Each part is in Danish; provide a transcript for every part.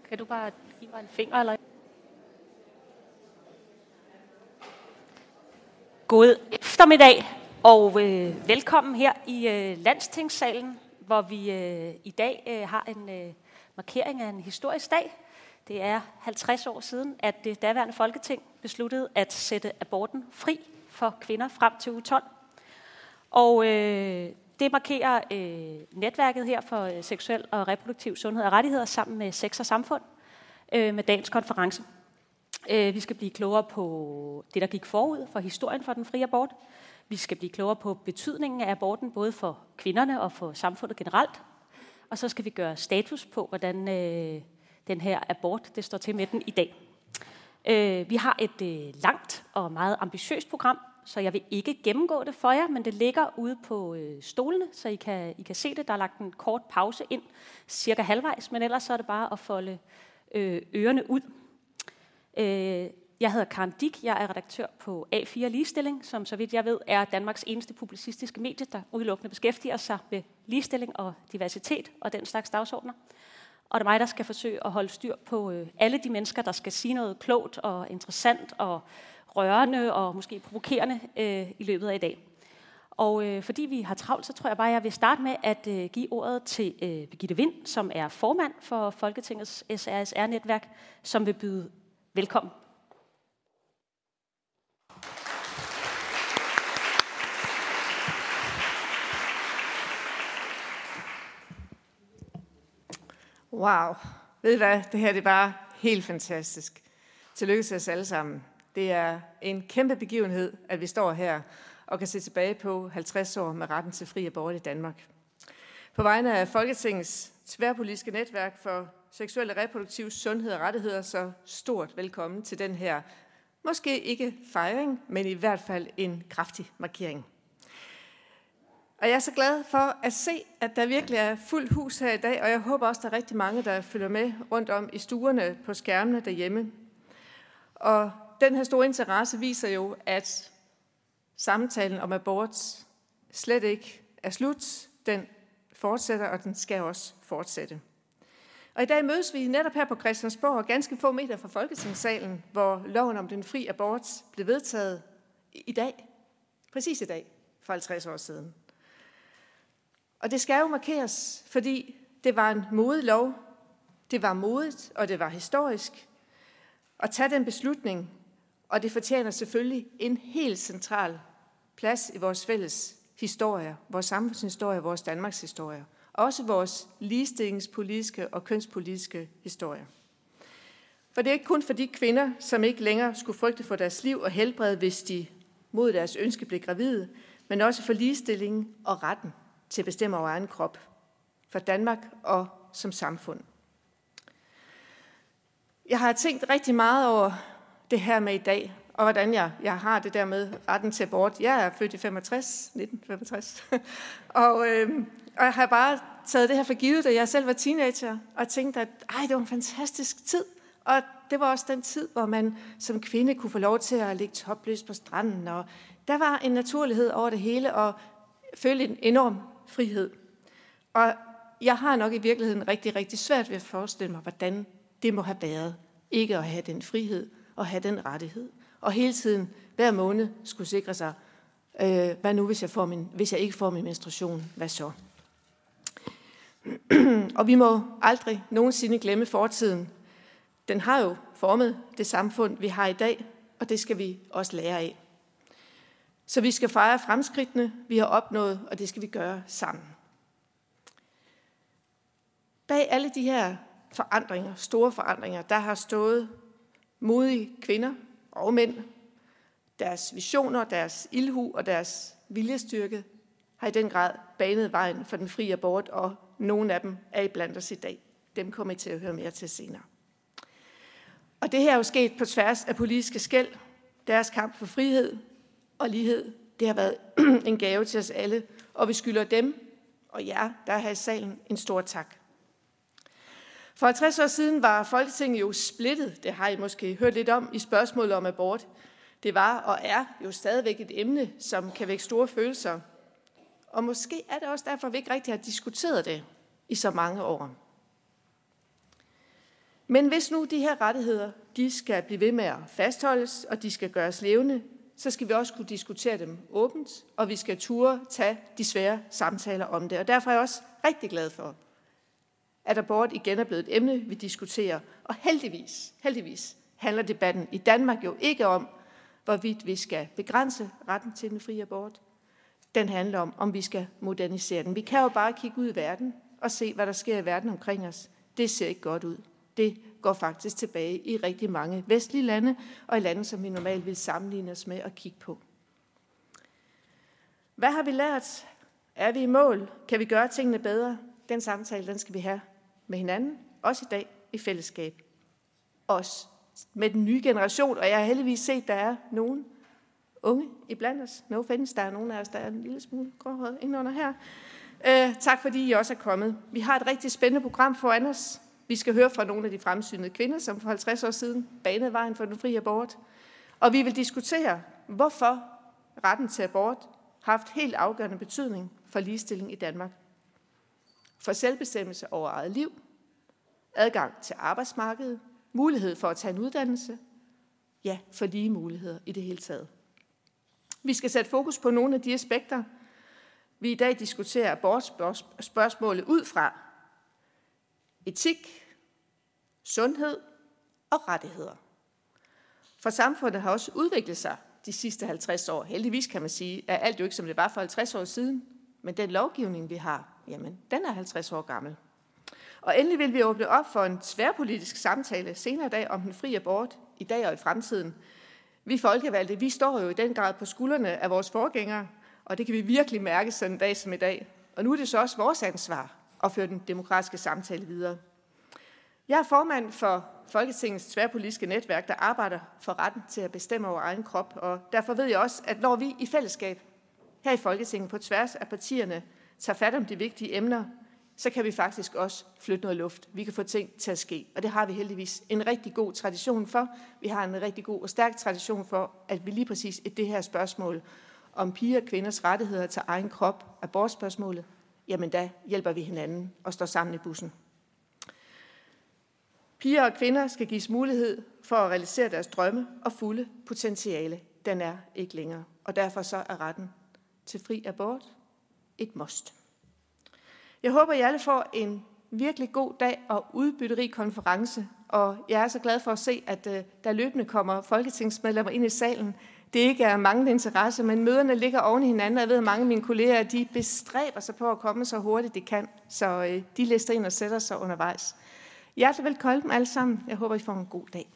Kan du bare give mig en finger? Eller? God eftermiddag og velkommen her i Landstingssalen, hvor vi i dag har en markering af en historisk dag. Det er 50 år siden, at det daværende Folketing besluttede at sætte aborten fri for kvinder frem til uge 12. Og det markerer netværket her for seksuel og reproduktiv sundhed og rettigheder sammen med Sex og Samfund med dagens konference. Vi skal blive klogere på det, der gik forud for historien for den frie abort. Vi skal blive klogere på betydningen af aborten, både for kvinderne og for samfundet generelt. Og så skal vi gøre status på, hvordan den her abort det står til med den i dag. Vi har et langt og meget ambitiøst program, så jeg vil ikke gennemgå det for jer, men det ligger ude på stolene, så I kan se det. Der er lagt en kort pause ind, cirka halvvejs, men ellers så er det bare at folde ørerne ud. Jeg hedder Karen Dick, jeg er redaktør på A4 Ligestilling, som så vidt jeg ved er Danmarks eneste publicistiske medie, der udelukkende beskæftiger sig med ligestilling og diversitet og den slags dagsordner. Og det er mig, der skal forsøge at holde styr på alle de mennesker, der skal sige noget klogt og interessant og rørende og måske provokerende i løbet af i dag. Og fordi vi har travlt, så tror jeg bare, jeg vil starte med at give ordet til Birgitte Vind, som er formand for Folketingets SRSR-netværk, som vil byde velkommen. Wow. Ved I hvad? Det her det er bare helt fantastisk. Tillykke til os alle sammen. Det er en kæmpe begivenhed, at vi står her og kan se tilbage på 50 år med retten til fri abort i Danmark. På vegne af Folketingets tværpolitiske netværk for seksuel og reproduktiv sundhed og rettigheder, så stort velkommen til den her, måske ikke fejring, men i hvert fald en kraftig markering. Og jeg er så glad for at se, at der virkelig er fuldt hus her i dag, og jeg håber også, at der er rigtig mange, der følger med rundt om i stuerne på skærmene derhjemme. Og den her store interesse viser jo, at samtalen om abort slet ikke er slut. Den fortsætter, og den skal også fortsætte. Og i dag mødes vi netop her på Christiansborg, ganske få meter fra Folketingssalen, hvor loven om den fri abort blev vedtaget i dag, præcis i dag, for 50 år siden. Og det skal jo markeres, fordi det var en modig lov, det var modigt, og det var historisk at tage den beslutning, og det fortjener selvfølgelig en helt central plads i vores fælles historie, vores samfundshistorie, vores Danmarks historie. Også vores ligestillingspolitiske og kønspolitiske historie. For det er ikke kun for de kvinder, som ikke længere skulle frygte for deres liv og helbred, hvis de mod deres ønske blev gravide, men også for ligestillingen og retten til at bestemme over egen krop, for Danmark og som samfund. Jeg har tænkt rigtig meget over det her med i dag, og hvordan jeg har det der med retten til abort. Jeg er født i 1965, og jeg har bare taget det her for givet, da jeg selv var teenager, og tænkte, at det var en fantastisk tid. Og det var også den tid, hvor man som kvinde kunne få lov til at ligge topløs på stranden. Og der var en naturlighed over det hele, og følte en enorm frihed. Og jeg har nok i virkeligheden rigtig, rigtig svært ved at forestille mig, hvordan det må have været. Ikke at have den frihed og have den rettighed. Og hele tiden, hver måned, skulle sikre sig, hvad nu, hvis jeg ikke får min menstruation? Hvad så? Og vi må aldrig nogensinde glemme fortiden. Den har jo formet det samfund, vi har i dag, og det skal vi også lære af. Så vi skal fejre fremskridtene, vi har opnået, og det skal vi gøre sammen. Bag alle de her forandringer, store forandringer, der har stået modige kvinder og mænd. Deres visioner, deres ildhu og deres viljestyrke har i den grad banet vejen for den frie abort, og nogle af dem er iblandt os i dag. Dem kommer I til at høre mere til senere. Og det her er jo sket på tværs af politiske skel. Deres kamp for frihed og lighed, det har været en gave til os alle, og vi skylder dem og jer, der er her i salen, en stor tak. For 50 år siden var Folketinget jo splittet, det har I måske hørt lidt om i spørgsmålet om abort. Det var og er jo stadigvæk et emne, som kan vække store følelser. Og måske er det også derfor, vi ikke rigtig har diskuteret det i så mange år. Men hvis nu de her rettigheder, de skal blive ved med at fastholdes, og de skal gøres levende, så skal vi også kunne diskutere dem åbent, og vi skal turde tage de svære samtaler om det. Og derfor er jeg også rigtig glad for, at abort igen er blevet et emne, vi diskuterer. Og heldigvis handler debatten i Danmark jo ikke om, hvorvidt vi skal begrænse retten til den frie abort. Den handler om vi skal modernisere den. Vi kan jo bare kigge ud i verden og se, hvad der sker i verden omkring os. Det ser ikke godt ud. Det går faktisk tilbage i rigtig mange vestlige lande, og i lande, som vi normalt vil sammenligne os med og kigge på. Hvad har vi lært? Er vi i mål? Kan vi gøre tingene bedre? Den samtale, den skal vi have med hinanden, også i dag i fællesskab. Også med den nye generation, og jeg har heldigvis set, at der er nogen unge iblandt os. No offense, der er nogen af os, der er en lille smule gråhåret indenunder her. Tak fordi I også er kommet. Vi har et rigtig spændende program foran os. Vi skal høre fra nogle af de fremsynede kvinder, som for 50 år siden banede vejen for den frie abort. Og vi vil diskutere, hvorfor retten til abort har haft helt afgørende betydning for ligestilling i Danmark. For selvbestemmelse over eget liv, adgang til arbejdsmarkedet, mulighed for at tage en uddannelse, ja, for lige muligheder i det hele taget. Vi skal sætte fokus på nogle af de aspekter, vi i dag diskuterer abortspørgsmålet ud fra. Etik, sundhed og rettigheder. For samfundet har også udviklet sig de sidste 50 år. Heldigvis kan man sige, at alt jo ikke som det var for 50 år siden, men den lovgivning, vi har, jamen, den er 50 år gammel. Og endelig vil vi åbne op for en tværpolitisk samtale senere i dag om den frie abort i dag og i fremtiden. Vi folkevalgte, vi står jo i den grad på skuldrene af vores forgængere, og det kan vi virkelig mærke sådan en dag som i dag. Og nu er det så også vores ansvar at føre den demokratiske samtale videre. Jeg er formand for Folketingets tværpolitiske netværk, der arbejder for retten til at bestemme over egen krop, og derfor ved jeg også, at når vi i fællesskab her i Folketinget på tværs af partierne tager fat om de vigtige emner, så kan vi faktisk også flytte noget luft. Vi kan få ting til at ske, og det har vi heldigvis en rigtig god tradition for. Vi har en rigtig god og stærk tradition for, at vi lige præcis i det her spørgsmål om piger og kvinders rettigheder til egen krop, abortspørgsmålet, jamen der hjælper vi hinanden og står sammen i bussen. Piger og kvinder skal gives mulighed for at realisere deres drømme og fulde potentiale. Den er ikke længere, og derfor så er retten til fri abort et must. Jeg håber, I alle får en virkelig god dag og udbytterig konference, og jeg er så glad for at se, at der løbende kommer folketingsmedlemmer ind i salen. Det ikke er manglende interesse, men møderne ligger oven i hinanden, og jeg ved, at mange af mine kolleger, de bestræber sig på at komme så hurtigt de kan, så de lister ind og sætter sig undervejs. Hjertelig velkommen alle sammen. Jeg håber, I får en god dag.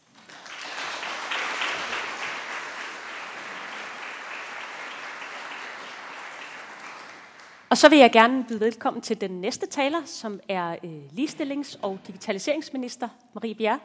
Og så vil jeg gerne byde velkommen til den næste taler, som er ligestillings- og digitaliseringsminister Marie Bjerre.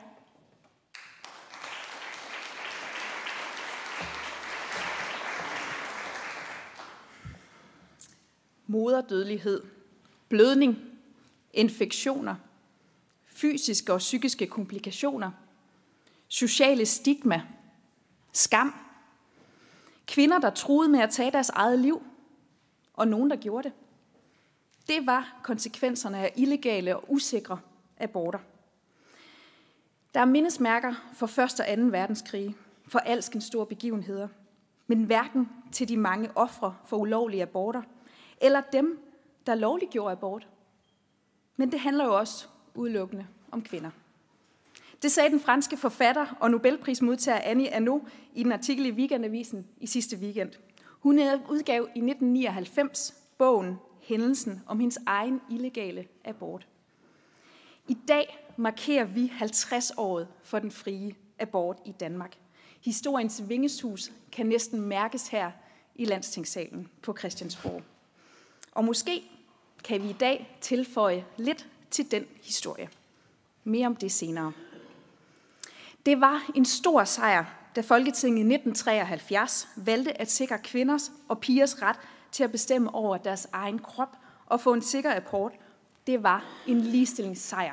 Moderdødelighed, blødning, infektioner, fysiske og psykiske komplikationer, sociale stigma, skam, kvinder, der truede med at tage deres eget liv, og nogen, der gjorde det. Det var konsekvenserne af illegale og usikre aborter. Der er mindesmærker for 1. og 2. verdenskrig, for alskens store begivenheder, men hverken til de mange ofre for ulovlige aborter, eller dem, der lovliggjorde abort. Men det handler jo også udelukkende om kvinder. Det sagde den franske forfatter og Nobelprismodtager Annie Ernaux i en artikel i Weekendavisen i sidste weekend. Hun udgav i 1999 bogen Hændelsen om hendes egen illegale abort. I dag markerer vi 50-året for den frie abort i Danmark. Historiens vingeshus kan næsten mærkes her i Landstingssalen på Christiansborg. Og måske kan vi i dag tilføje lidt til den historie. Mere om det senere. Det var en stor sejr, da Folketinget i 1973 valgte at sikre kvinders og pigers ret til at bestemme over deres egen krop og få en sikker abort. Det var en ligestillingssejr.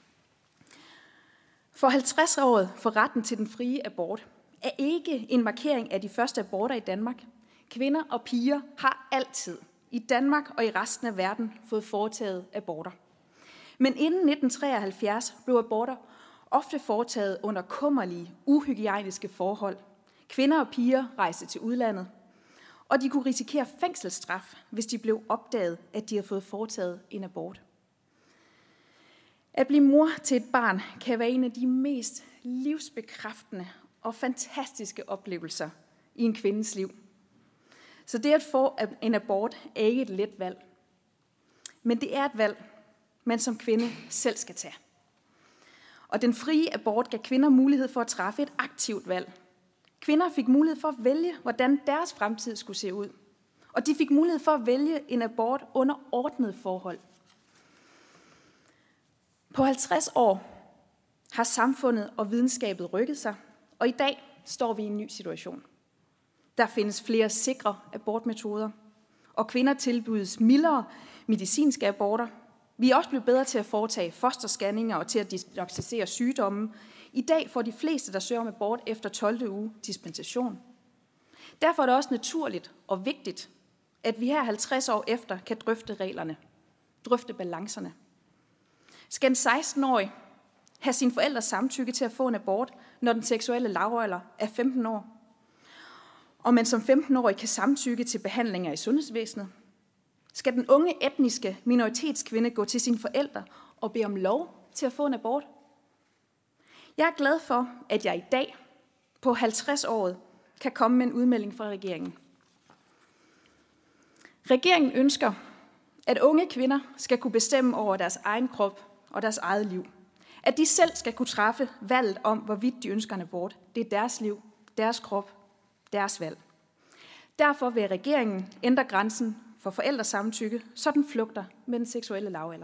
For 50-året for retten til den frie abort er ikke en markering af de første aborter i Danmark. Kvinder og piger har altid i Danmark og i resten af verden fået foretaget aborter. Men inden 1973 blev aborter ofte foretaget under kummerlige, uhygiejniske forhold. Kvinder og piger rejste til udlandet, og de kunne risikere fængselsstraf, hvis de blev opdaget, at de havde fået foretaget en abort. At blive mor til et barn kan være en af de mest livsbekræftende og fantastiske oplevelser i en kvindes liv. Så det at få en abort er ikke et let valg. Men det er et valg, man som kvinde selv skal tage. Og den frie abort gav kvinder mulighed for at træffe et aktivt valg. Kvinder fik mulighed for at vælge, hvordan deres fremtid skulle se ud. Og de fik mulighed for at vælge en abort under ordnede forhold. På 50 år har samfundet og videnskabet rykket sig, og i dag står vi i en ny situation. Der findes flere sikre abortmetoder, og kvinder tilbydes mildere medicinske aborter. Vi er også blevet bedre til at foretage fosterscanninger og til at diagnosticere sygdomme. I dag får de fleste, der søger om abort efter 12. uge, dispensation. Derfor er det også naturligt og vigtigt, at vi her 50 år efter kan drøfte reglerne, drøfte balancerne. Skal en 16-årig have sine forældres samtykke til at få en abort, når den seksuelle lavalder er 15 år? Og man som 15-årig kan samtykke til behandlinger i sundhedsvæsenet? Skal den unge etniske minoritetskvinde gå til sine forældre og bede om lov til at få en abort? Jeg er glad for, at jeg i dag på 50-året kan komme med en udmelding fra regeringen. Regeringen ønsker, at unge kvinder skal kunne bestemme over deres egen krop og deres eget liv. At de selv skal kunne træffe valget om, hvorvidt de ønsker en abort. Det er deres liv, deres krop, deres valg. Derfor vil regeringen ændre grænsen for forældresamtykke, så den flugter med den seksuelle lavalder.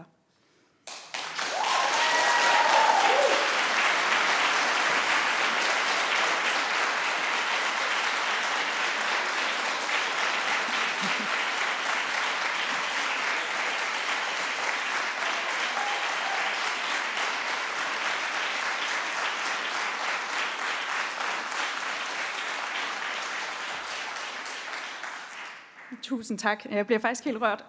Tusind tak. Jeg bliver faktisk helt rørt.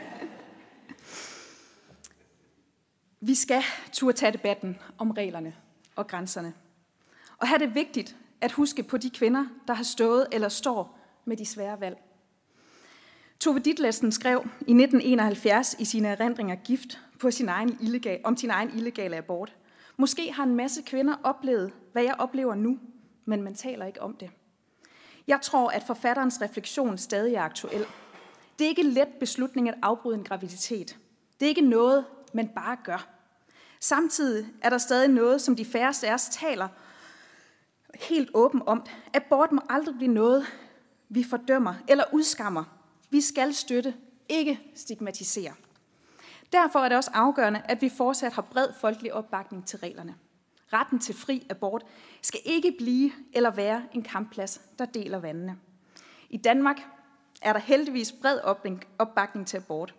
Vi skal turde tage debatten om reglerne og grænserne. Og her er det vigtigt at huske på de kvinder, der har stået eller står med de svære valg. Tove Ditlevsen skrev i 1971 i sine erindringer Gift på om sin egen illegale abort. Måske har en masse kvinder oplevet, hvad jeg oplever nu, men man taler ikke om det. Jeg tror, at forfatterens refleksion stadig er aktuel. Det er ikke en let beslutning at afbryde en graviditet. Det er ikke noget, man bare gør. Samtidig er der stadig noget, som de færreste af os taler helt åbent om. Abort må aldrig blive noget, vi fordømmer eller udskammer. Vi skal støtte, ikke stigmatisere. Derfor er det også afgørende, at vi fortsat har bred folkelig opbakning til reglerne. Retten til fri abort skal ikke blive eller være en kampplads, der deler vandene. I Danmark er der heldigvis bred opbakning til abort.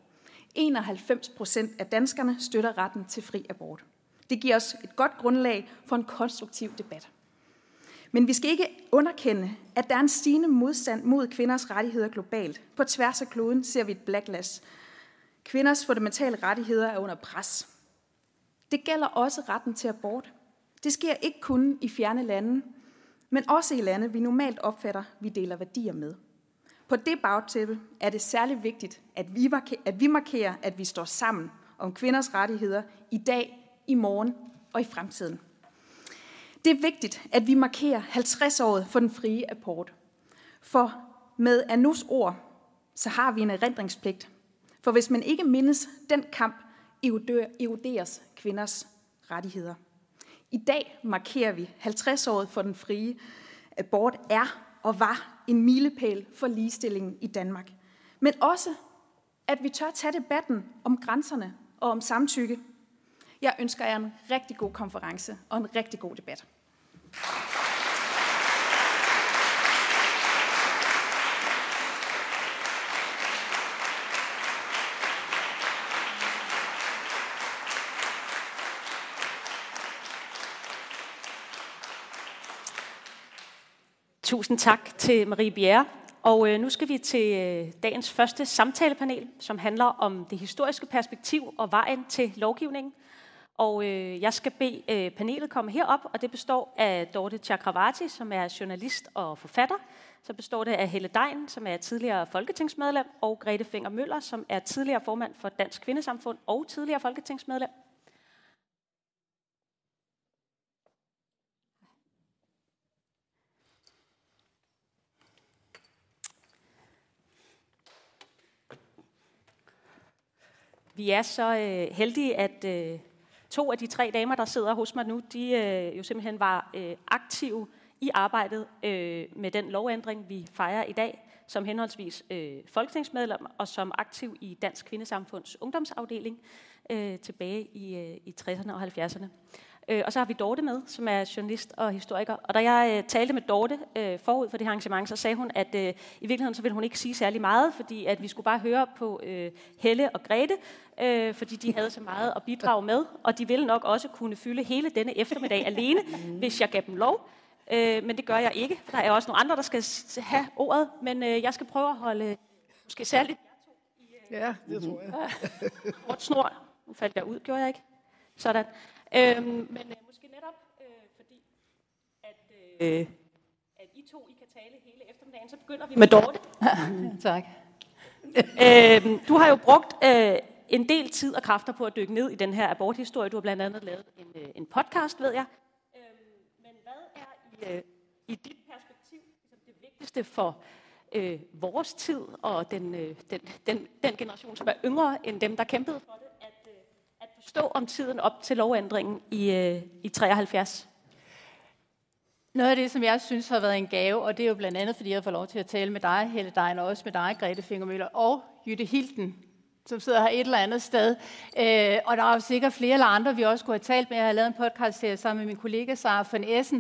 91% af danskerne støtter retten til fri abort. Det giver os et godt grundlag for en konstruktiv debat. Men vi skal ikke underkende, at der er en stigende modstand mod kvinders rettigheder globalt. På tværs af kloden ser vi et backlash. Kvinders fundamentale rettigheder er under pres. Det gælder også retten til abort. Det sker ikke kun i fjerne lande, men også i lande, vi normalt opfatter, vi deler værdier med. På det bagtæppe er det særlig vigtigt, at vi markerer, at vi står sammen om kvinders rettigheder i dag, i morgen og i fremtiden. Det er vigtigt, at vi markerer 50-året for den frie abort. For med Anus ord, så har vi en erindringspligt. For hvis man ikke mindes den kamp, eroderes kvinders rettigheder. I dag markerer vi 50-året for den frie abort er og var en milepæl for ligestillingen i Danmark. Men også, at vi tør tage debatten om grænserne og om samtykke. Jeg ønsker jer en rigtig god konference og en rigtig god debat. Tusind tak til Marie Bjerre. Og nu skal vi til dagens første samtalepanel, som handler om det historiske perspektiv og vejen til lovgivningen. Og jeg skal bede panelet komme herop, og det består af Dorte Chakravarty, som er journalist og forfatter. Så består det af Helle Degn, som er tidligere folketingsmedlem, og Grete Fenger Møller, som er tidligere formand for Dansk Kvindesamfund og tidligere folketingsmedlem. Vi er så heldige, at 2 af de 3 damer, der sidder hos mig nu, de jo simpelthen var aktive i arbejdet med den lovændring, vi fejrer i dag, som henholdsvis folketingsmedlem og som aktiv i Dansk Kvindesamfunds ungdomsafdeling tilbage i 60'erne og 70'erne. Og så har vi Dorte med, som er journalist og historiker. Og da jeg talte med Dorte forud for det her arrangement, så sagde hun, at i virkeligheden så ville hun ikke sige særlig meget, fordi at vi skulle bare høre på Helle og Grete, fordi de havde så meget at bidrage med, og de ville nok også kunne fylde hele denne eftermiddag alene, hvis jeg gav dem lov. Men det gør jeg ikke. Der er også nogle andre, der skal have ordet, men jeg skal prøve at holde måske særligt Ja, det tror jeg. kort snor. Nu faldt jeg ud, gjorde jeg ikke? Sådan. Men måske netop fordi, at I 2 I kan tale hele eftermiddagen, så begynder vi med Dorte. Tak. Du har jo brugt en del tid og kræfter på at dykke ned i den her aborthistorie. Du har blandt andet lavet en podcast, ved jeg. Men hvad er i dit perspektiv det vigtigste for vores tid og den generation, som er yngre end dem, der kæmpede for det, at forstå om tiden op til lovændringen i 73? Noget af det, som jeg synes har været en gave, og det er jo blandt andet, fordi jeg har fået lov til at tale med dig, Helle Degn, og også med dig, Grete Fenger Møller, og Jytte Hilden, som sidder her et eller andet sted. Og der er jo sikkert flere eller andre, vi også kunne have talt med. Jeg har lavet en podcast sammen med min kollega Sara von Essen.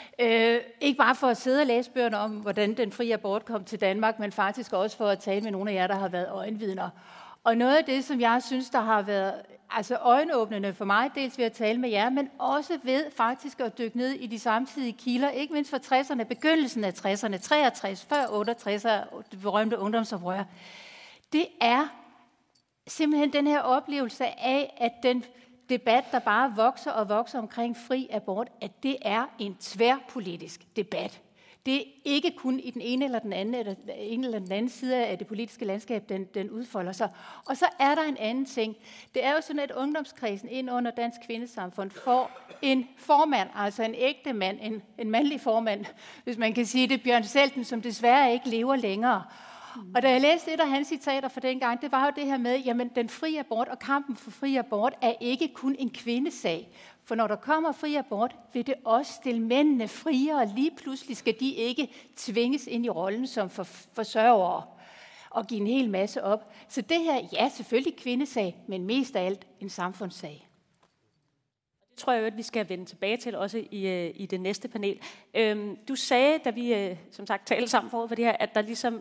Ikke bare for at sidde og læse bøgerne om, hvordan den frie abort kom til Danmark, men faktisk også for at tale med nogle af jer, der har været øjenvidner. Og noget af det, som jeg synes, der har været øjenåbnende for mig, dels ved at tale med jer, men også ved faktisk at dykke ned i de samtidige kilder, ikke mindst fra 60'erne, begyndelsen af 60'erne, 63, før 68, det berømte ungdomsoprør. Det er simpelthen den her oplevelse af, at den debat, der bare vokser og vokser omkring fri abort, at det er en tværpolitisk debat. Det er ikke kun i den ene eller den anden side af det politiske landskab, den udfolder sig. Og så er der en anden ting. Det er jo sådan, at ungdomskredsen ind under Dansk Kvindesamfund får en formand, altså en ægte mand, en mandlig formand, hvis man kan sige det, Bjørn Selten, som desværre ikke lever længere. Og da jeg læste et af hans citater fra dengang, det var jo det her med, jamen den frie abort og kampen for fri abort er ikke kun en kvindesag. For når der kommer fri abort, vil det også stille mændene friere, og lige pludselig skal de ikke tvinges ind i rollen som forsørgere og give en hel masse op. Så det her, ja, selvfølgelig kvindesag, men mest af alt en samfundssag. Det tror jeg, at vi skal vende tilbage til også i det næste panel. Du sagde, da vi som sagt talte sammen forud for det her, at der ligesom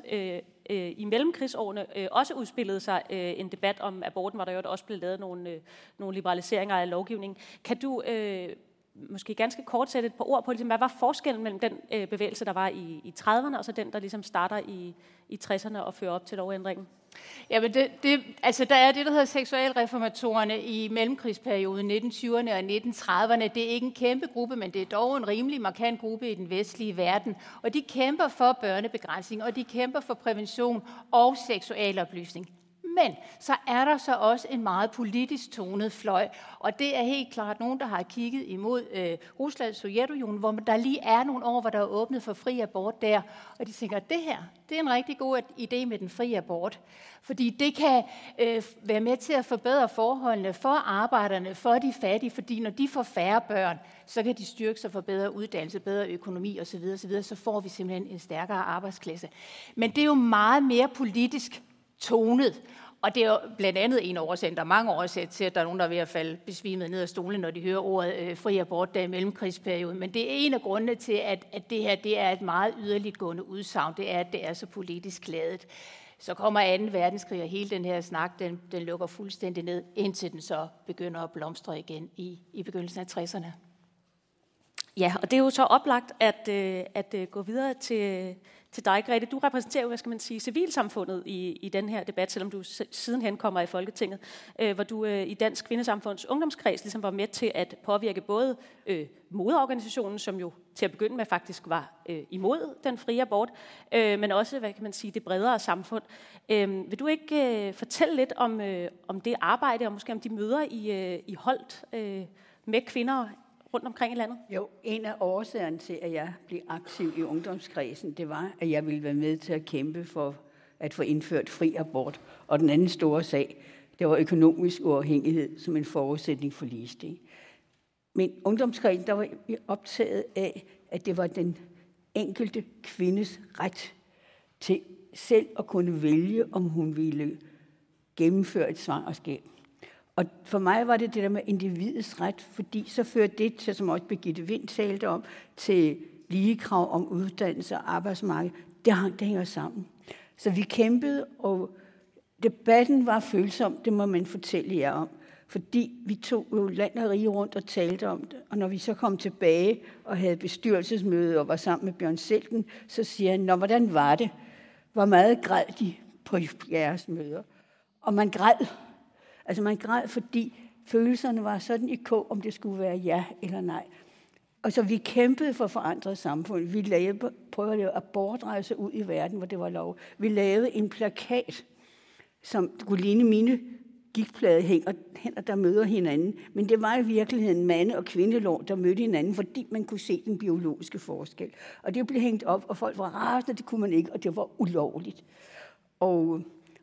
i mellemkrigsårene også udspillede sig en debat om aborten, hvor der jo også blev lavet nogle liberaliseringer af lovgivningen. Kan du måske ganske kort sætte et par ord på, ligesom, hvad var forskellen mellem den bevægelse, der var i 30'erne, og så den, der ligesom starter i 60'erne og fører op til lovændringen? Ja, men der er det, der hedder seksualreformatorerne i mellemkrigsperioden 1920'erne og 1930'erne. Det er ikke en kæmpe gruppe, men det er dog en rimelig markant gruppe i den vestlige verden. Og de kæmper for børnebegrænsning, og de kæmper for prævention og seksualoplysning. Men så er der så også en meget politisk tonet fløj, og det er helt klart nogen, der har kigget imod Rusland og Sovjetunionen, hvor der lige er nogle år, hvor der er åbnet for fri abort der, og de tænker, at det her, det er en rigtig god idé med den fri abort, fordi det kan være med til at forbedre forholdene for arbejderne, for de fattige, fordi når de får færre børn, så kan de styrke sig for bedre uddannelse, bedre økonomi osv., så får vi simpelthen en stærkere arbejdsklasse. Men det er jo meget mere politisk tonet. Og det er jo blandt andet en oversæt, der er mange oversæt til, at der er nogen, der er ved at falde besvimet ned af stolen, når de hører ordet fri abort der i mellemkrigsperioden. Men det er en af grundene til, at det her det er et meget yderligtgående udsagn. Det er, at det er så politisk ladet. Så kommer 2. verdenskrig, og hele den her snak, den lukker fuldstændig ned, indtil den så begynder at blomstre igen i begyndelsen af 60'erne. Ja, og det er jo så oplagt at gå videre til dig, Grete. Du repræsenterer jo, hvad skal man sige, civilsamfundet i den her debat, selvom du sidenhen kommer i Folketinget, hvor du i Dansk Kvindesamfunds ungdomskreds ligesom var med til at påvirke både modeorganisationen, som jo til at begynde med faktisk var imod den frie abort, men også, hvad kan man sige, det bredere samfund. Vil du ikke fortælle lidt om det arbejde, og måske om de møder, I holdt med kvinder rundt omkring i landet? Jo, en af årsagerne til, at jeg blev aktiv i ungdomskredsen, det var, at jeg ville være med til at kæmpe for at få indført fri abort. Og den anden store sag, det var økonomisk uafhængighed som en forudsætning for ligestilling. Men ungdomskredsen, der var optaget af, at det var den enkelte kvindes ret til selv at kunne vælge, om hun ville gennemføre et svangerskab. Og for mig var det der med individets ret, fordi så førte det til, som også Birgitte Vind talte om, til lige krav om uddannelse og arbejdsmarked. Det hænger sammen. Så vi kæmpede, og debatten var følsom, det må man fortælle jer om. Fordi vi tog jo land og rige rundt og talte om det. Og når vi så kom tilbage og havde bestyrelsesmøde og var sammen med Bjørn Selten, så siger han, nå, hvordan var det? Hvor meget græd de på jeres møder? Og man græd. Altså man græd, fordi følelserne var sådan i kog, om det skulle være ja eller nej. Og så vi kæmpede for forandret samfund. Vi prøvede at lave abortrejser ud i verden, hvor det var lov. Vi lavede en plakat, som kunne ligne mine gigtpladehænger, der møder hinanden. Men det var i virkeligheden mande- og kvindelov, der mødte hinanden, fordi man kunne se den biologiske forskel. Og det blev hængt op, og folk var rasende, det kunne man ikke, og det var ulovligt. Og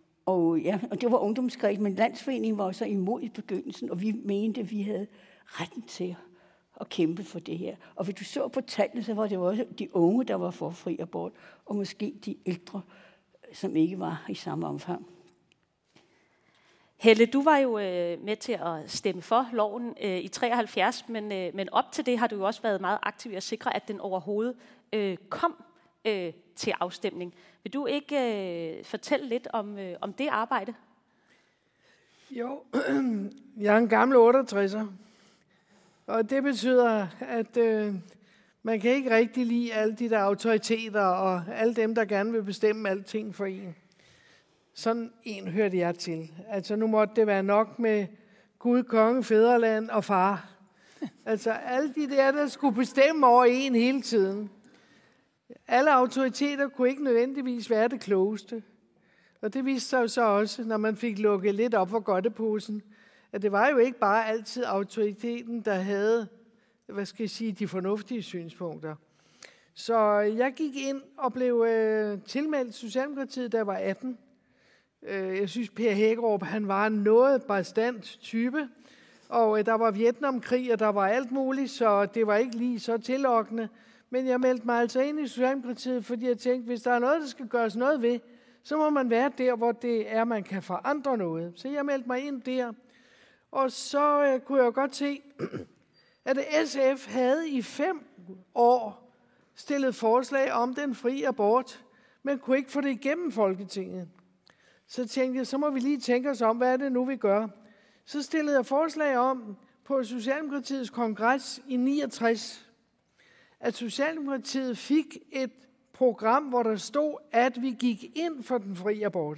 det var ungdomskredsen, men landsforeningen var så imod i begyndelsen, og vi mente, at vi havde retten til at kæmpe for det her. Og hvis du så på tallene, så var det også de unge, der var for fri abort, og måske de ældre, som ikke var i samme omfang. Helle, du var jo med til at stemme for loven i 73, men op til det har du jo også været meget aktiv i at sikre, at den overhovedet kom til afstemning. Vil du ikke fortælle lidt om det arbejde? Jo, jeg er en gammel 68'er, og det betyder, at man kan ikke rigtig lide alle de der autoriteter og alle dem, der gerne vil bestemme alting for en. Sådan en hørte jeg til. Altså nu måtte det være nok med Gud, konge, fædreland og far. Altså alle de der skulle bestemme over en hele tiden. Alle autoriteter kunne ikke nødvendigvis være det klogeste. Og det viste sig så også, når man fik lukket lidt op for godteposen, at det var jo ikke bare altid autoriteten, der havde, de fornuftige synspunkter. Så jeg gik ind og blev tilmeldt Socialdemokratiet, da jeg var 18. Jeg synes, Per Hækkerup, han var en noget bastant type, og der var Vietnamkrig, og der var alt muligt, så det var ikke lige så tillokkende. Men jeg meldte mig altså ind i Socialdemokratiet, fordi jeg tænkte, hvis der er noget, der skal gøres noget ved, så må man være der, hvor det er, man kan forandre noget. Så jeg meldte mig ind der, og så kunne jeg jo godt se, at SF havde i 5 år stillet forslag om den frie abort, men kunne ikke få det igennem Folketinget. Så tænkte jeg, så må vi lige tænke os om, hvad er det nu, vi gør. Så stillede jeg forslag om på Socialdemokratiets kongres i 69, at Socialdemokratiet fik et program, hvor der stod, at vi gik ind for den frie abort.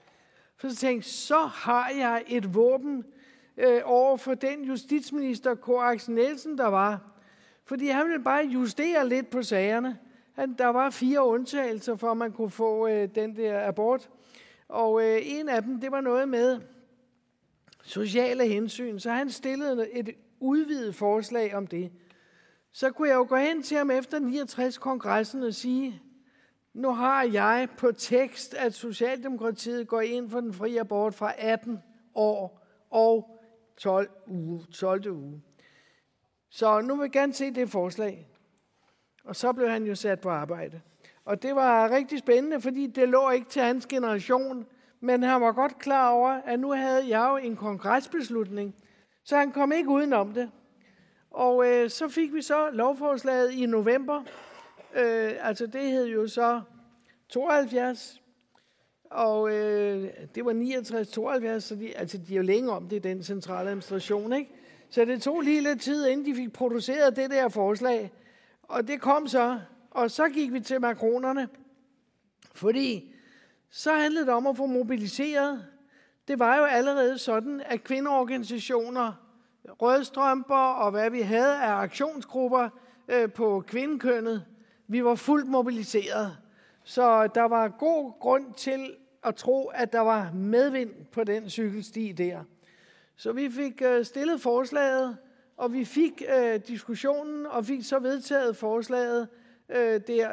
Så tænkte jeg, så har jeg et våben over for den justitsminister, K. Axel Nielsen, der var. Fordi han ville bare justere lidt på sagerne. Der var 4 undtagelser for, at man kunne få den der abort. Og en af dem, det var noget med sociale hensyn. Så han stillede et udvidet forslag om det. Så kunne jeg jo gå hen til ham efter 69-kongressen og sige, nu har jeg på tekst, at Socialdemokratiet går ind for den frie abort fra 18 år og 12. uge. Så nu vil jeg gerne se det forslag. Og så blev han jo sat på arbejde. Og det var rigtig spændende, fordi det lå ikke til hans generation, men han var godt klar over, at nu havde jeg jo en kongresbeslutning, så han kom ikke udenom det. Og så fik vi så lovforslaget i november, altså det hed jo så 72, og det var 69-72, så de er jo længe om det, den centrale administration, ikke? Så det tog lige lidt tid, inden de fik produceret det der forslag. Og det kom så, og så gik vi til makronerne, fordi så handlede det om at få mobiliseret. Det var jo allerede sådan, at kvindeorganisationer, rødstrømper og hvad vi havde af aktionsgrupper på kvindekønnet, vi var fuldt mobiliseret. Så der var god grund til at tro, at der var medvind på den cykelsti der. Så vi fik stillet forslaget, og vi fik diskussionen, og fik så vedtaget forslaget der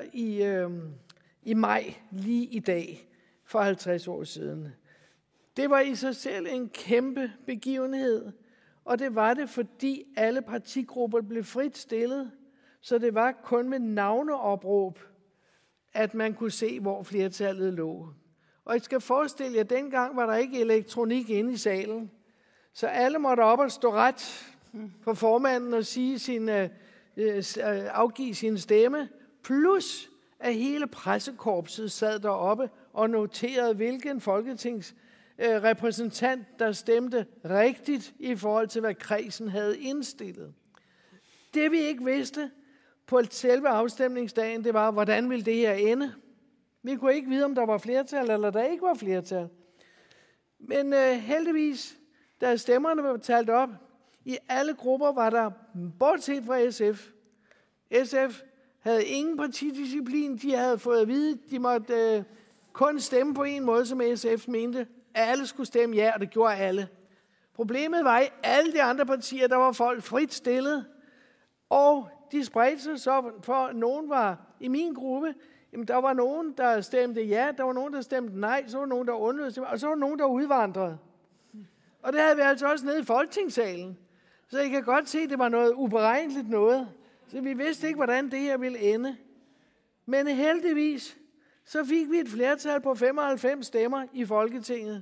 i maj, lige i dag, for 50 år siden. Det var i sig selv en kæmpe begivenhed, og det var det, fordi alle partigrupper blev frit stillet, så det var kun med navneopråb, at man kunne se, hvor flertallet lå. Og jeg skal forestille jer, at dengang var der ikke elektronik inde i salen, så alle måtte op og stå ret for formanden og sige afgive sin stemme, plus at hele pressekorpset sad deroppe og noterede, hvilken folketingsrepræsentant, der stemte rigtigt i forhold til, hvad kredsen havde indstillet. Det vi ikke vidste på selve afstemningsdagen, det var, hvordan ville det her ende? Vi kunne ikke vide, om der var flertal, eller der ikke var flertal. Men heldigvis, da stemmerne var talt op, i alle grupper var der, bortset fra SF. SF havde ingen partidisciplin. De havde fået at vide, de måtte kun stemme på en måde, som SF mente. At alle skulle stemme ja, og det gjorde alle. Problemet var, at alle de andre partier, der var folk frit stillet, og de spredte sig så, for nogen var i min gruppe, jamen, der var nogen, der stemte ja, der var nogen, der stemte nej, så var nogen, der undlod, og så var nogen, der udvandrede. Og det havde vi altså også nede i Folketingssalen. Så I kan godt se, at det var noget uberegneligt noget. Så vi vidste ikke, hvordan det her ville ende. Men heldigvis, så fik vi et flertal på 95 stemmer i Folketinget.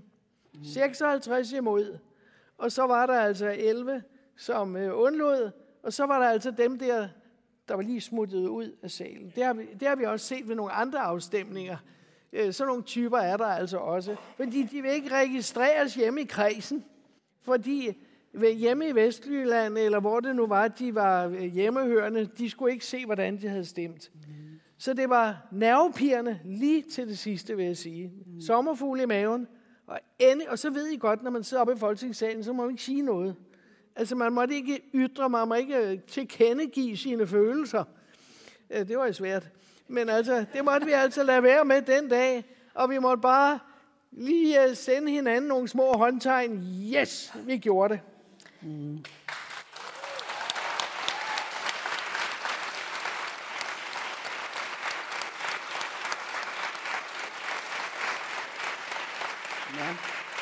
56 imod. Og så var der altså 11, som undlod. Og så var der altså dem der var lige smuttet ud af salen. Det har vi også set ved nogle andre afstemninger. Sådan nogle typer er der altså også. Fordi de vil ikke registreres hjemme i kredsen. Fordi hjemme i Vestjylland, eller hvor det nu var, de var hjemmehørende, de skulle ikke se, hvordan de havde stemt. Så det var nervepirrende lige til det sidste, vil jeg sige. Sommerfugle i maven. Og så ved I godt, når man sidder oppe i Folketingssalen, så må man ikke sige noget. Altså, man måtte ikke ytre, man må ikke tilkendegive sine følelser. Det var jo svært. Men altså, det måtte vi altså lade være med den dag, og vi måtte bare lige sende hinanden nogle små håndtegn. Yes, vi gjorde det. Ja.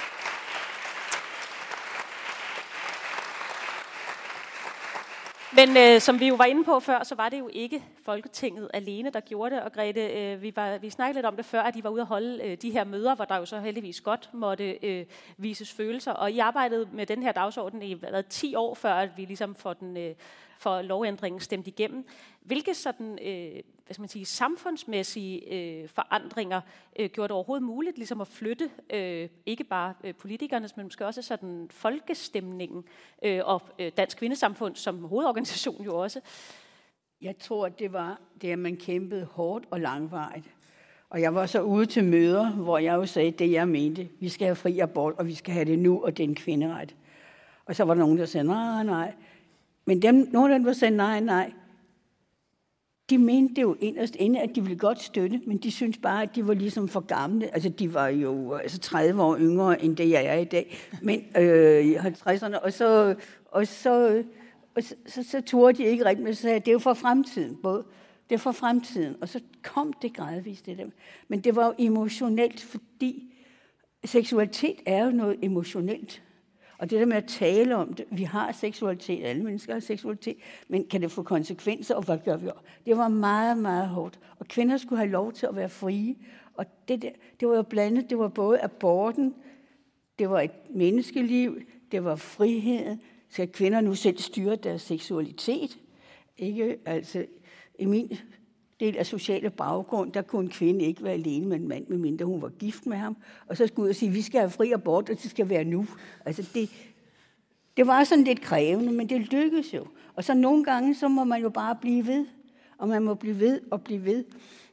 Men som vi jo var inde på før, så var det jo ikke Folketinget alene, der gjorde det. Og Grete, vi snakkede lidt om det før, at I var ude at holde de her møder, hvor der jo så heldigvis godt måtte vises følelser. Og I arbejdede med den her dagsorden i 10 år, før at vi ligesom får lovændringen stemt igennem. Hvilke sådan, samfundsmæssige forandringer gjorde det overhovedet muligt ligesom at flytte ikke bare politikernes, men måske også sådan folkestemningen og Dansk Kvindesamfund som hovedorganisation jo også? Jeg tror, det var det, at man kæmpede hårdt og langvarigt. Og jeg var så ude til møder, hvor jeg jo sagde det, jeg mente. Vi skal have fri abort, og vi skal have det nu, og det er en kvinderet. Og så var der nogen, der sagde nej. Men nogle af dem, der sagde nej, de mente det jo inderst inde, at de ville godt støtte, men de syntes bare, at de var ligesom for gamle. Altså, de var jo 30 år yngre, end det jeg er i dag. Men i 50'erne, og så turde de ikke rigtigt, men så sagde det er jo for fremtiden. Det er for fremtiden. Og så kom det gradvist, det der. Men det var jo emotionelt, fordi seksualitet er jo noget emotionelt. Og det der med at tale om det, vi har seksualitet, alle mennesker har seksualitet, men kan det få konsekvenser, og hvad gør vi? Det var meget, meget hårdt. Og kvinder skulle have lov til at være frie. Og det var jo blandet, det var både aborten, det var et menneskeliv, det var friheden. Skal kvinder nu selv styre deres seksualitet? Ikke? Altså, i min del af sociale baggrund, der kunne en kvinde ikke være alene med en mand, medmindre hun var gift med ham. Og så skulle jeg sige, at vi skal have fri abort, og det skal være nu. Altså Det var sådan lidt krævende, men det lykkedes jo. Og så nogle gange, så må man jo bare blive ved. Og man må blive ved og blive ved.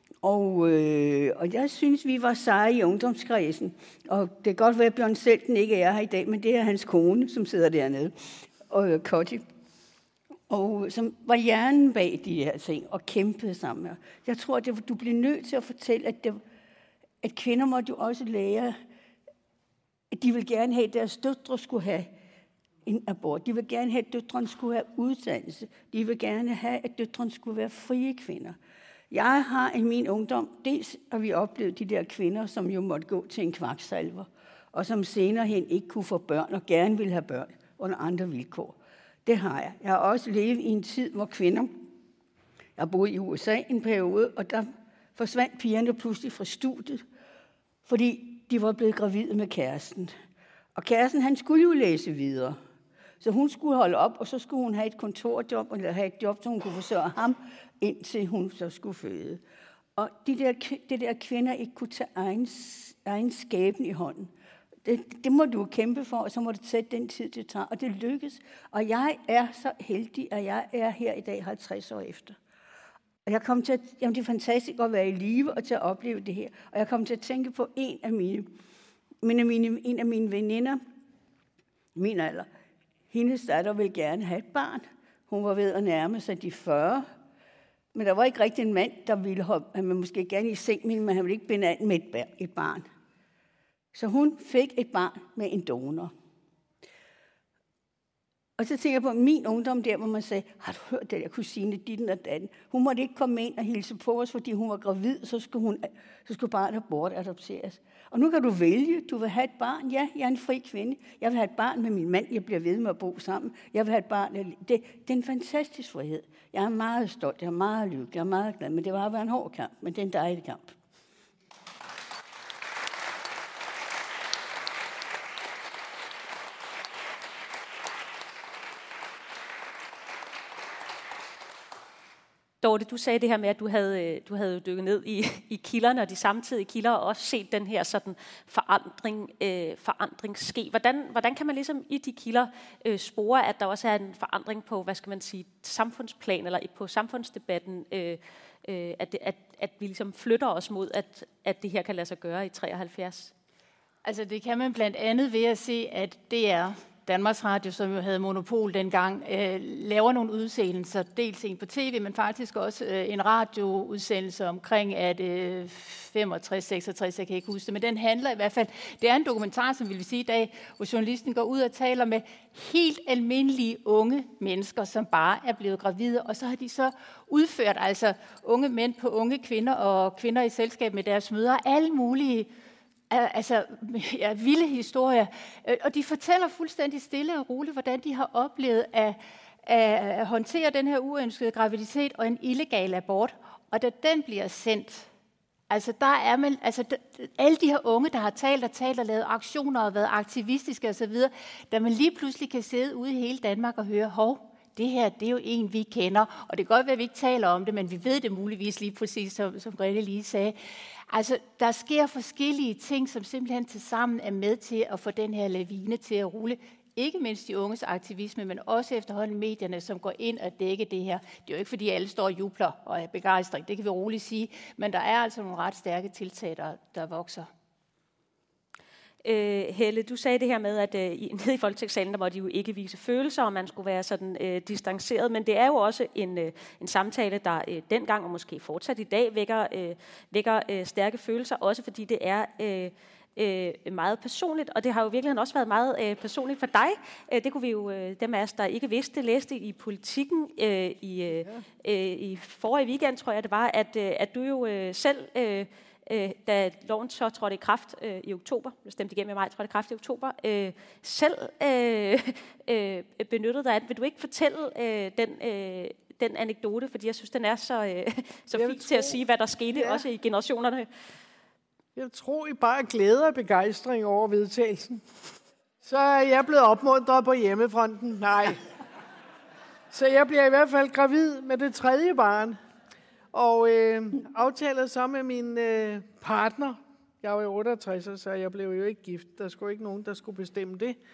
Og jeg synes, vi var seje i ungdomskredsen. Og det kan godt være, at Bjørn Selten ikke er her i dag, men det er hans kone, som sidder dernede. Og Kotti. Og som var hjernen bag de her ting og kæmpede sammen med. Jeg tror, at du bliver nødt til at fortælle, at kvinder måtte jo også lære, at de vil gerne have, at deres døtre skulle have en abort. De vil gerne have, at døtrene skulle have uddannelse. De vil gerne have, at døtrene skulle være frie kvinder. Jeg har i min ungdom, dels har vi oplevet de der kvinder, som jo måtte gå til en kvaksalver, og som senere hen ikke kunne få børn og gerne ville have børn under andre vilkår. Det har jeg. Jeg har også levet i en tid, hvor kvinder... Jeg boede i USA en periode, og der forsvandt pigerne pludselig fra studiet, fordi de var blevet gravide med kæresten. Og kæresten, han skulle jo læse videre. Så hun skulle holde op, og så skulle hun have et kontorjob, eller have et job, så hun kunne forsørge ham, indtil hun så skulle føde. Og det der kvinder ikke kunne tage egen skæbne i hånden. Det må du kæmpe for, og så må du tage den tid, det tager. Og det lykkes. Og jeg er så heldig, at jeg er her i dag 50 år efter. Og jeg kom til at... Jamen, det er fantastisk at være i live og til at opleve det her. Og jeg kom til at tænke på en af mine veninder, min alder. Hendes datter ville gerne have et barn. Hun var ved at nærme sig de 40. Men der var ikke rigtig en mand, der ville hoppe. Han ville måske gerne i seng, men han ville ikke binde an med et barn. Så hun fik et barn med en donor. Og så tænker jeg på min ungdom der, hvor man sagde, har du hørt det der kusine, ditten og datten? Hun måtte ikke komme ind og hilse på os, fordi hun var gravid, så skulle barnet bortadopteres. Og nu kan du vælge, du vil have et barn. Ja, jeg er en fri kvinde. Jeg vil have et barn med min mand, jeg bliver ved med at bo sammen. Jeg vil have et barn. Det er en fantastisk frihed. Jeg er meget stolt, jeg er meget lykkelig, jeg er meget glad, men det var bare en hård kamp, men det er en dejlig kamp. Dorte, du sagde det her med, at du havde dykket ned i kilderne og de samtidige kilder, og også set den her sådan forandring ske. Hvordan kan man ligesom i de kilder spore, at der også er en forandring på, hvad skal man sige, samfundsplan, eller på samfundsdebatten, at vi ligesom flytter os mod, at det her kan lade sig gøre i 73? Altså det kan man blandt andet ved at se, at det er Danmarks Radio, som jo havde monopol dengang, laver nogle udsendelser, dels en på tv, men faktisk også en radioudsendelse omkring, at 65, 66, jeg kan ikke huske det, men den handler i hvert fald, det er en dokumentar, som vi vil sige i dag, hvor journalisten går ud og taler med helt almindelige unge mennesker, som bare er blevet gravide, og så har de så udført, altså unge mænd på unge kvinder, og kvinder i selskab med deres mødre, alle mulige vilde historier. Og de fortæller fuldstændig stille og roligt, hvordan de har oplevet at håndtere den her uønskede graviditet og en illegal abort. Og da den bliver sendt, altså der er man, alle de her unge, der har talt og lavet aktioner og været aktivistiske osv., da man lige pludselig kan sidde ude i hele Danmark og høre, hov, det her, det er jo en, vi kender, og det kan godt være, at vi ikke taler om det, men vi ved det muligvis lige præcis, som Grete lige sagde. Altså, der sker forskellige ting, som simpelthen tilsammen er med til at få den her lavine til at rulle. Ikke mindst de unges aktivisme, men også efterhånden medierne, som går ind og dækker det her. Det er jo ikke, fordi alle står og jubler og er begejstret, det kan vi roligt sige, men der er altså nogle ret stærke tiltag, der vokser. Helle, du sagde det her med, at nede i Folketingssalen, der måtte de jo ikke vise følelser, og man skulle være sådan distanceret, men det er jo også en samtale, der dengang og måske fortsat i dag vækker stærke følelser, også fordi det er meget personligt, og det har jo virkelig også været meget personligt for dig. Det kunne vi jo, dem af os, der ikke vidste, læste i Politikken i forrige weekend, tror jeg det var, at du jo selv... da loven så trådte i kraft i oktober, stemte igennem i maj, trådte i kraft i oktober, selv benyttede dig af. Vil du ikke fortælle den anekdote, fordi jeg synes, den er så fint til at sige, hvad der skete, også i generationerne? Jeg tror, I bare glæder og begejstring over vedtagelsen. Så er jeg blevet opmuntret på hjemmefronten. Nej. Så jeg bliver i hvert fald gravid med det 3. barn. Og aftaler så med min partner, jeg var jo 68, så jeg blev jo ikke gift, der skulle ikke nogen, der skulle bestemme det,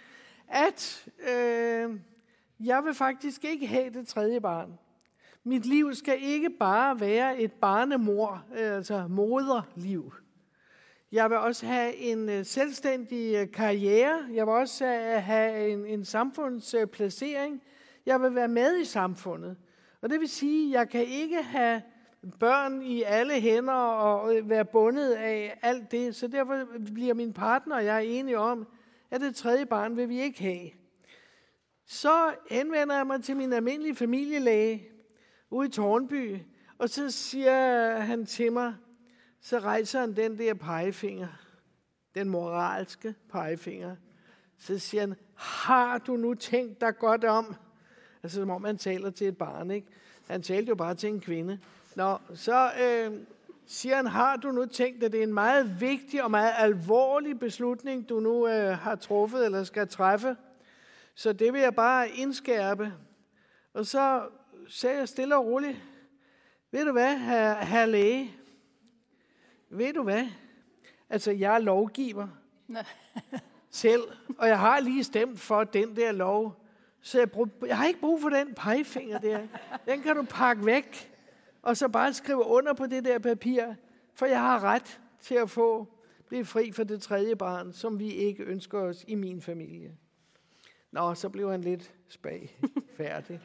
at jeg vil faktisk ikke have det tredje barn. Mit liv skal ikke bare være et barnemor, altså moderliv. Jeg vil også have en selvstændig karriere. Jeg vil også have en samfundsplacering. Jeg vil være med i samfundet. Og det vil sige, at jeg kan ikke have børn i alle hænder og være bundet af alt det. Så derfor bliver min partner og jeg enige om, at det tredje barn vil vi ikke have. Så henvender jeg mig til min almindelige familielæge ude i Tårnby, og så siger han til mig, så rejser han den der pegefinger, den moralske pegefinger. Så siger han, har du nu tænkt dig godt om? Altså som om han taler til et barn, ikke? Han talte jo bare til en kvinde. Nå, så siger han, har du nu tænkt, at det er en meget vigtig og meget alvorlig beslutning, du nu har truffet eller skal træffe? Så det vil jeg bare indskærpe. Og så sagde jeg stille og roligt, ved du hvad, herre læge? Ved du hvad? Altså, jeg er lovgiver selv, og jeg har lige stemt for den der lov. Så jeg har ikke brug for den pegefinger der. Den kan du pakke væk, og så bare skrive under på det der papir, for jeg har ret til at blive fri for det tredje barn, som vi ikke ønsker os i min familie. Nå, så blev han lidt færdig.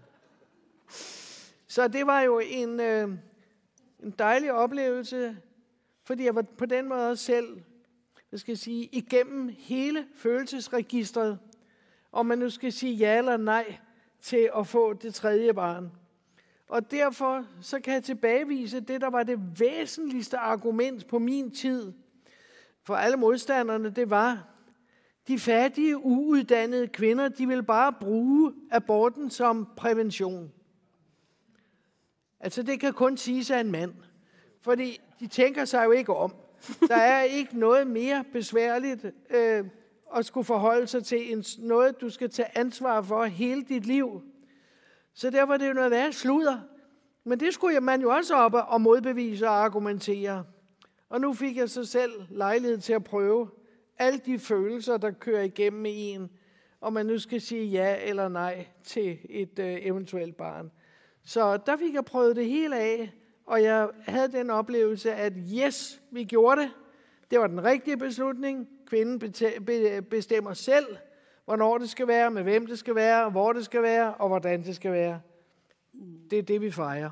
Så det var jo en dejlig oplevelse, fordi jeg var på den måde også selv, igennem hele følelsesregistret, om man nu skal sige ja eller nej til at få det tredje barn. Og derfor så kan jeg tilbagevise det, der var det væsentligste argument på min tid for alle modstanderne, det var, de fattige, uuddannede kvinder, de vil bare bruge aborten som prævention. Altså det kan kun siges af en mand, fordi de tænker sig jo ikke om. Der er ikke noget mere besværligt at skulle forholde sig til end noget, du skal tage ansvar for hele dit liv. Så derfor er det jo noget værd sludder. Men det skulle man jo også op og modbevise og argumentere. Og nu fik jeg så selv lejlighed til at prøve alle de følelser, der kører igennem i en, om man nu skal sige ja eller nej til et eventuelt barn. Så der fik jeg prøvet det hele af, og jeg havde den oplevelse, at yes, vi gjorde det. Det var den rigtige beslutning. Kvinden bestemmer selv, hvornår det skal være, med hvem det skal være, hvor det skal være, og hvordan det skal være. Det er det, vi fejrer.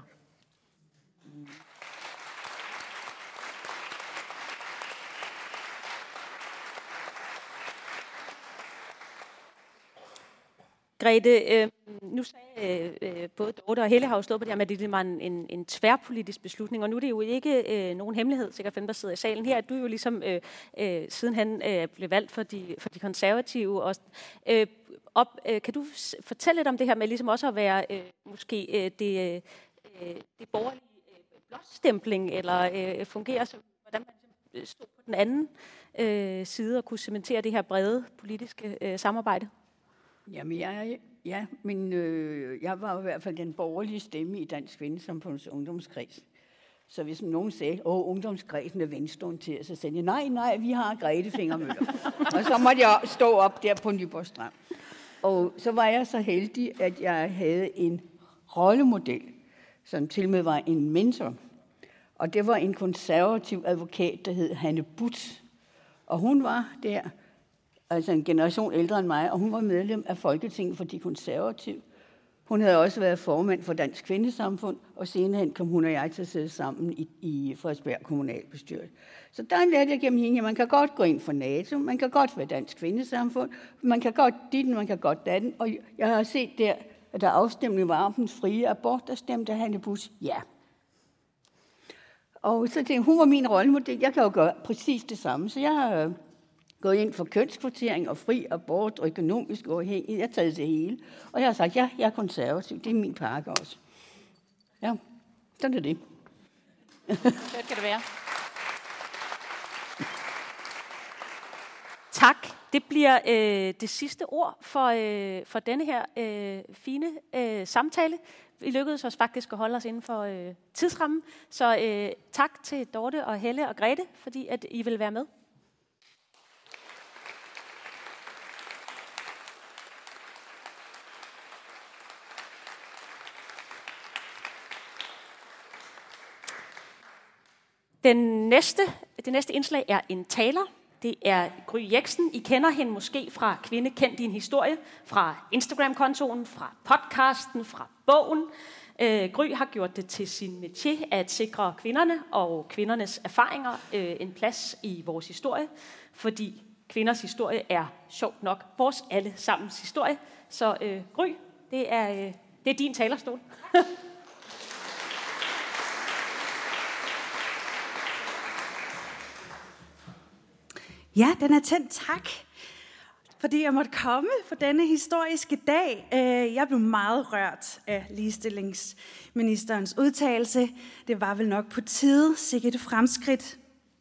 Grete, nu sagde både Dorte og Helle har jo stået på det her med, at det var en tværpolitisk beslutning, og nu er det jo ikke nogen hemmelighed, sikkert for dem, der sidder i salen her, at du jo ligesom, siden han blev valgt for de konservative, og, kan du fortælle lidt om det her med ligesom også at være måske det borgerlige blåstempling, eller fungere som, hvordan man stod på den anden side og kunne cementere det her brede politiske samarbejde? Jamen, jeg var i hvert fald den borgerlige stemme i Dansk Kvindesamfunds ungdomskreds. Så hvis nogen sagde, ungdomskredsen er venstreorienteret, så sagde jeg, nej, vi har Grete Fingermøller. Og så måtte jeg stå op der på Nyborg Strand. Og så var jeg så heldig, at jeg havde en rollemodel, som til og med var en mentor. Og det var en konservativ advokat, der hed Hanne Butz. Og hun var der, altså en generation ældre end mig, og hun var medlem af Folketinget for de konservative. Hun havde også været formand for Dansk Kvindesamfund, og senere kom hun og jeg til at sidde sammen i Frederiksberg kommunalbestyrelse. Så der lærte jeg gennem hende, at man kan godt gå ind for NATO, man kan godt være Dansk Kvindesamfund, man kan godt ditten, man kan godt datten. Og jeg har set der, at der afstemning var om den frie abort, der stemte Hanne Butz ja. Og så tænkte hun var min rollemodel, jeg kan jo gøre præcis det samme, så jeg har gået ind for kønskvotering og fri abort og økonomisk uafhængighed. Jeg har taget det hele. Og jeg har sagt, ja, jeg er konservativ. Det er min pakke også. Ja, sådan er det. Hvad kan det være? Tak. Det bliver det sidste ord for denne her fine samtale. Vi lykkedes os faktisk at holde os inden for tidsrammen. Så tak til Dorte og Helle og Grete, fordi at I vil være med. Det næste indslag er en taler. Det er Gry Jeksen. I kender hende måske fra Kvinde Kend Din Historie, fra Instagram-kontoen, fra podcasten, fra bogen. Gry har gjort det til sin métier at sikre kvinderne og kvindernes erfaringer en plads i vores historie, fordi kvinders historie er sjovt nok vores allesammens historie. Så Gry, det er din talerstol. Ja, den er tændt. Tak, fordi jeg måtte komme på denne historiske dag. Jeg blev meget rørt af ligestillingsministerens udtalelse. Det var vel nok på tide, sikkert et fremskridt.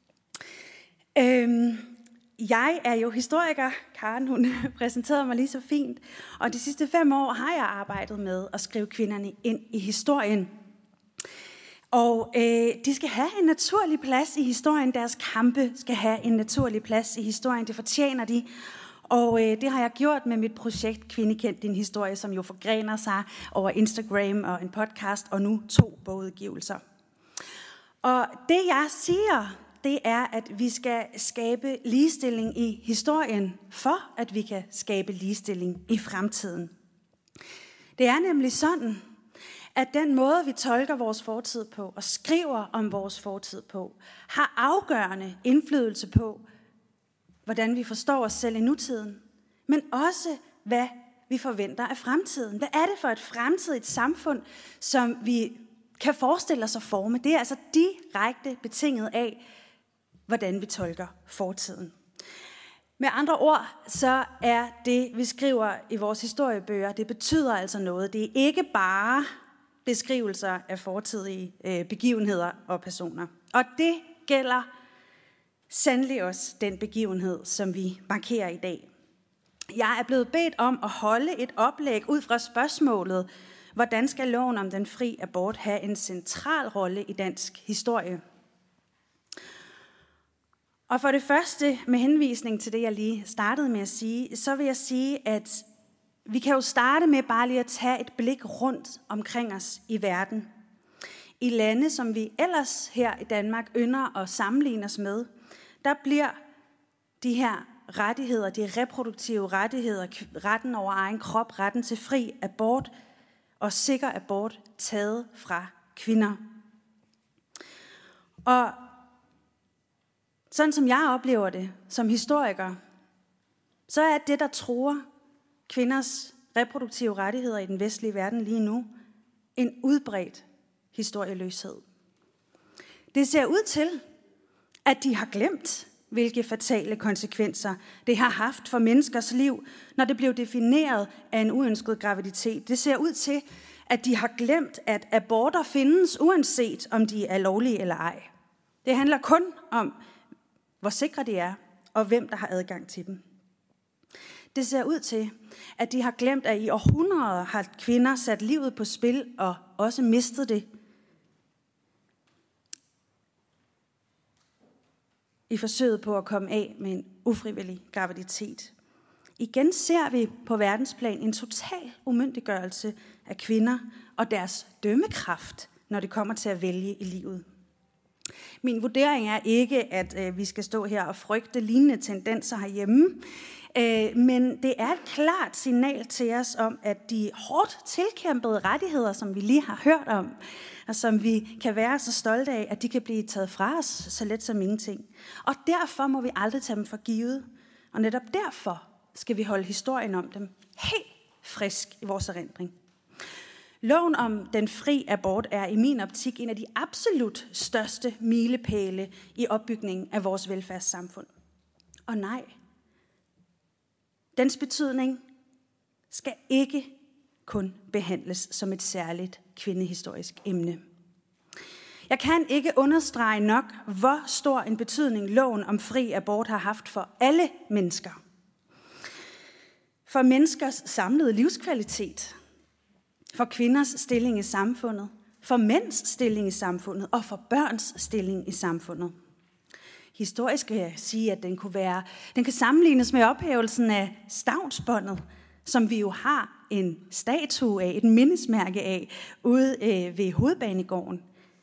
Jeg er jo historiker. Karen, hun præsenterede mig lige så fint. Og de sidste 5 år har jeg arbejdet med at skrive kvinderne ind i historien. Og de skal have en naturlig plads i historien. Deres kampe skal have en naturlig plads i historien. Det fortjener de. Og det har jeg gjort med mit projekt Kvinde Kend Din Historie, som jo forgrener sig over Instagram og en podcast, og nu 2 bogudgivelser. Og det jeg siger, det er, at vi skal skabe ligestilling i historien, for at vi kan skabe ligestilling i fremtiden. Det er nemlig sådan, at den måde, vi tolker vores fortid på og skriver om vores fortid på, har afgørende indflydelse på, hvordan vi forstår os selv i nutiden, men også, hvad vi forventer af fremtiden. Hvad er det for et fremtidigt samfund, som vi kan forestille os at forme? Det er altså direkte betinget af, hvordan vi tolker fortiden. Med andre ord, så er det, vi skriver i vores historiebøger, det betyder altså noget. Det er ikke bare beskrivelser af fortidige begivenheder og personer. Og det gælder sandelig også den begivenhed, som vi markerer i dag. Jeg er blevet bedt om at holde et oplæg ud fra spørgsmålet, hvordan skal loven om den fri abort have en central rolle i dansk historie? Og for det første, med henvisning til det, jeg lige startede med at sige, så vil jeg sige, at vi kan jo starte med bare lige at tage et blik rundt omkring os i verden. I lande, som vi ellers her i Danmark ynder at sammenligne os med, der bliver de her rettigheder, de reproduktive rettigheder, retten over egen krop, retten til fri abort og sikker abort taget fra kvinder. Og sådan som jeg oplever det som historiker, så er det, der truer kvinders reproduktive rettigheder i den vestlige verden lige nu, en udbredt historieløshed. Det ser ud til, at de har glemt, hvilke fatale konsekvenser det har haft for menneskers liv, når det blev defineret af en uønsket graviditet. Det ser ud til, at de har glemt, at aborter findes, uanset om de er lovlige eller ej. Det handler kun om, hvor sikre de er, og hvem der har adgang til dem. Det ser ud til, at de har glemt, at i århundreder har kvinder sat livet på spil og også mistet det. I forsøget på at komme af med en ufrivillig graviditet. Igen ser vi på verdensplan en total umyndiggørelse af kvinder og deres dømmekraft, når det kommer til at vælge i livet. Min vurdering er ikke, at vi skal stå her og frygte lignende tendenser herhjemme, men det er et klart signal til os om, at de hårdt tilkæmpede rettigheder, som vi lige har hørt om, og som vi kan være så stolte af, at de kan blive taget fra os så let som ingenting. Og derfor må vi aldrig tage dem for givet. Og netop derfor skal vi holde historien om dem helt frisk i vores erindring. Loven om den fri abort er i min optik en af de absolut største milepæle i opbygningen af vores velfærdssamfund. Og nej, dens betydning skal ikke kun behandles som et særligt kvindehistorisk emne. Jeg kan ikke understrege nok, hvor stor en betydning loven om fri abort har haft for alle mennesker. For menneskers samlede livskvalitet, for kvinders stilling i samfundet, for mænds stilling i samfundet og for børns stilling i samfundet. Historisk vil jeg sige, at den kan sammenlignes med ophævelsen af stavnsbåndet, som vi jo har en statue af, et mindesmærke af, ude ved Hovedbanegården.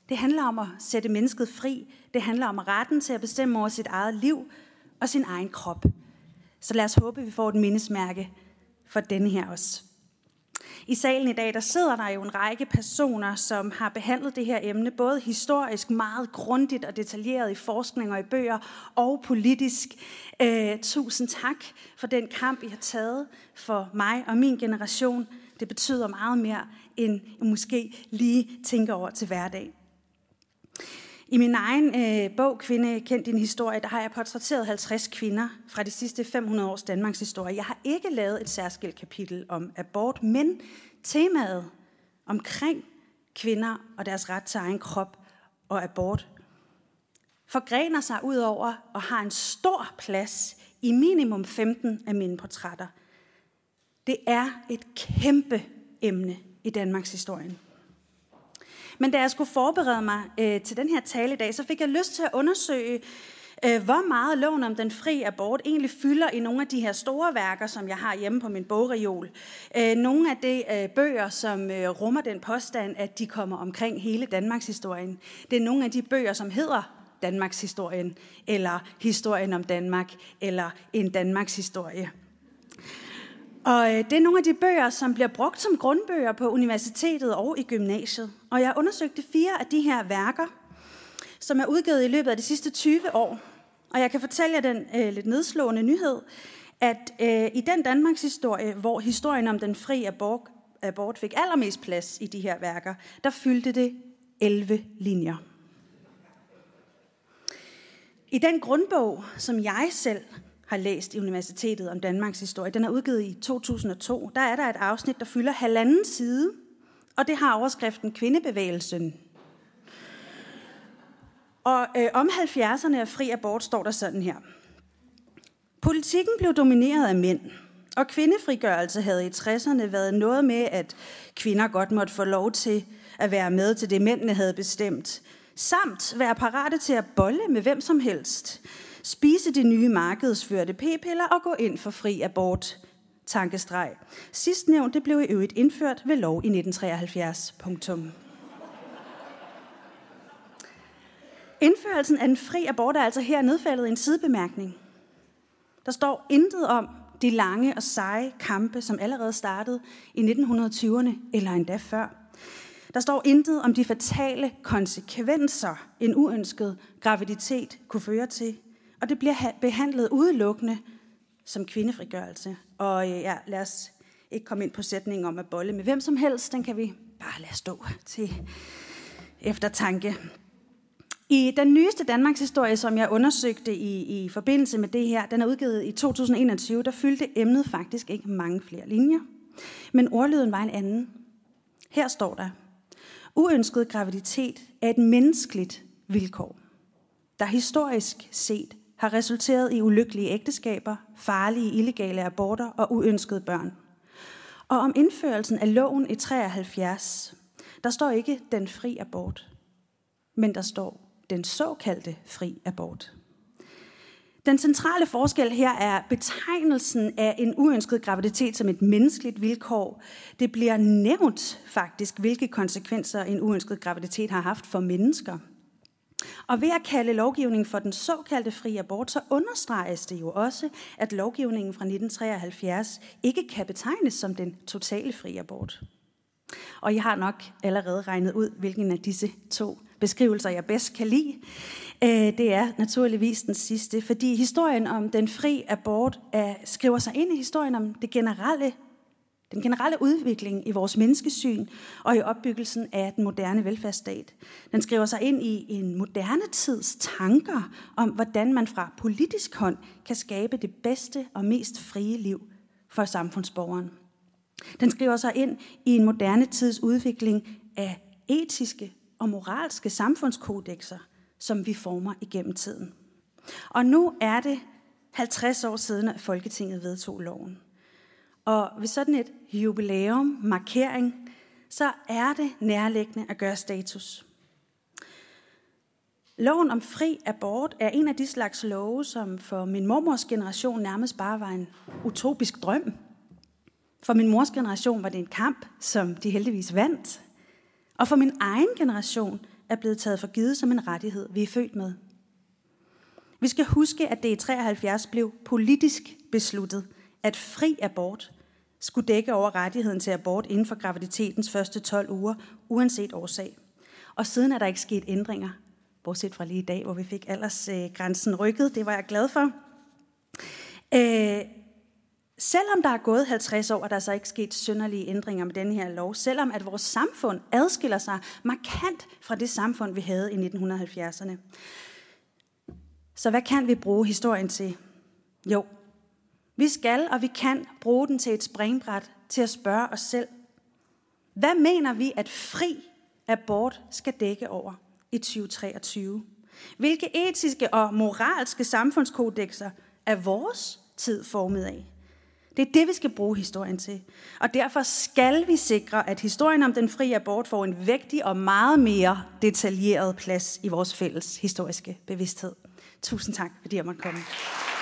Det handler om at sætte mennesket fri. Det handler om retten til at bestemme over sit eget liv og sin egen krop. Så lad os håbe, at vi får et mindesmærke for denne her også. I salen i dag, der sidder der jo en række personer, som har behandlet det her emne, både historisk meget grundigt og detaljeret i forskning og i bøger, og politisk. Tusind tak for den kamp, I har taget for mig og min generation. Det betyder meget mere, end I måske lige tænker over til hverdag. I min egen bog, Kvinde, kend din historie, der har jeg portrætteret 50 kvinder fra de sidste 500 års Danmarks historie. Jeg har ikke lavet et særskilt kapitel om abort, men temaet omkring kvinder og deres ret til egen krop og abort forgrener sig ud over og har en stor plads i minimum 15 af mine portrætter. Det er et kæmpe emne i Danmarks historie. Men da jeg skulle forberede mig til den her tale i dag, så fik jeg lyst til at undersøge, hvor meget loven om den fri abort egentlig fylder i nogle af de her store værker, som jeg har hjemme på min bogreol. Nogle af de bøger, som rummer den påstand, at de kommer omkring hele Danmarks historien. Det er nogle af de bøger, som hedder Danmarks historien, eller Historien om Danmark, eller En Danmarks historie. Og det er nogle af de bøger, som bliver brugt som grundbøger på universitetet og i gymnasiet. Og jeg undersøgte 4 af de her værker, som er udgivet i løbet af de sidste 20 år. Og jeg kan fortælle jer den lidt nedslående nyhed, at i den Danmarks historie, hvor historien om den fri abort fik allermest plads i de her værker, der fyldte det 11 linjer. I den grundbog, som jeg selv har læst i universitetet om Danmarks historie, den er udgivet i 2002, der er der et afsnit, der fylder 1,5 side, og det har overskriften Kvindebevægelsen. Og om 70'erne af fri abort står der sådan her. Politikken blev domineret af mænd, og kvindefrigørelse havde i 60'erne været noget med, at kvinder godt måtte få lov til at være med til det, mændene havde bestemt, samt være parate til at bolle med hvem som helst, spise de nye markedsførte p-piller og gå ind for fri abort. Tankestreg. Sidstnævnt det blev i øvrigt indført ved lov i 1973. Indførelsen af den fri abort er altså her nedfældet i en sidebemærkning. Der står intet om de lange og seje kampe, som allerede startede i 1920'erne eller endda før. Der står intet om de fatale konsekvenser, en uønsket graviditet kunne føre til. Og det bliver behandlet udelukkende som kvindefrigørelse. Og lad os ikke komme ind på sætningen om at bolle med hvem som helst. Den kan vi bare lade stå til eftertanke. I den nyeste Danmarks historie, som jeg undersøgte i forbindelse med det her, den er udgivet i 2021, der fyldte emnet faktisk ikke mange flere linjer. Men ordlyden var en anden. Her står der: uønsket graviditet er et menneskeligt vilkår, der historisk set har resulteret i ulykkelige ægteskaber, farlige illegale aborter og uønskede børn. Og om indførelsen af loven i 73, der står ikke den fri abort, men der står den såkaldte fri abort. Den centrale forskel her er betegnelsen af en uønsket graviditet som et menneskeligt vilkår. Det bliver nævnt faktisk, hvilke konsekvenser en uønsket graviditet har haft for mennesker. Og ved at kalde lovgivningen for den såkaldte fri abort, så understreges det jo også, at lovgivningen fra 1973 ikke kan betegnes som den totale fri abort. Og jeg har nok allerede regnet ud, hvilken af disse 2 beskrivelser, jeg bedst kan lide. Det er naturligvis den sidste, fordi historien om den fri abort skriver sig ind i historien om den generelle udvikling i vores menneskesyn og i opbyggelsen af den moderne velfærdsstat. Den skriver sig ind i en moderne tids tanker om, hvordan man fra politisk hånd kan skabe det bedste og mest frie liv for samfundsborgeren. Den skriver sig ind i en moderne tids udvikling af etiske og moralske samfundskodekser, som vi former igennem tiden. Og nu er det 50 år siden, at Folketinget vedtog loven. Og ved sådan et jubilæum, markering, så er det nærliggende at gøre status. Loven om fri abort er en af de slags love, som for min mormors generation nærmest bare var en utopisk drøm. For min mors generation var det en kamp, som de heldigvis vandt. Og for min egen generation er blevet taget for givet som en rettighed, vi er født med. Vi skal huske, at det i 73 blev politisk besluttet, at fri abort skulle dække over rettigheden til abort inden for graviditetens første 12 uger, uanset årsag. Og siden er der ikke sket ændringer, bortset fra lige i dag, hvor vi fik aldersgrænsen rykket. Det var jeg glad for. Selvom der er gået 50 år, og der er så ikke sket synderlige ændringer med denne her lov, selvom at vores samfund adskiller sig markant fra det samfund, vi havde i 1970'erne. Så hvad kan vi bruge historien til? Jo, vi skal og vi kan bruge den til et springbræt til at spørge os selv. Hvad mener vi, at fri abort skal dække over i 2023? Hvilke etiske og moralske samfundskodekser er vores tid formet af? Det er det, vi skal bruge historien til. Og derfor skal vi sikre, at historien om den frie abort får en vægtig og meget mere detaljeret plads i vores fælles historiske bevidsthed. Tusind tak, fordi jeg måtte komme.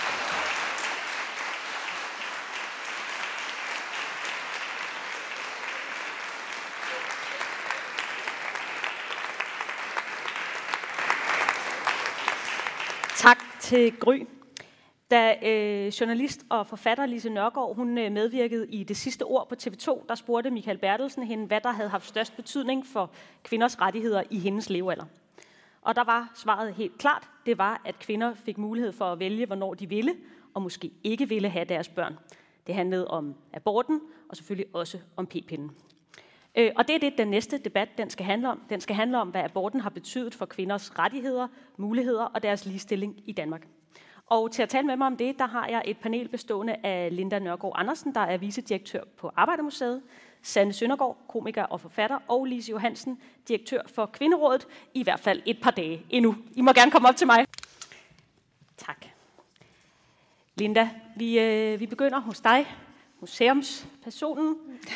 Tak til Gry. Da journalist og forfatter Lise Nørgaard, hun medvirkede i Det sidste ord på TV2, der spurgte Michael Bertelsen hende, hvad der havde haft størst betydning for kvinders rettigheder i hendes levealder. Og der var svaret helt klart. Det var, at kvinder fik mulighed for at vælge, hvornår de ville, og måske ikke ville have deres børn. Det handlede om aborten, og selvfølgelig også om p-pinden. Og det er det, den næste debat den skal handle om. Den skal handle om, hvad aborten har betydet for kvinders rettigheder, muligheder og deres ligestilling i Danmark. Og til at tale med mig om det, der har jeg et panel bestående af Linda Nørgaard Andersen, der er vicedirektør på Arbejdermuseet, Sanne Søndergaard, komiker og forfatter, og Lise Johansen, direktør for Kvinderådet, i hvert fald et par dage endnu. I må gerne komme op til mig. Tak. Linda, vi begynder hos dig, museumspersonen,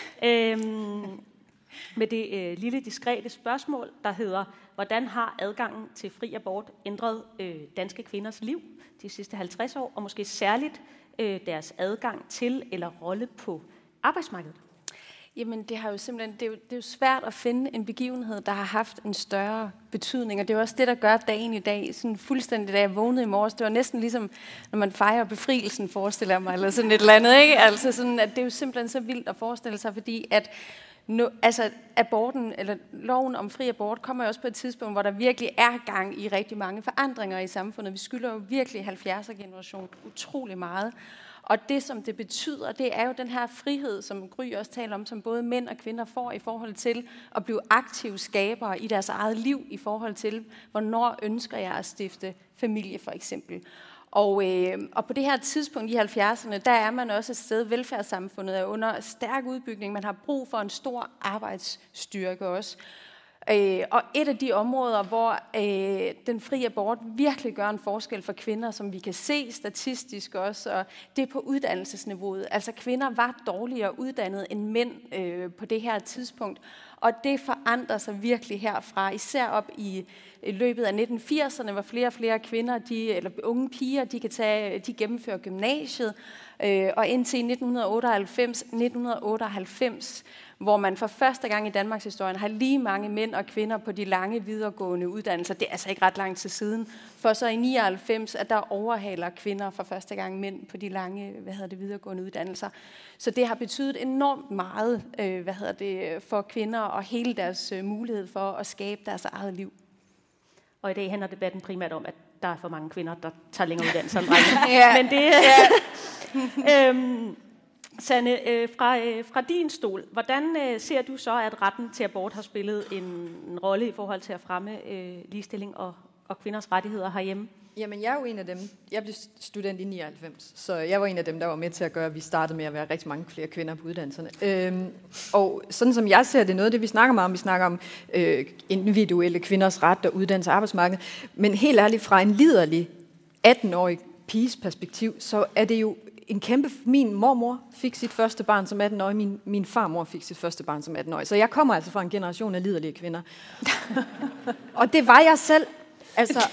med det lille diskrete spørgsmål, der hedder, hvordan har adgangen til fri abort ændret danske kvinders liv de sidste 50 år, og måske særligt deres adgang til eller rolle på arbejdsmarkedet? Jamen, det er jo svært at finde en begivenhed, der har haft en større betydning, og det er også det, der gør dagen i dag sådan fuldstændig, da jeg vågnede i morges. Det var næsten ligesom, når man fejrer befrielsen, forestiller jeg mig, eller sådan et eller andet, ikke? Altså sådan, at det er jo simpelthen så vildt at forestille sig, fordi at aborten, eller loven om fri abort, kommer jo også på et tidspunkt, hvor der virkelig er gang i rigtig mange forandringer i samfundet. Vi skylder jo virkelig 70'er-generationen utrolig meget. Og det, som det betyder, det er jo den her frihed, som Gry også taler om, som både mænd og kvinder får i forhold til at blive aktive skabere i deres eget liv, i forhold til, hvornår ønsker jeg at stifte familie, for eksempel. Og på det her tidspunkt i 70'erne, der er man også et sted, velfærdssamfundet er under stærk udbygning. Man har brug for en stor arbejdsstyrke også. Og et af de områder, hvor den frie abort virkelig gør en forskel for kvinder, som vi kan se statistisk også, og det er på uddannelsesniveauet. Altså kvinder var dårligere uddannet end mænd på det her tidspunkt, og det forandrer sig virkelig herfra, især op i løbet af 1980'erne, hvor flere og flere kvinder, eller unge piger, de gennemfører gymnasiet, og indtil 1998, hvor man for første gang i Danmarks historie har lige mange mænd og kvinder på de lange videregående uddannelser. Det er altså ikke ret lang tid siden. For så i 99, at der overhaler kvinder for første gang mænd på de lange videregående uddannelser. Så det har betydet enormt meget for kvinder og hele deres mulighed for at skabe deres eget liv. Og i dag handler debatten primært om, at der er for mange kvinder, der tager længere uddannelse end drenge. Men det Sanne, fra din stol, hvordan ser du så, at retten til abort har spillet en rolle i forhold til at fremme ligestilling og kvinders rettigheder herhjemme? Jamen, jeg er jo en af dem. Jeg blev student i 99, så jeg var en af dem, der var med til at gøre, at vi startede med at være rigtig mange flere kvinder på uddannelserne. Og sådan som jeg ser det, noget af det, vi snakker om, individuelle kvinders ret og uddannelse og arbejdsmarked, men helt ærligt, fra en liderlig 18-årig piges perspektiv, så er det jo en kæmpe. Min mormor fik sit første barn som 18-årig, min farmor fik sit første barn som 18-årig. Så jeg kommer altså fra en generation af liderlige kvinder. Og det var jeg selv. Altså,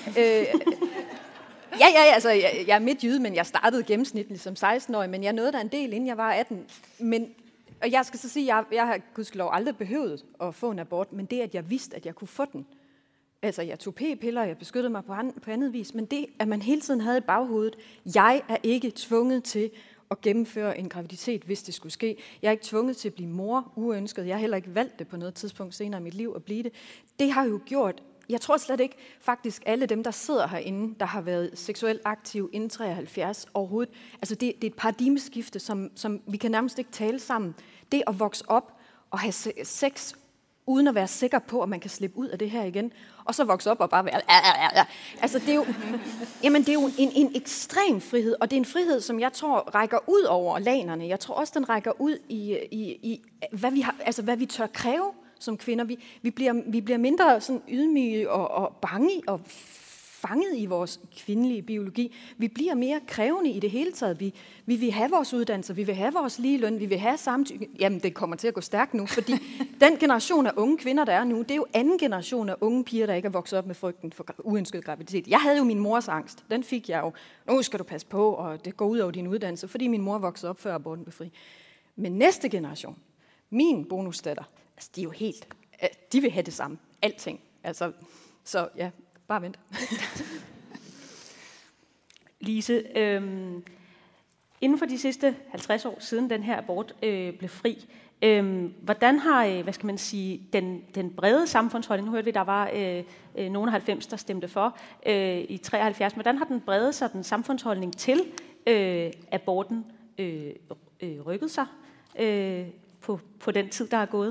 jeg er midtjyde, men jeg startede gennemsnitligt som 16-årig, men jeg nåede der en del, inden jeg var 18. Og jeg skal så sige, at jeg har gudskelov aldrig behøvet at få en abort, men det, at jeg vidste, at jeg kunne få den, Altså, jeg tog p-piller, jeg beskyttede mig på andet vis, men det, at man hele tiden havde i baghovedet, jeg er ikke tvunget til at gennemføre en graviditet, hvis det skulle ske. Jeg er ikke tvunget til at blive mor uønsket. Jeg har heller ikke valgt det på noget tidspunkt senere i mit liv at blive det. Det har jo gjort, jeg tror slet ikke faktisk alle dem, der sidder herinde, der har været seksuelt aktive inden 73 overhovedet. Altså det er et paradigmeskifte, som vi kan nærmest ikke tale sammen. Det at vokse op og have sex uden at være sikker på, at man kan slippe ud af det her igen, og så vokse op og bare være... Altså, det er jo, jamen, det er jo en ekstrem frihed, og det er en frihed, som jeg tror rækker ud over lanerne. Jeg tror også, den rækker ud i hvad vi har, altså hvad vi tør kræve som kvinder. Vi bliver mindre sådan ydmyge og bange og fanget i vores kvindelige biologi. Vi bliver mere krævende i det hele taget. Vi vil have vores uddannelser, vi vil have vores ligeløn, vi vil have samtykke. Jamen, det kommer til at gå stærkt nu, fordi den generation af unge kvinder, der er nu, det er jo anden generation af unge piger, der ikke er vokset op med frygten for uønsket graviditet. Jeg havde jo min mors angst. Den fik jeg jo. Nu skal du passe på, og det går ud over din uddannelse, fordi min mor voksede op før aborten blev fri. Men næste generation, min bonusdatter, altså, de er jo helt... De vil have det samme. Alting. Altså, så ja... Bare vent. Lise, inden for de sidste 50 år siden den her abort blev fri, hvordan har, hvad skal man sige, den brede samfundsholdning, nu hørte vi, der var nogen af 90, der stemte for i 73, hvordan har den brede sig, den samfundsholdning til aborten rykket sig på den tid, der er gået?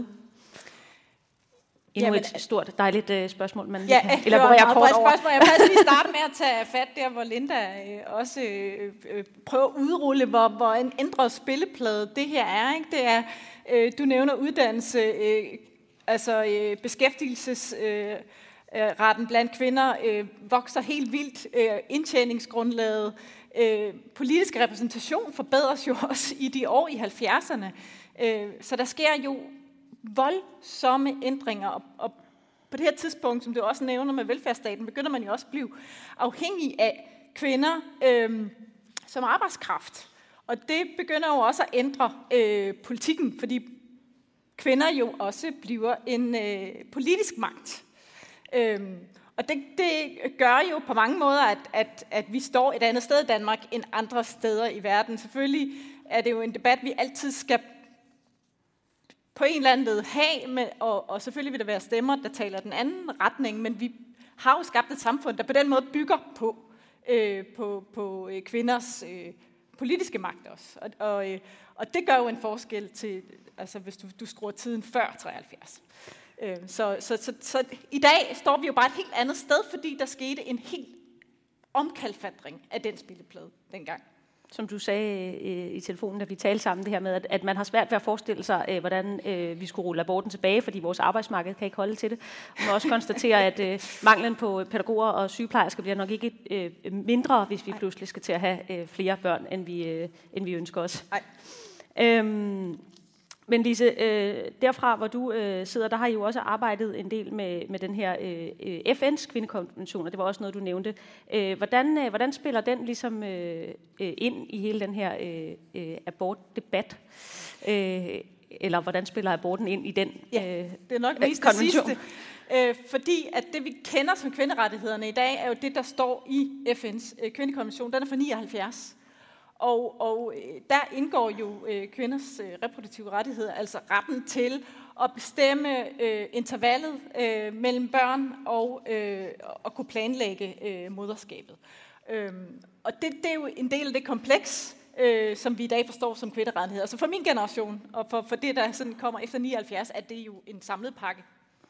Endnu et stort, dejligt spørgsmål, man kan elaborere kort over. Spørgsmål. Jeg vil faktisk lige starte med at tage fat der, hvor Linda også prøver at udrulle, hvor en ændret spilleplade det her er. Ikke? Det er, du nævner uddannelse, beskæftigelsesretten blandt kvinder vokser helt vildt, indtjeningsgrundlaget, politisk repræsentation forbedres jo også i de år i 70'erne. Så der sker jo voldsomme ændringer, og på det her tidspunkt, som du også nævner med velfærdsstaten, begynder man jo også at blive afhængig af kvinder som arbejdskraft. Og det begynder jo også at ændre politikken, fordi kvinder jo også bliver en politisk magt. Og det gør jo på mange måder, at vi står et andet sted i Danmark end andre steder i verden. Selvfølgelig er det jo en debat, vi altid skal på en eller anden led have, og selvfølgelig vil der være stemmer, der taler den anden retning, men vi har jo skabt et samfund, der på den måde bygger på kvinders politiske magt også. Og det gør jo en forskel til, altså hvis du skruer tiden før 73. Så i dag står vi jo bare et helt andet sted, fordi der skete en helt omkalfatring af den spilleplade dengang. Som du sagde i telefonen, da vi talte sammen, det her med, at man har svært ved at forestille sig, hvordan vi skulle rulle aborten tilbage, fordi vores arbejdsmarked kan ikke holde til det. Og man også konstatere, at manglen på pædagoger og sygeplejersker bliver nok ikke mindre, hvis vi pludselig skal til at have flere børn, end vi ønsker os. Men Lise, derfra hvor du sidder, der har I jo også arbejdet en del med den her FN's kvindekonvention, og det var også noget, du nævnte. Hvordan spiller den ligesom ind i hele den her abortdebat? Eller hvordan spiller aborten ind i den det er nok mest det sidste. Fordi at det, vi kender som kvinderettighederne i dag, er jo det, der står i FN's kvindekonvention. Den er fra 79. Og der indgår jo kvinders reproduktive rettigheder, altså retten til at bestemme intervallet mellem børn og at kunne planlægge moderskabet. Og det er jo en del af det kompleks, som vi i dag forstår som kvinderettigheder. Altså for min generation, og for det, der sådan kommer efter 79, er det jo en samlet pakke.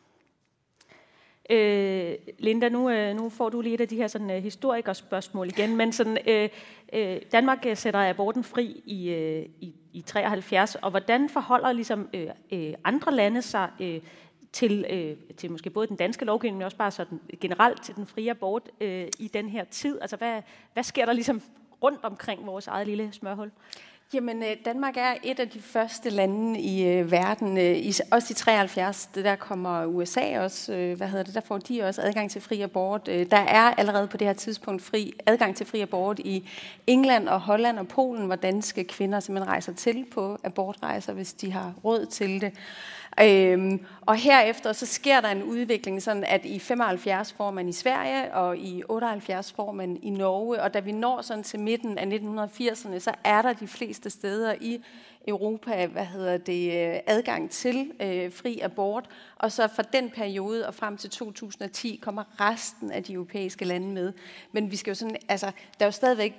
Linda, nu får du lige et af de her sådan, historikerspørgsmål igen, men sådan, Danmark sætter aborten fri i 73, og hvordan forholder ligesom, andre lande sig til måske både den danske lovgivning, men også bare sådan generelt til den frie abort i den her tid? Altså hvad sker der ligesom rundt omkring vores eget lille smørhul? Jamen, Danmark er et af de første lande i verden, også i 73, der kommer USA også, der får de også adgang til fri abort. Der er allerede på det her tidspunkt adgang til fri abort i England og Holland og Polen, hvor danske kvinder simpelthen rejser til på abortrejser, hvis de har råd til det. Og herefter så sker der en udvikling, sådan at i 75 får man i Sverige, og i 78 får man i Norge. Og da vi når sådan til midten af 1980'erne, så er der de fleste steder i Europa, adgang til fri abort. Og så fra den periode og frem til 2010 kommer resten af de europæiske lande med. Men vi skal jo sådan, altså, der er jo stadigvæk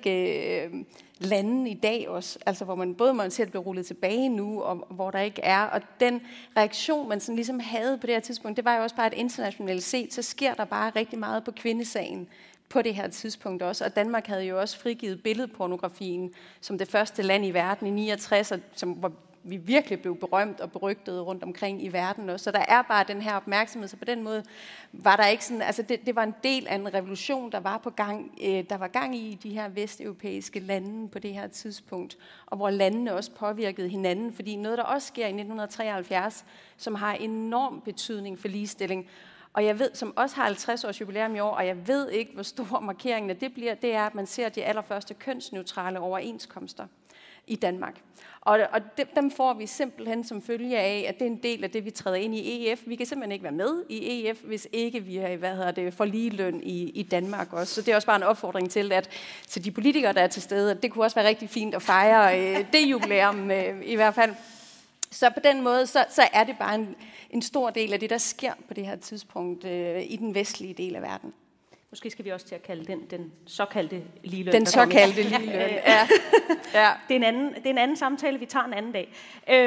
lande i dag også, altså hvor man både må se, at det bliver rullet tilbage nu, og hvor der ikke er. Og den reaktion, man sådan ligesom havde på det her tidspunkt, det var jo også bare, at internationalt set, så sker der bare rigtig meget på kvindesagen på det her tidspunkt også. Og Danmark havde jo også frigivet billedpornografien som det første land i verden i 69, hvor vi virkelig blev berømt og berygtet rundt omkring i verden også. Så der er bare den her opmærksomhed, så på den måde var der ikke sådan, altså det var en del af en revolution, der var på gang, der var gang i de her vesteuropæiske lande på det her tidspunkt, og hvor landene også påvirkede hinanden, fordi noget, der også sker i 1973, som har enorm betydning for ligestilling, og jeg ved, som også har 50 års jubilæum i år, og jeg ved ikke, hvor stor markeringen af det bliver, det er, at man ser de allerførste kønsneutrale overenskomster i Danmark. Og dem får vi simpelthen som følge af, at det er en del af det, vi træder ind i EF. Vi kan simpelthen ikke være med i EF, hvis ikke vi får ligeløn i Danmark også. Så det er også bare en opfordring til de politikere, der er til stede, at det kunne også være rigtig fint at fejre det jubilæum i hvert fald. Så på den måde, så er det bare en stor del af det, der sker på det her tidspunkt i den vestlige del af verden. Måske skal vi også til at kalde den såkaldte ligeløn. Den såkaldte ligeløn, ja. Ja. Det er en anden samtale, vi tager en anden dag.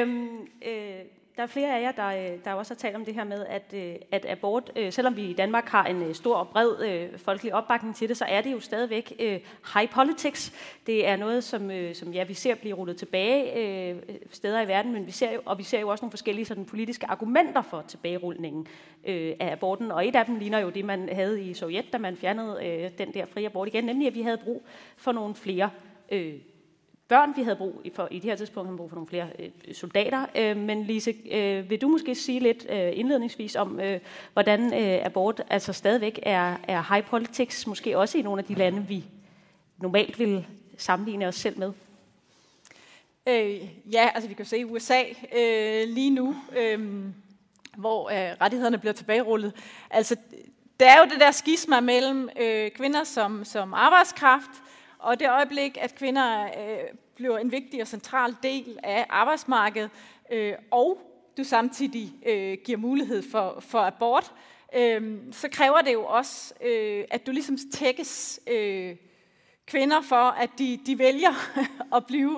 Der er flere af jer, der også har talt om det her med, at abort, selvom vi i Danmark har en stor og bred folkelig opbakning til det, så er det jo stadigvæk high politics. Det er noget, som vi ser blive rullet tilbage steder i verden, men vi ser jo også nogle forskellige sådan, politiske argumenter for tilbagerulningen af aborten. Og et af dem ligner jo det, man havde i Sovjet, da man fjernede den der frie abort igen, nemlig at vi havde brug for nogle flere børn, vi havde brug for, i det her tidspunkt havde vi brug for nogle flere soldater. Men Lise, vil du måske sige lidt indledningsvis om, hvordan abort altså stadigvæk er high politics, måske også i nogle af de lande, vi normalt vil sammenligne os selv med? Ja, altså vi kan se i USA lige nu, hvor rettighederne bliver tilbagerullet. Altså, der er jo det der skisma mellem kvinder som arbejdskraft, og det øjeblik, at kvinder bliver en vigtig og central del af arbejdsmarkedet, og du samtidig giver mulighed for abort, så kræver det jo også, at du ligesom tækkes kvinder for, at de vælger at blive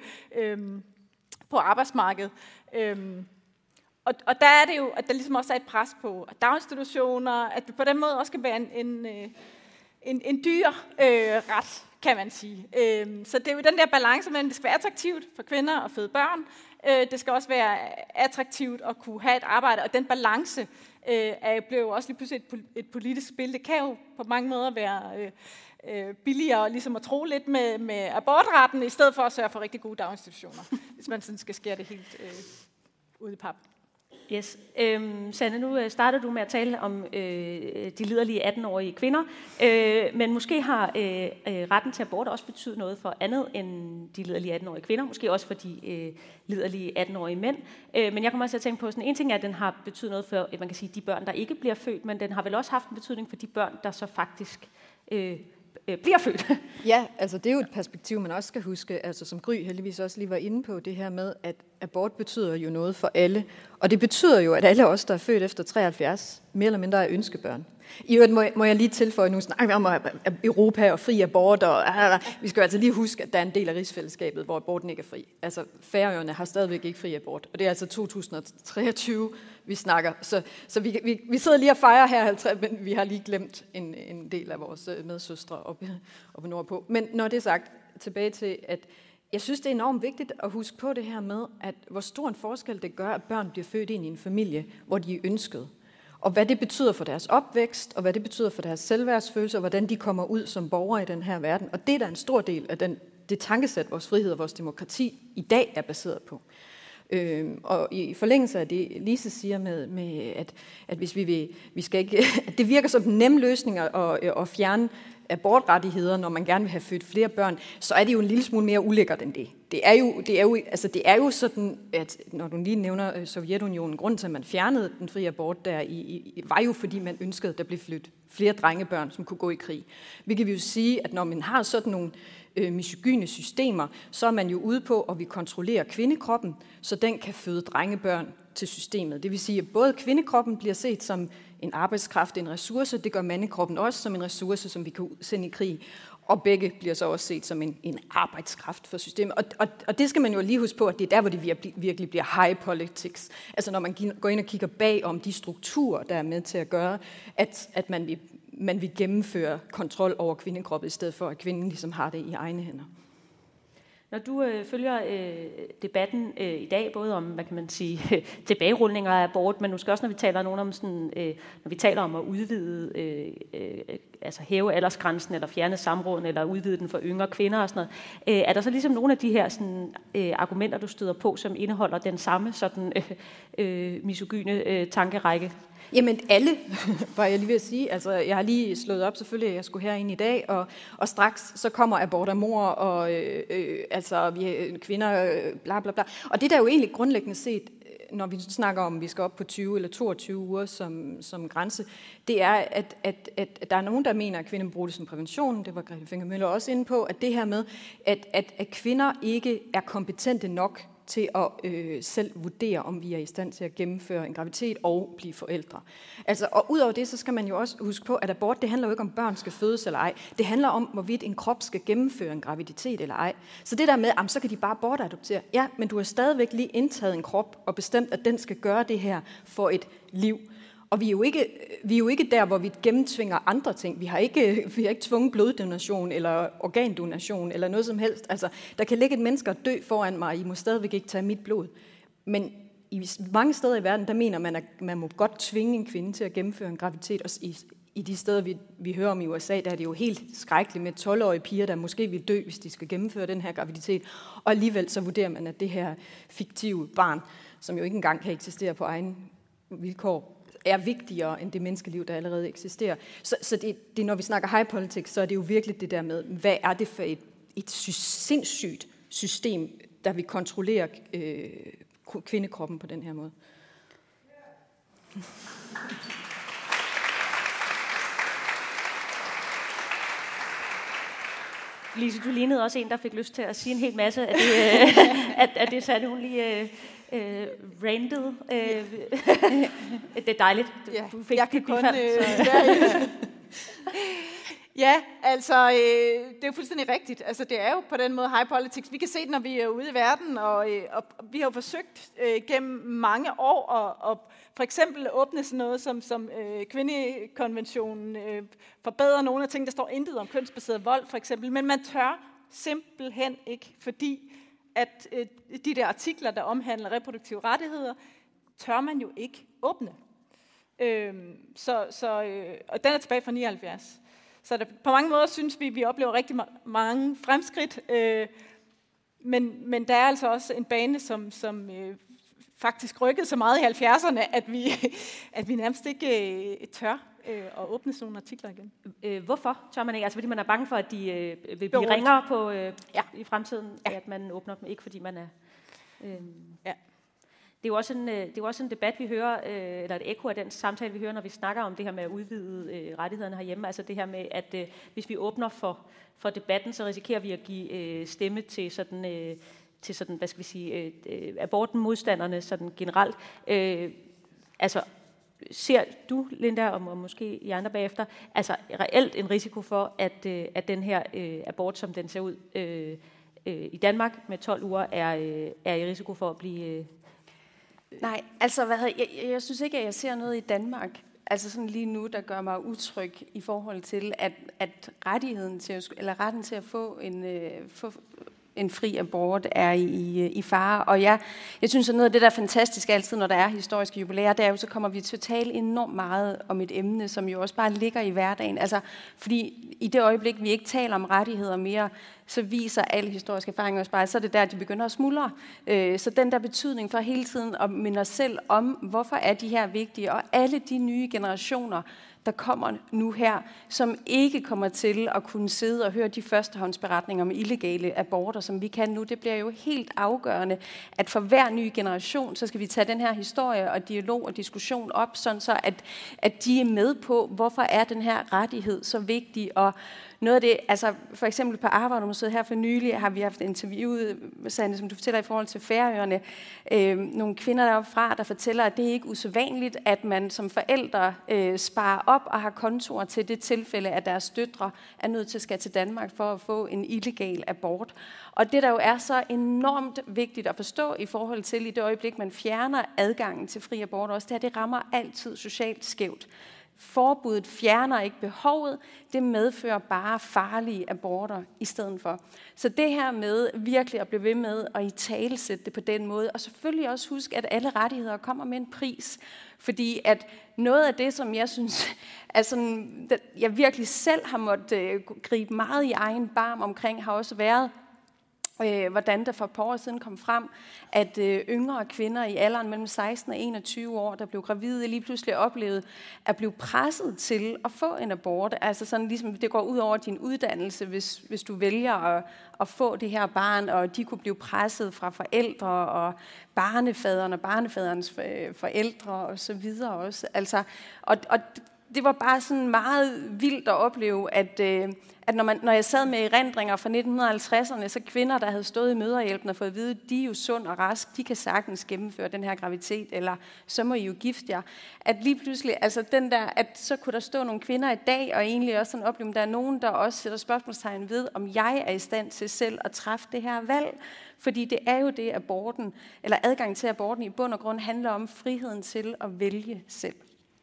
på arbejdsmarkedet. Og der er det jo, at der ligesom også er et pres på daginstitutioner, at det på den måde også kan være en dyr ret, kan man sige. Så det er jo den der balance mellem, det skal være attraktivt for kvinder at føde børn. Det skal også være attraktivt at kunne have et arbejde, og den balance bliver jo også lige pludselig et politisk spil. Det kan jo på mange måder være billigere ligesom at tro lidt med abortretten, i stedet for at sørge for rigtig gode daginstitutioner, hvis man sådan skal skære det helt ud i pap. Yes. Sanne, nu starter du med at tale om de liderlige 18-årige kvinder, men måske har retten til abort også betydet noget for andet end de liderlige 18-årige kvinder, måske også for de liderlige 18-årige mænd. Men jeg kommer også til at tænke på, sådan en ting er, at den har betydet noget for, man kan sige, de børn, der ikke bliver født, men den har vel også haft en betydning for de børn, der så faktisk bliver født. Ja, altså det er jo et perspektiv, man også skal huske, altså som Gry heldigvis også lige var inde på, det her med, at abort betyder jo noget for alle. Og det betyder jo, at alle os, der er født efter 73, mere eller mindre er ønskebørn. I øvrigt må jeg lige tilføje, nu snakker vi om Europa og fri abort, og vi skal jo altså lige huske, at der er en del af rigsfællesskabet, hvor aborten ikke er fri. Altså Færøerne har stadigvæk ikke fri abort, og det er altså 2023, vi snakker. Så vi sidder lige og fejrer her, men vi har lige glemt en del af vores medsøstre oppe nordpå. Men når det er sagt, tilbage til, at jeg synes, det er enormt vigtigt at huske på det her med, at hvor stor en forskel det gør, at børn bliver født ind i en familie, hvor de er ønsket. Og hvad det betyder for deres opvækst, og hvad det betyder for deres selvværdsfølelse, og hvordan de kommer ud som borgere i den her verden. Og det er da en stor del af det tankesæt, vores frihed og vores demokrati i dag er baseret på. Og i forlængelse af det, Lise siger med at hvis vi skal ikke, at det virker som en nem løsning at fjerne abortrettigheder, når man gerne vil have født flere børn, så er det jo en lille smule mere ulækkert end det. Det er jo sådan, at når du lige nævner Sovjetunionen, grunden til, at man fjernede den frie abort der, var jo fordi man ønskede, at der blev født flere drengebørn, som kunne gå i krig. Hvilket vil jo sige, at når man har sådan nogle misogyne systemer, så er man jo ude på, at vi kontrollerer kvindekroppen, så den kan føde drengebørn til systemet. Det vil sige, at både kvindekroppen bliver set som en arbejdskraft, en ressource, det gør mandekroppen også som en ressource, som vi kan sende i krig, og begge bliver så også set som en arbejdskraft for systemet. Og det skal man jo lige huske på, at det er der, hvor det virkelig bliver high politics. Altså når man går ind og kigger bag om de strukturer, der er med til at gøre, at man vil gennemføre kontrol over kvindekroppen, i stedet for at kvinden ligesom har det i egne hænder. Når du følger debatten i dag, både om, hvad kan man sige, tilbagerulninger af abort, men måske også, når vi taler om sådan, når vi taler om at udvide, altså hæve aldersgrænsen, eller fjerne samråden, eller udvide den for yngre kvinder og sådan noget, er der så ligesom nogle af de her sådan, argumenter, du støder på, som indeholder den samme sådan misogyne tankerække? Jamen alle, var jeg lige ved at sige. Altså, jeg har lige slået op selvfølgelig, at jeg skulle herind i dag, og straks så kommer abort af mor, og altså vi kvinder, bla bla bla. Og det der er jo egentlig grundlæggende set, når vi snakker om, at vi skal op på 20 eller 22 uger som grænse, det er, at der er nogen, der mener, at kvinder bruger det som prævention. Det var Grete Finger-Møller også inde på, at det her med, at kvinder ikke er kompetente nok til at selv vurdere, om vi er i stand til at gennemføre en graviditet og blive forældre. Altså, og udover det, så skal man jo også huske på, at abort, det handler jo ikke om, børn skal fødes eller ej. Det handler om, hvorvidt en krop skal gennemføre en graviditet eller ej. Så det der med, så kan de bare bortadoptere. Ja, men du har stadigvæk lige indtaget en krop og bestemt, at den skal gøre det her for et liv. Og vi er jo ikke der, hvor vi gennemtvinger andre ting. Vi har ikke tvunget bloddonation eller organdonation eller noget som helst. Altså, der kan ligge et menneske og dø foran mig, og I må stadigvæk ikke tage mit blod. Men i mange steder i verden, der mener man, at man må godt tvinge en kvinde til at gennemføre en graviditet. Og i de steder, vi hører om i USA, der er det jo helt skrækkeligt med 12-årige piger, der måske vil dø, hvis de skal gennemføre den her graviditet. Og alligevel så vurderer man, at det her fiktive barn, som jo ikke engang kan eksistere på egen vilkår, er vigtigere end det menneskeliv, der allerede eksisterer. Så det, når vi snakker high politics, så er det jo virkelig det der med, hvad er det for et sindssygt system, der vil kontrollere kvindekroppen på den her måde. Lise, du lignede også en, der fik lyst til at sige en hel masse af det, at det satte hun lige randet. Det er dejligt. Du fik jeg kan kun Ja, altså, det er jo fuldstændig rigtigt. Altså, det er jo på den måde high politics. Vi kan se det, når vi er ude i verden, og vi har jo forsøgt gennem mange år at for eksempel åbne sådan noget som kvindekonventionen, forbedre nogle af ting, der står intet om kønsbaseret vold, for eksempel. Men man tør simpelthen ikke, fordi at de der artikler, der omhandler reproduktive rettigheder, tør man jo ikke åbne. Og den er tilbage fra 79. Så på mange måder synes vi oplever rigtig mange fremskridt, men der er altså også en bane, som faktisk rykkede så meget i 70'erne, at vi nærmest ikke tør at åbne sådan nogle artikler igen. Hvorfor tør man ikke? Altså fordi man er bange for, at de vil blive ringere på, i fremtiden, at man åbner dem, ikke fordi man er... Det er jo også en debat, vi hører, eller et ekko af den samtale, vi hører, når vi snakker om det her med at udvide rettighederne herhjemme. Altså det her med, at hvis vi åbner for debatten, så risikerer vi at give stemme til sådan, hvad skal vi sige, abortmodstanderne sådan generelt. Altså, ser du, Linda, og måske I andre bagefter, altså reelt en risiko for, at den her abort, som den ser ud i Danmark med 12 uger, er i risiko for at blive... Nej, altså jeg synes ikke, at jeg ser noget i Danmark, altså sådan lige nu, der gør mig utryg i forhold til, at retten til at få en fri abort er i fare. Og jeg synes, at noget af det, der er fantastisk altid, når der er historiske jubilæer, det er jo, så kommer vi til at tale enormt meget om et emne, som jo også bare ligger i hverdagen. Altså, fordi i det øjeblik, vi ikke taler om rettigheder mere, så viser alle historiske erfaringer også bare, så er det der, de begynder at smuldre. Så den der betydning for hele tiden at minde os selv om, hvorfor er de her vigtige, og alle de nye generationer, der kommer nu her, som ikke kommer til at kunne sidde og høre de førstehåndsberetninger om illegale aborter, som vi kan nu. Det bliver jo helt afgørende, at for hver ny generation, så skal vi tage den her historie og dialog og diskussion op, sådan så at de er med på, hvorfor er den her rettighed så vigtig. Og noget af det, altså for eksempel på Arbejdermuseet her for nylig, har vi haft interviewet, Sanne, som du fortæller i forhold til Færøerne, nogle kvinder deroppe der fortæller, at det er ikke usædvanligt, at man som forældre sparer op og har kontorer til det tilfælde, at deres døtre er nødt til at skal til Danmark for at få en illegal abort. Og det, der jo er så enormt vigtigt at forstå i forhold til i det øjeblik, man fjerner adgangen til fri abort også, det rammer altid socialt skævt. Forbuddet fjerner ikke behovet, det medfører bare farlige aborter i stedet for. Så det her med virkelig at blive ved med at italesætte det på den måde, og selvfølgelig også huske, at alle rettigheder kommer med en pris. Fordi at noget af det, som jeg synes, altså, jeg virkelig selv har måttet gribe meget i egen barm omkring, har også været, hvordan der for et par år siden kom frem, at yngre kvinder i alderen mellem 16 og 21 år, der blev gravide, lige pludselig oplevede at blive presset til at få en abort. Altså sådan ligesom, det går ud over din uddannelse, hvis du vælger at få det her barn, og de kunne blive presset fra forældre og barnefaderen og barnefaderens forældre og så videre også. Altså, og det var bare sådan meget vildt at opleve, at når jeg sad med erindringer fra 1950'erne, så kvinder, der havde stået i Mødrehjælpen og fået at vide, at de er jo sund og rask, de kan sagtens gennemføre den her graviditet, eller så må I jo gifte jer. At lige pludselig, altså den der, at så kunne der stå nogle kvinder i dag, og egentlig også sådan opleve, at der er nogen, der også sætter spørgsmålstegn ved, om jeg er i stand til selv at træffe det her valg. Fordi det er jo det, aborten, eller adgang til aborten i bund og grund handler om friheden til at vælge selv.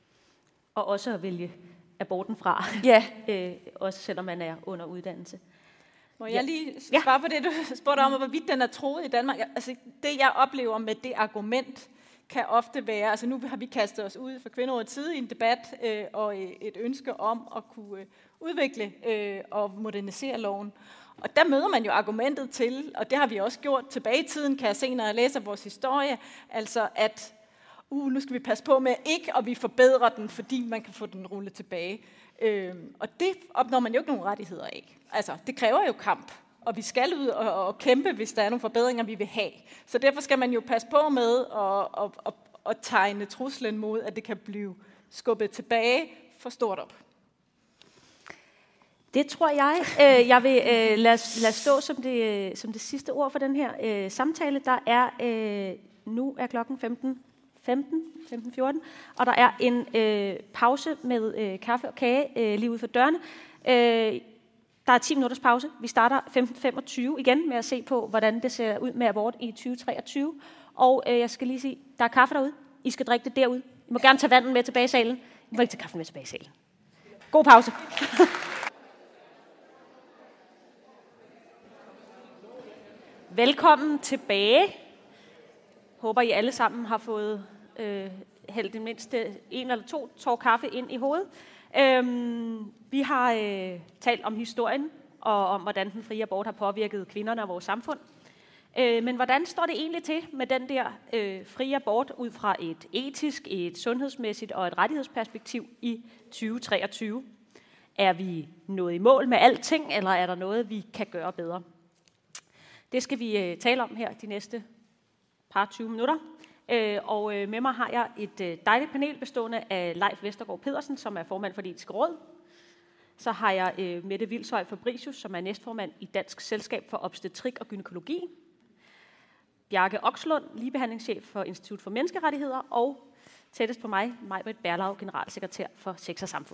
Og også at vælge aborten fra, ja. Også selvom man er under uddannelse. Må jeg lige svare på det, du spurgte om, hvorvidt den er troet i Danmark? Altså, det jeg oplever med det argument, kan ofte være, altså nu har vi kastet os ud for Kvinderådet Tid i en debat, og et ønske om at kunne udvikle og modernisere loven. Og der møder man jo argumentet til, og det har vi også gjort tilbage i tiden, kan jeg se, når jeg læser vores historie, altså at nu skal vi passe på med ikke, og vi forbedrer den, fordi man kan få den rullet tilbage. Og det opnår man jo ikke nogen rettigheder af. Altså, det kræver jo kamp, og vi skal ud og kæmpe, hvis der er nogle forbedringer, vi vil have. Så derfor skal man jo passe på med at tegne truslen mod, at det kan blive skubbet tilbage for stort op. Det tror jeg. Jeg vil lade stå som det sidste ord for den her samtale. Der er, nu er klokken 15:14, og der er en pause med kaffe og kage lige ude for dørene. Der er 10 minutters pause. Vi starter 15:25 igen med at se på, hvordan det ser ud med abort i 2023. Og jeg skal lige sige, der er kaffe derude. I skal drikke det derude. I må gerne tage vandet med tilbage i salen. I må ikke tage kaffen med tilbage i salen. God pause. Velkommen tilbage. Håber, I alle sammen har fået hældt det mindste 1 eller 2 tår kaffe ind i hovedet. Vi har talt om historien og om, hvordan den frie abort har påvirket kvinderne og vores samfund. Men hvordan står det egentlig til med den der frie abort ud fra et etisk, et sundhedsmæssigt og et rettighedsperspektiv i 2023? Er vi nået i mål med alting, eller er der noget, vi kan gøre bedre? Det skal vi tale om her de næste par 20 minutter. Og med mig har jeg et dejligt panel bestående af Leif Vestergaard Pedersen, som er formand for Det Etiske Råd. Så har jeg Mette Vilshøj Fabricius, som er næstformand i Dansk Selskab for Obstetrik og Gynækologi. Bjarke Okslund, ligebehandlingschef for Institut for Menneskerettigheder. Og tættest på mig, Maj-Britt Berlau, generalsekretær for Sex og Samfund.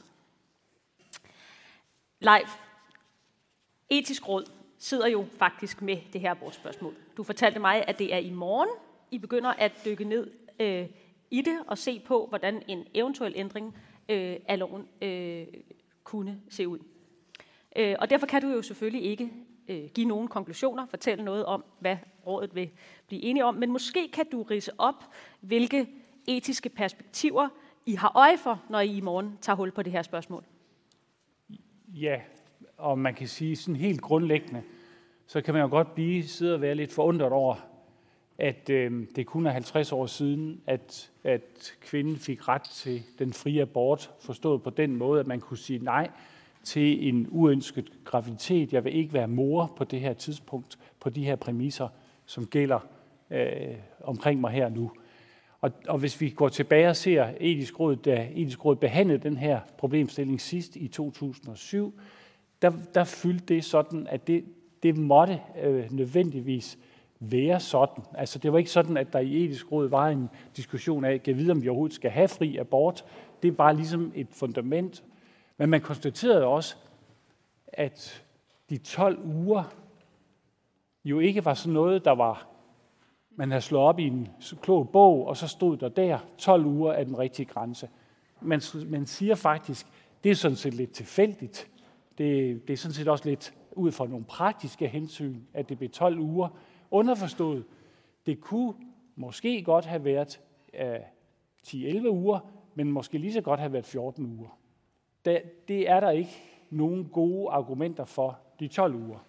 Leif, Etisk Råd sidder jo faktisk med det her abortspørgsmål. Du fortalte mig, at det er i morgen, I begynder at dykke ned i det og se på, hvordan en eventuel ændring af loven kunne se ud. Og derfor kan du jo selvfølgelig ikke give nogen konklusioner, fortælle noget om, hvad rådet vil blive enige om, men måske kan du ridse op, hvilke etiske perspektiver I har øje for, når I morgen tager hul på det her spørgsmål. Ja, og man kan sige sådan helt grundlæggende, så kan man jo godt sidde og være lidt forundret over, at det kun er 50 år siden, at kvinden fik ret til den frie abort, forstået på den måde, at man kunne sige nej til en uønsket graviditet. Jeg vil ikke være mor på det her tidspunkt, på de her præmisser, som gælder omkring mig her nu. Og hvis vi går tilbage og ser Etisk Råd, da Etisk Råd behandlede den her problemstilling sidst i 2007, der fyldte det sådan, at det måtte nødvendigvis være sådan. Altså det var ikke sådan, at der i Etisk Råd var en diskussion af, at vide, om vi overhovedet skal have fri abort. Det var ligesom et fundament. Men man konstaterede også, at de 12 uger jo ikke var sådan noget, der var, man havde slået op i en klog bog, og så stod der 12 uger er den rigtige grænse. Man siger faktisk, det er sådan set lidt tilfældigt. Det er sådan set også lidt ud fra nogle praktiske hensyn, at det blev 12 uger. Underforstået, det kunne måske godt have været 10-11 uger, men måske lige så godt have været 14 uger. Det er der ikke nogen gode argumenter for de 12 uger.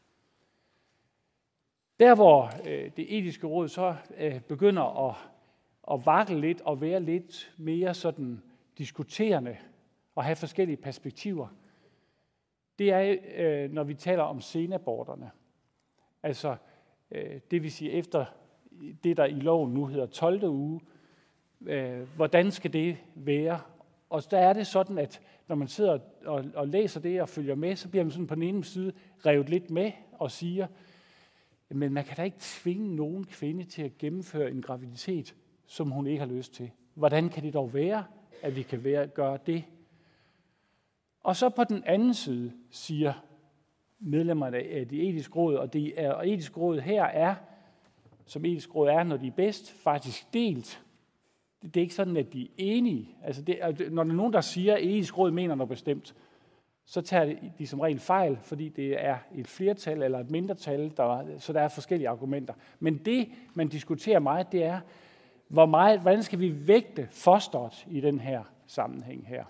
Der hvor det etiske råd så begynder at vakle lidt og være lidt mere sådan diskuterende og have forskellige perspektiver, det er, når vi taler om senaborterne. Altså, det vil sige efter det, der i loven nu hedder 12. uge, hvordan skal det være? Og der er det sådan, at når man sidder og læser det og følger med, så bliver man sådan på den ene side revet lidt med og siger, men man kan da ikke tvinge nogen kvinde til at gennemføre en graviditet, som hun ikke har lyst til. Hvordan kan det dog være, at vi kan gøre det? Og så på den anden side siger medlemmerne af det etiske råd, og etiske råd her er, som etiske råd er, når de er bedst, faktisk delt. Det er ikke sådan, at de er enige. Altså når der er nogen, der siger, at etiske råd mener noget bestemt, så tager de som regel fejl, fordi det er et flertal eller et mindretal, så der er forskellige argumenter. Men det, man diskuterer meget, det er, hvordan skal vi vægte fosteret i den her sammenhæng her.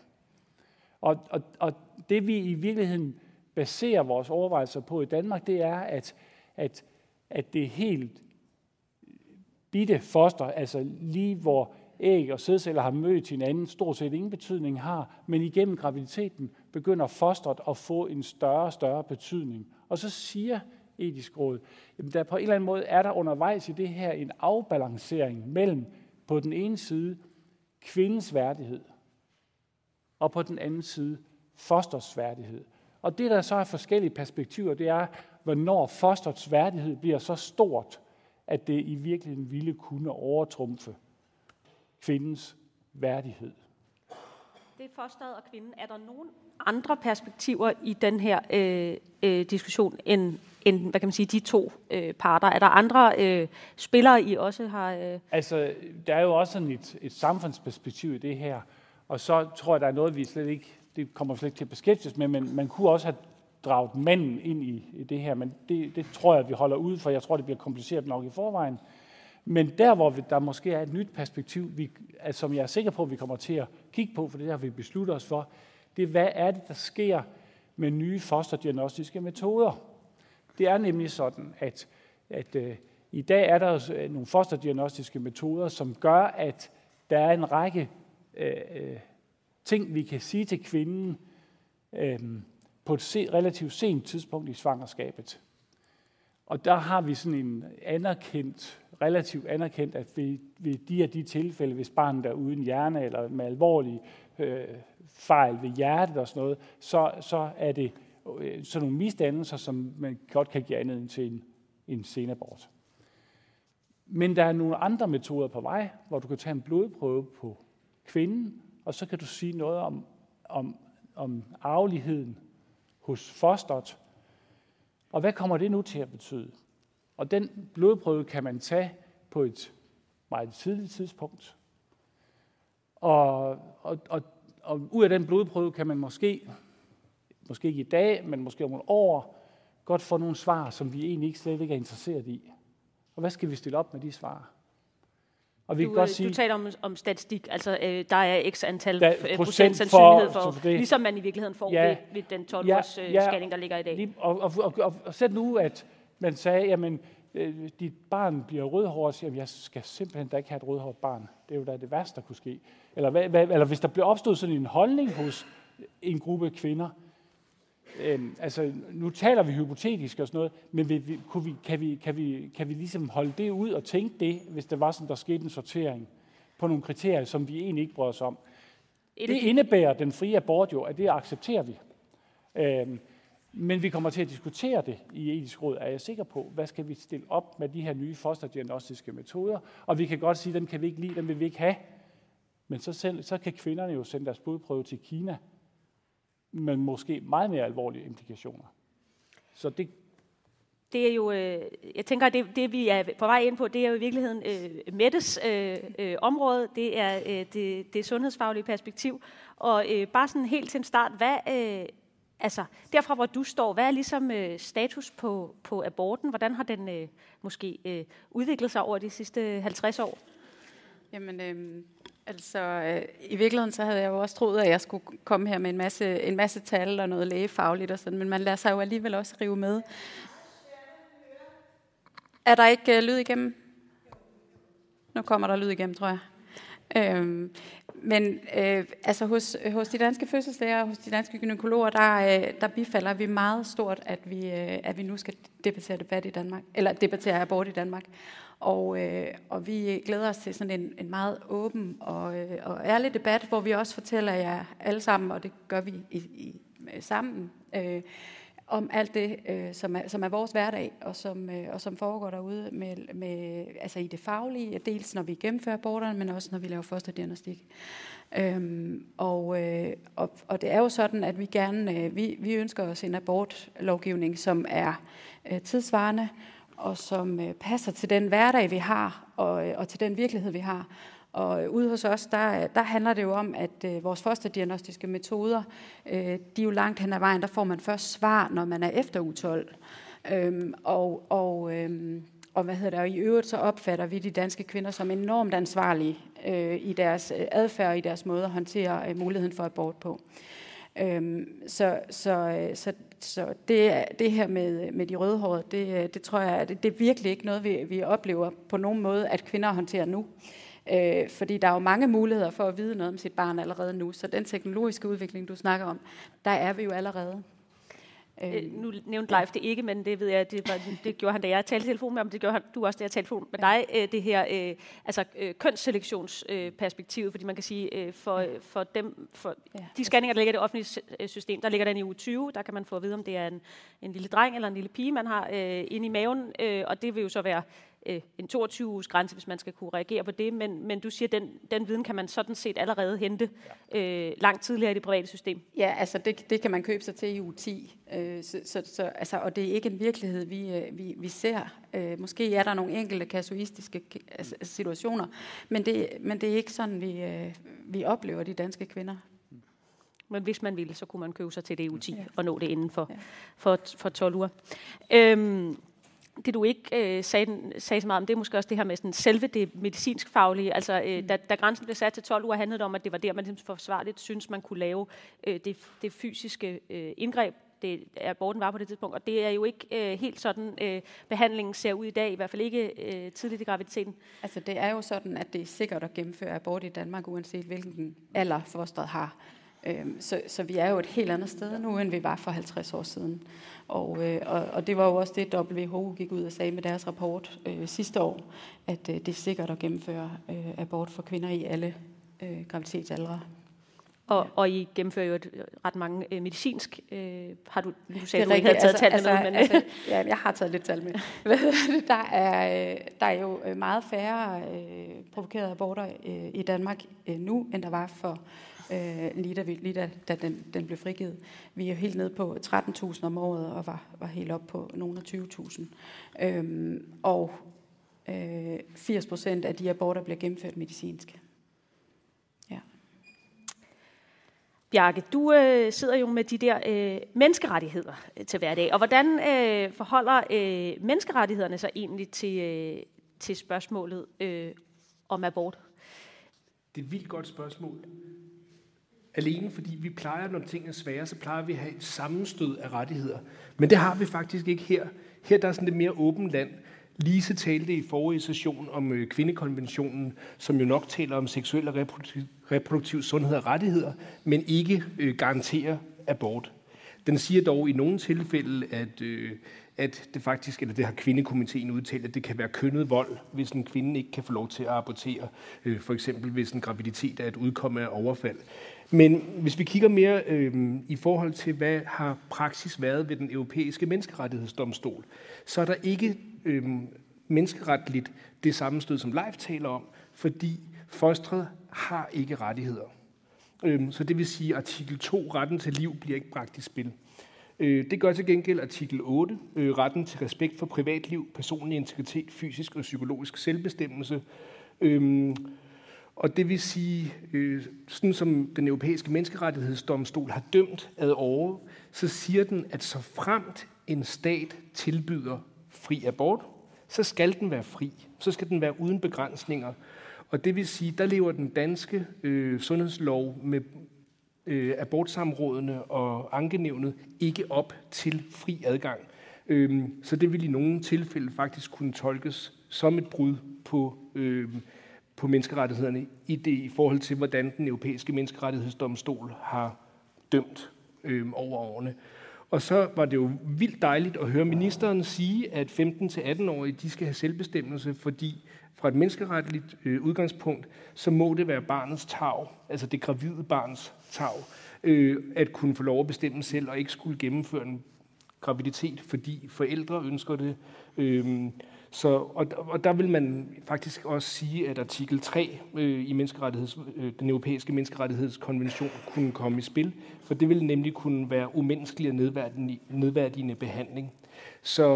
Og det vi i virkeligheden baserer vores overvejelser på i Danmark, det er, at det helt bitte foster, altså lige hvor æg og sædceller har mødt hinanden, stort set ingen betydning har, men igennem graviditeten begynder fosteret at få en større og større betydning. Og så siger Etisk Råd, at der på en eller anden måde er der undervejs i det her en afbalancering mellem på den ene side kvindens værdighed, og på den anden side fosterets værdighed. Og det, der så er forskellige perspektiver, det er, hvornår fosterets værdighed bliver så stort, at det i virkeligheden ville kunne overtrumfe kvindens værdighed. Det er fosteret og kvinden. Er der nogen andre perspektiver i den her diskussion end hvad kan man sige, de to parter? Er der andre spillere, I også har? Altså, der er jo også sådan et samfundsperspektiv i det her, og så tror jeg, der er noget, vi slet ikke, det kommer slet ikke til at beskæftiges med, men man kunne også have draget manden ind i det her, men det tror jeg, vi holder ude, for jeg tror, det bliver kompliceret nok i forvejen. Men der, hvor der måske er et nyt perspektiv, som jeg er sikker på, at vi kommer til at kigge på, for det har vi besluttet os for, det er, hvad er det, der sker med nye fosterdiagnostiske metoder? Det er nemlig sådan, at i dag er der nogle fosterdiagnostiske metoder, som gør, at der er en række ting, vi kan sige til kvinden på et relativt sent tidspunkt i svangerskabet. Og der har vi sådan en relativt anerkendt, at ved de tilfælde, hvis barnet er uden hjerne eller med alvorlige fejl ved hjertet og sådan noget, så er det sådan nogle misdannelser, som man godt kan give anledning til en senabort. Men der er nogle andre metoder på vej, hvor du kan tage en blodprøve på kvinden, og så kan du sige noget om arveligheden hos fosteret. Og hvad kommer det nu til at betyde? Og den blodprøve kan man tage på et meget tidligt tidspunkt. Og ud af den blodprøve kan man måske ikke i dag, men måske om et år, godt få nogle svar, som vi egentlig slet ikke er interesseret i. Og hvad skal vi stille op med de svar? Og vi kan godt sige, du taler om statistik, altså der er x antal procent sandsynlighed for det, ligesom man i virkeligheden får ved den 12-års scanning, der ligger i dag. Og sæt nu, at man sagde, jamen dit barn bliver rødhåret og siger, at jeg skal simpelthen da ikke have et rødhåret barn. Det er jo da det værste, der kunne ske. Eller hvis der bliver opstået sådan en holdning hos en gruppe kvinder. Altså, nu taler vi hypotetisk og sådan noget, men kan vi ligesom holde det ud og tænke det, hvis det var sådan, der skete en sortering på nogle kriterier, som vi egentlig ikke bryder os om. Det indebærer den frie abort jo, at det accepterer vi. Men vi kommer til at diskutere det i etisk råd, er jeg sikker på. Hvad skal vi stille op med de her nye fosterdiagnostiske metoder? Og vi kan godt sige, at dem kan vi ikke lide, dem vil vi ikke have. Men så kan kvinderne jo sende deres blodprøve til Kina, men måske meget mere alvorlige implikationer. Så det er jo, jeg tænker, at det vi er på vej ind på, det er jo i virkeligheden Mettes område. Det er det sundhedsfaglige perspektiv. Og bare sådan helt til en start, altså derfra hvor du står, hvad er ligesom status på aborten? Hvordan har den måske udviklet sig over de sidste 50 år? Jamen, i virkeligheden så havde jeg jo også troet, at jeg skulle komme her med en masse tal og noget lægefagligt og sådan, men man lader sig jo alligevel også rive med. Er der ikke lyd igennem? Nu kommer der lyd igennem, tror jeg. Altså hos de danske fødselslæger og hos de danske gynækologer, der bifalder vi meget stort, at vi nu skal debattere abort i Danmark. Og vi glæder os til sådan en meget åben og ærlig debat, hvor vi også fortæller jer alle sammen, og det gør vi sammen, om alt det, som er vores hverdag, og som foregår derude altså i det faglige, dels når vi gennemfører aborterne, men også når vi laver fosterdiagnostik. Og det er jo sådan, at vi ønsker os en abortlovgivning, som er tidsvarende, og som passer til den hverdag, vi har, og til den virkelighed, vi har. Og ude hos os, der handler det jo om, at vores fosterdiagnostiske metoder, de er jo langt hen ad vejen, der får man først svar, når man er efter uge 12. Og i øvrigt så opfatter vi de danske kvinder som enormt ansvarlige i deres adfærd og i deres måde at håndtere muligheden for abort på. Så det her med de rødhårede, det tror jeg, det er virkelig ikke noget, vi oplever på nogen måde, at kvinder håndterer nu. Fordi der er jo mange muligheder for at vide noget om sit barn allerede nu. Så den teknologiske udvikling, du snakker om, der er vi jo allerede. Nu nævnte Leif det ikke, men det ved jeg, det gjorde han, da jeg talte telefon med ham, det gjorde du også, da jeg talte telefon med dig, det her kønsselektionsperspektivet, fordi man kan sige, for de scanninger, der ligger i det offentlige system, der ligger den i uge 20, der kan man få at vide, om det er en lille dreng eller en lille pige, man har inde i maven, og det vil jo så være en 22-uges grænse, hvis man skal kunne reagere på det, men du siger, den viden kan man sådan set allerede hente langt tidligere i det private system. Ja, altså det kan man købe sig til i uge 10, og det er ikke en virkelighed, vi ser. Måske er der nogle enkelte kasuistiske situationer, men det er ikke sådan, vi oplever de danske kvinder. Men hvis man ville, så kunne man købe sig til det i uge 10 og nå det inden for 12 uger. Det du ikke sagde så meget om, det er måske også det her med sådan, selve det medicinsk-faglige. Altså, da grænsen blev sat til 12 uger, handlede det om, at det var der, man ligesom forsvarligt synes, man kunne lave det fysiske indgreb. Aborten var på det tidspunkt, og det er jo ikke helt sådan, behandlingen ser ud i dag, i hvert fald ikke tidligt i graviditeten. Altså, det er jo sådan, at det er sikkert at gennemføre abort i Danmark, uanset hvilken alder fosteret har. Så vi er jo et helt andet sted nu, end vi var for 50 år siden. Og det var jo også det, WHO gik ud og sagde med deres rapport sidste år, at det er sikkert at gennemføre abort for kvinder i alle graviditetsaldre. Og I gennemfører jo ret mange medicinsk. Har du sagde, du ikke havde taget tallene med? Men ja, jeg har taget lidt tal med. Der er jo meget færre provokerede aborter i Danmark nu, end der var for lige da den blev frigivet. Vi er jo helt nede på 13.000 om året og var helt op på nogle af 20.000. Og 80% af de aborter bliver gennemført medicinsk. Ja. Bjarke, du sidder jo med de der menneskerettigheder til hverdag. Og hvordan forholder menneskerettighederne sig egentlig til spørgsmålet om abort? Det er et vildt godt spørgsmål. Alene fordi vi plejer, når ting er svære, så plejer vi at have et sammenstød af rettigheder. Men det har vi faktisk ikke her. Her der er sådan lidt mere åbent land. Lise talte i forrige session om kvindekonventionen, som jo nok taler om seksuel og reproduktiv sundhed og rettigheder, men ikke garanterer abort. Den siger dog i nogle tilfælde, at det faktisk, eller det har kvindekomiteen udtalt, at det kan være kønnet vold, hvis en kvinde ikke kan få lov til at abortere, for eksempel hvis en graviditet er et udkomme af overfald. Men hvis vi kigger mere i forhold til, hvad har praksis været ved den europæiske menneskerettighedsdomstol, så er der ikke menneskeretligt det sammenstød, som Leif taler om, fordi fostret har ikke rettigheder. Så det vil sige, at artikel 2, retten til liv, bliver ikke bragt i spil. Det gør til gengæld artikel 8, retten til respekt for privatliv, personlig integritet, fysisk og psykologisk selvbestemmelse. Og det vil sige, sådan som den europæiske menneskerettighedsdomstol har dømt ad åre, så siger den, at så fremt en stat tilbyder fri abort, så skal den være fri. Så skal den være uden begrænsninger. Og det vil sige, der lever den danske sundhedslov med abortsamrådene og ankenævnet ikke op til fri adgang. Så det vil i nogle tilfælde faktisk kunne tolkes som et brud på menneskerettighederne i forhold til, hvordan den europæiske menneskerettighedsdomstol har dømt over årene. Og så var det jo vildt dejligt at høre ministeren sige, at 15-18-årige de skal have selvbestemmelse, fordi fra et menneskeretligt udgangspunkt, så må det være barnets tarv, altså det gravide barns tarv, at kunne få lov at bestemme selv og ikke skulle gennemføre en graviditet, fordi forældre ønsker det. Og der vil man faktisk også sige, at artikel 3 i den europæiske menneskerettighedskonvention kunne komme i spil, for det vil nemlig kunne være umenneskelig og nedværdigende behandling. Så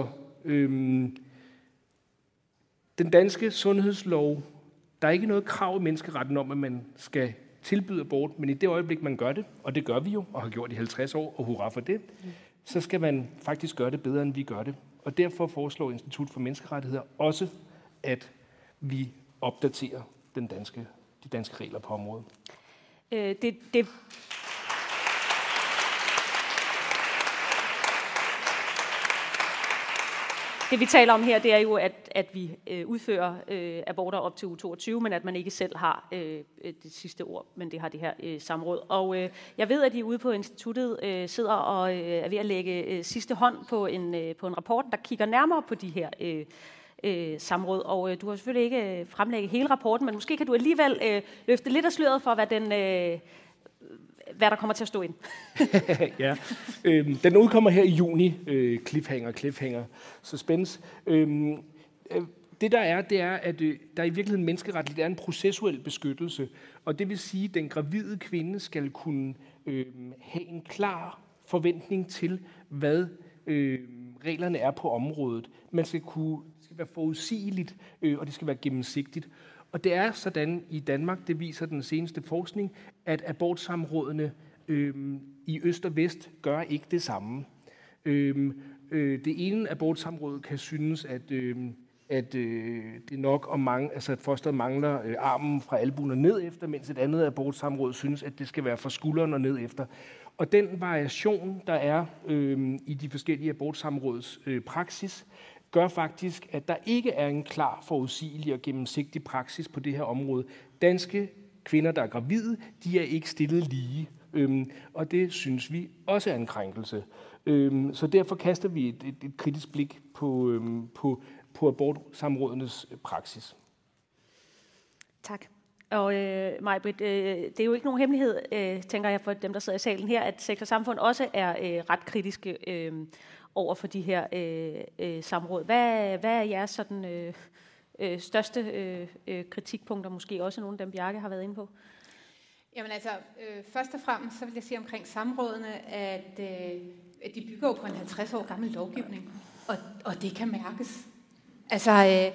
den danske sundhedslov, der er ikke noget krav i menneskeretten om, at man skal tilbyde abort, men i det øjeblik, man gør det, og det gør vi jo, og har gjort i 50 år, og hurra for det, så skal man faktisk gøre det bedre, end vi gør det. Og derfor foreslår Institut for Menneskerettigheder også, at vi opdaterer de danske regler på området. Det vi taler om her, det er jo, at vi udfører aborter op til uge 22, men at man ikke selv har det sidste ord, men det har det her samråd. Og jeg ved, at I ude på instituttet sidder og er ved at lægge sidste hånd på en rapport, der kigger nærmere på de her samråd. Og du har selvfølgelig ikke fremlægget hele rapporten, men måske kan du alligevel løfte lidt af sløret for, hvad der kommer til at stå ind. Ja, den udkommer her i juni, cliffhanger, suspense. Det der er, det er, at der i virkeligheden menneskeretligt er en processuel beskyttelse, og det vil sige, at den gravide kvinde skal kunne have en klar forventning til, hvad reglerne er på området. Man skal være forudsigeligt, og det skal være gennemsigtigt. Og det er sådan i Danmark, det viser den seneste forskning, at abortsamrådene i øst og vest gør ikke det samme. Det ene abortsamråd kan synes, at det nok at fosteret mangler armen fra albuen og ned efter, mens et andet abortsamråd synes, at det skal være fra skulderen og ned efter. Og den variation, der er i de forskellige abortsamråds praksis, gør faktisk, at der ikke er en klar, forudsigelig og gennemsigtig praksis på det her område. Danske kvinder, der er gravide, de er ikke stillet lige, og det synes vi også er en krænkelse. Så derfor kaster vi et kritisk blik på abortsamrådenes praksis. Tak. Og Maj-Britt, det er jo ikke nogen hemmelighed, tænker jeg for dem, der sidder i salen her, at Sex og Samfund også er ret kritiske over for de her samråd. Hvad er jeres sådan, største kritikpunkter, måske også nogle af dem, Bjarke har været inde på? Jamen altså, først og fremmest så vil jeg sige omkring samrådene, at de bygger jo på en 50 år gammel lovgivning, og det kan mærkes. Altså,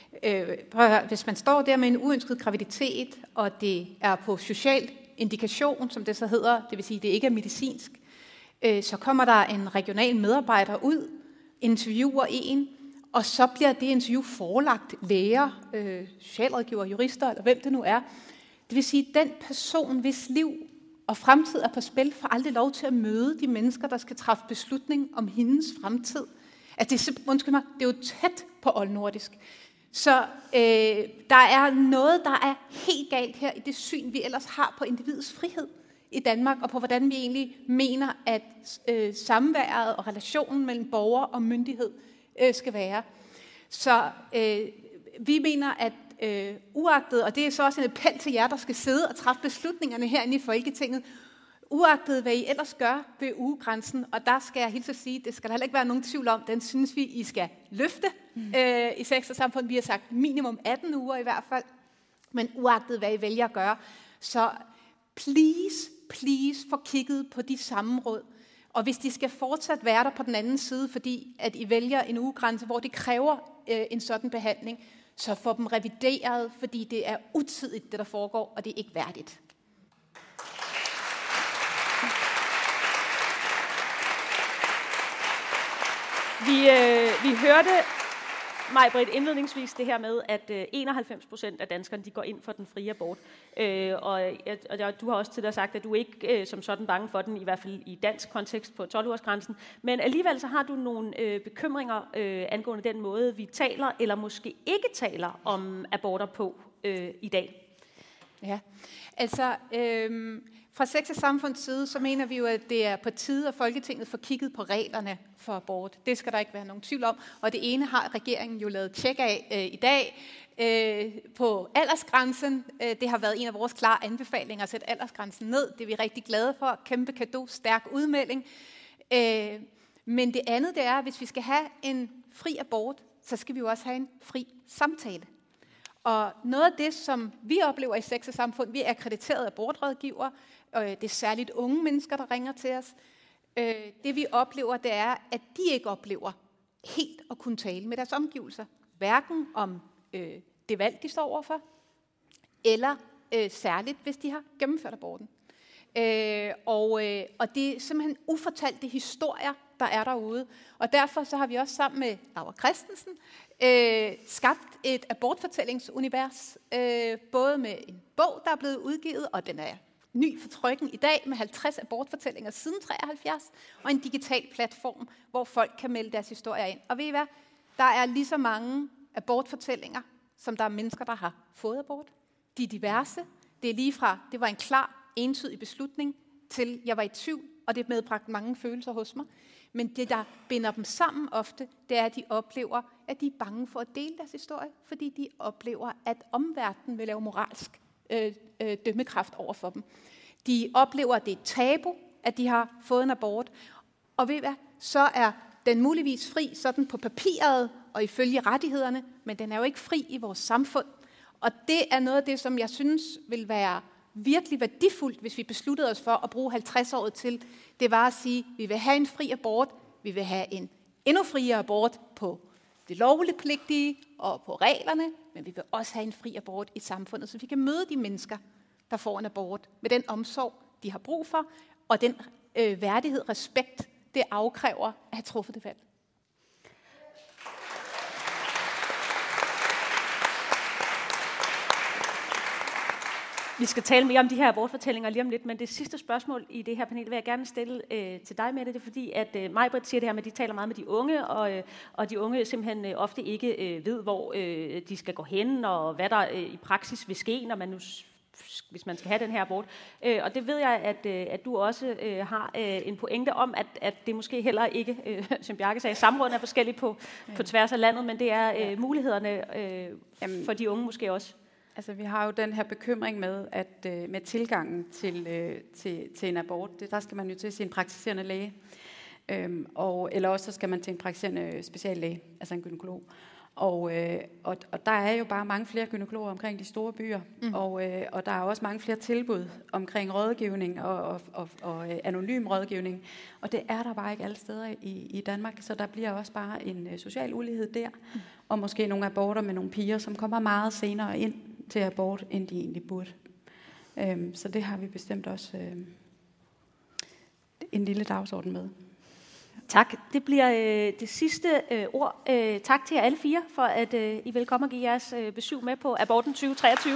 hvis man står der med en uønsket graviditet, og det er på social indikation, som det så hedder, det vil sige, det ikke er medicinsk, så kommer der en regional medarbejder ud, interviewer en, og så bliver det interview forelagt læger, socialrådgiver, jurister, eller hvem det nu er. Det vil sige, at den person, hvis liv og fremtid er på spil, får aldrig lov til at møde de mennesker, der skal træffe beslutning om hendes fremtid. Altså det er jo tæt på oldnordisk. Så der er noget, der er helt galt her i det syn, vi ellers har på individets frihed i Danmark, og på hvordan vi egentlig mener, at samværet og relationen mellem borger og myndighed skal være. Så vi mener, at uagtet, og det er så også en appel til jer, der skal sidde og træffe beslutningerne herinde i Folketinget, uagtet hvad I ellers gør ved ugegrænsen, og der skal jeg hilse at sige, det skal der heller ikke være nogen tvivl om, den synes vi, I skal løfte i Sex og Samfund. Vi har sagt minimum 18 uger i hvert fald, men uagtet hvad I vælger at gøre, så please få kigget på de sammenråd. Og hvis de skal fortsat være der på den anden side, fordi at I vælger en ugegrænse, hvor det kræver en sådan behandling, så få dem revideret, fordi det er utidigt, det der foregår, og det er ikke værdigt. Vi hørte, Maj-Britt, indledningsvis det her med, at 91% af danskerne de går ind for den frie abort. Og du har også tidligere sagt, at du ikke som sådan bange for den, i hvert fald i dansk kontekst på 12-ugersgrænsen. Men alligevel så har du nogle bekymringer angående den måde, vi taler eller måske ikke taler om aborter på i dag. Ja, altså fra Sex og Samfunds side, så mener vi jo, at det er på tide, at Folketinget får kigget på reglerne for abort. Det skal der ikke være nogen tvivl om. Og det ene har regeringen jo lavet tjek af i dag på aldersgrænsen. Det har været en af vores klare anbefalinger at sætte aldersgrænsen ned. Det er vi rigtig glade for. Kæmpe cadeau, stærk udmelding. Men det andet, det er, at hvis vi skal have en fri abort, så skal vi jo også have en fri samtale. Og noget af det, som vi oplever i Sex og Samfund, vi er akkrediterede abortrådgivere, og det er særligt unge mennesker, der ringer til os. Det vi oplever, det er, at de ikke oplever helt at kunne tale med deres omgivelser. Hverken om det valg, de står overfor, eller særligt, hvis de har gennemført aborten. Og det er simpelthen ufortalte historier, der er derude. Og derfor så har vi også sammen med Laura Christensen skabt et abortfortællingsunivers, både med en bog, der er blevet udgivet, og den er ny for trykken i dag, med 50 abortfortællinger siden 73, og en digital platform, hvor folk kan melde deres historier ind. Og ved I hvad? Der er lige så mange abortfortællinger, som der er mennesker, der har fået abort. De er diverse. Det er lige fra, det var en klar, entydig beslutning, til jeg var i tvivl, og det medbragte mange følelser hos mig. Men det, der binder dem sammen ofte, det er, at de oplever, at de er bange for at dele deres historie, fordi de oplever, at omverdenen vil lave moralsk dømmekraft over for dem. De oplever, at det er et tabu, at de har fået en abort. Og ved hvad? Så er den muligvis fri sådan på papiret og ifølge rettighederne, men den er jo ikke fri i vores samfund. Og det er noget af det, som jeg synes vil være virkelig værdifuldt, hvis vi besluttede os for at bruge 50-året til. Det var at sige, at vi vil have en fri abort, vi vil have en endnu friere abort på det lovpligtige og på reglerne, men vi vil også have en fri abort i samfundet, så vi kan møde de mennesker, der får en abort, med den omsorg, de har brug for, og den værdighed, respekt, det afkræver at have truffet det valg. Vi skal tale mere om de her abortfortællinger lige om lidt, men det sidste spørgsmål i det her panel vil jeg gerne stille til dig, Mette. Det er fordi, at Maj-Britt siger det her med, at de taler meget med de unge, og de unge simpelthen ofte ikke ved, hvor de skal gå hen, og hvad der i praksis vil ske, når man nu, hvis man skal have den her abort. Og det ved jeg, at du også har en pointe om, at det måske heller ikke, som Bjarke sagde, samrådene er forskellige på tværs af landet, men det er mulighederne for de unge måske også. Altså, vi har jo den her bekymring med, at med tilgangen til en abort, der skal man jo til sin praktiserende læge, eller også så skal man til en praktiserende speciallæge, altså en gynekolog. Og der er jo bare mange flere gynekologer omkring de store byer, og der er også mange flere tilbud omkring rådgivning og anonym rådgivning, og det er der bare ikke alle steder i Danmark, så der bliver også bare en social ulighed der, og måske nogle aborter med nogle piger, som kommer meget senere ind til abort, end de egentlig burde. Så det har vi bestemt også en lille dagsorden med. Tak. Det bliver det sidste ord. Tak til jer alle fire, for at I vil komme og give jeres besøg med på Aborten 2023.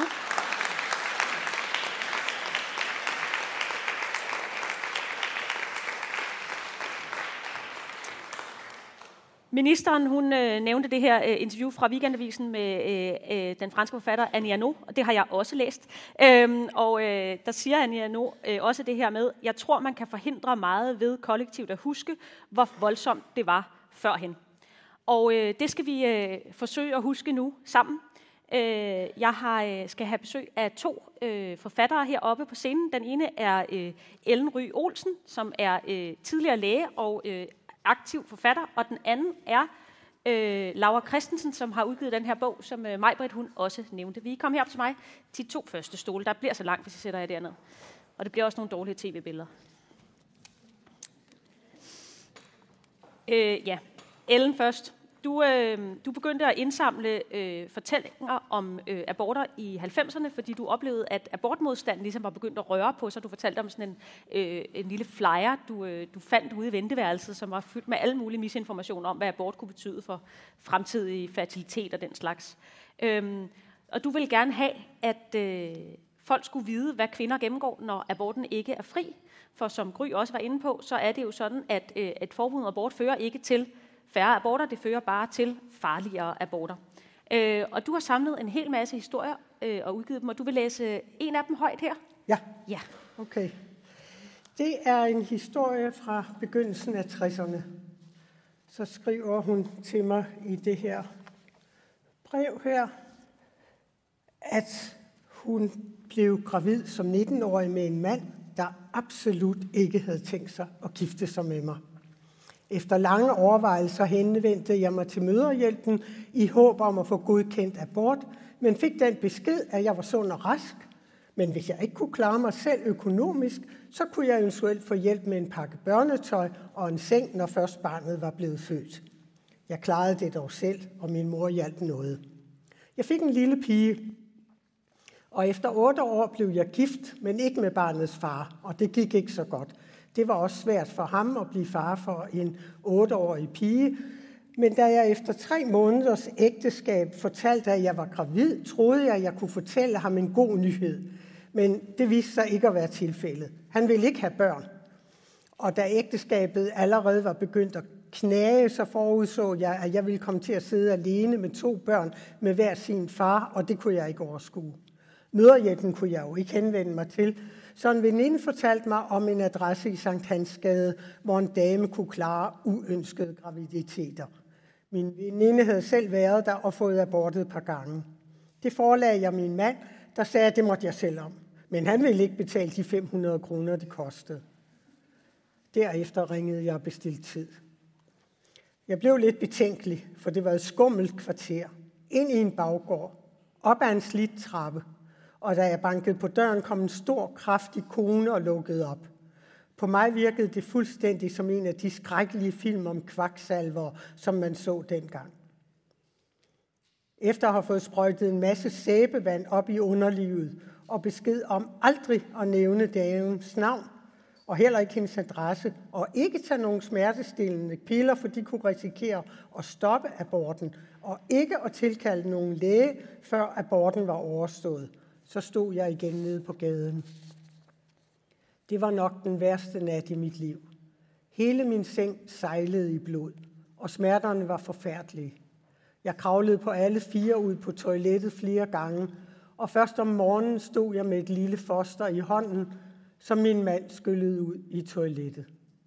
Ministeren hun nævnte det her interview fra Weekendavisen med den franske forfatter Annie Ernaux, og det har jeg også læst. Der siger Annie Ernaux også det her med, jeg tror, man kan forhindre meget ved kollektivt at huske, hvor voldsomt det var førhen. Og det skal vi forsøge at huske nu sammen. Jeg skal have besøg af 2 forfattere heroppe på scenen. Den ene er Ellen Ry Olsen, som er tidligere læge og aktiv forfatter, og den anden er Laura Christensen, som har udgivet den her bog, som Maj-Britt hun også nævnte. Vi kommer herop til mig, de 2 første stole. Der bliver så langt, hvis jeg sætter jer derned. Og det bliver også nogle dårlige tv-billeder. Ellen først. Du begyndte at indsamle fortællinger om aborter i 90'erne, fordi du oplevede, at abortmodstanden ligesom var begyndt at røre på sig. Du fortalte om sådan en lille flyer, du fandt ude i venteværelset, som var fyldt med alle mulige misinformation om, hvad abort kunne betyde for fremtidig fertilitet og den slags. Og du ville gerne have, at folk skulle vide, hvad kvinder gennemgår, når aborten ikke er fri. For som Gry også var inde på, så er det jo sådan, at et forbud mod abort fører ikke til færre aborter, det fører bare til farligere aborter. Og du har samlet en hel masse historier og udgivet dem, og du vil læse en af dem højt her? Ja. Okay. Det er en historie fra begyndelsen af 60'erne. Så skriver hun til mig i det her brev her, at hun blev gravid som 19-årig med en mand, der absolut ikke havde tænkt sig at gifte sig med mig. Efter lange overvejelser henvendte jeg mig til Mødrehjælpen i håb om at få godkendt abort, men fik den besked, at jeg var sund og rask. Men hvis jeg ikke kunne klare mig selv økonomisk, så kunne jeg eventuelt få hjælp med en pakke børnetøj og en seng, når først barnet var blevet født. Jeg klarede det dog selv, og min mor hjalp noget. Jeg fik en lille pige, og efter 8 år blev jeg gift, men ikke med barnets far, og det gik ikke så godt. Det var også svært for ham at blive far for en 8-årig pige. Men da jeg efter 3 måneders ægteskab fortalte, at jeg var gravid, troede jeg, at jeg kunne fortælle ham en god nyhed. Men det viste sig ikke at være tilfældet. Han ville ikke have børn. Og da ægteskabet allerede var begyndt at knage, så forudså jeg, at jeg ville komme til at sidde alene med 2 børn med hver sin far, og det kunne jeg ikke overskue. Mødrehjælpen kunne jeg jo ikke henvende mig til, så en veninde fortalte mig om en adresse i Sankt Hansgade, hvor en dame kunne klare uønskede graviditeter. Min veninde havde selv været der og fået abortet et par gange. Det forelagde jeg min mand, der sagde, at det måtte jeg selv om. Men han ville ikke betale de 500 kroner, det kostede. Derefter ringede jeg og bestilte tid. Jeg blev lidt betænkelig, for det var et skummelt kvarter. Ind i en baggård, op ad en slidt trappe. Og da jeg bankede på døren, kom en stor, kraftig kone og lukkede op. På mig virkede det fuldstændig som en af de skrækkelige film om kvaksalver, som man så dengang. Efter at have fået sprøjtet en masse sæbevand op i underlivet og besked om aldrig at nævne damens navn, og heller ikke hendes adresse, og ikke tage nogen smertestillende piller, for de kunne risikere at stoppe aborten, og ikke at tilkalde nogen læge, før aborten var overstået, så stod jeg igen nede på gaden. Det var nok den værste nat i mit liv. Hele min seng sejlede i blod, og smerterne var forfærdelige. Jeg kravlede på alle 4 ud på toilettet flere gange, og først om morgenen stod jeg med et lille foster i hånden, som min mand skyllede ud i toilettet.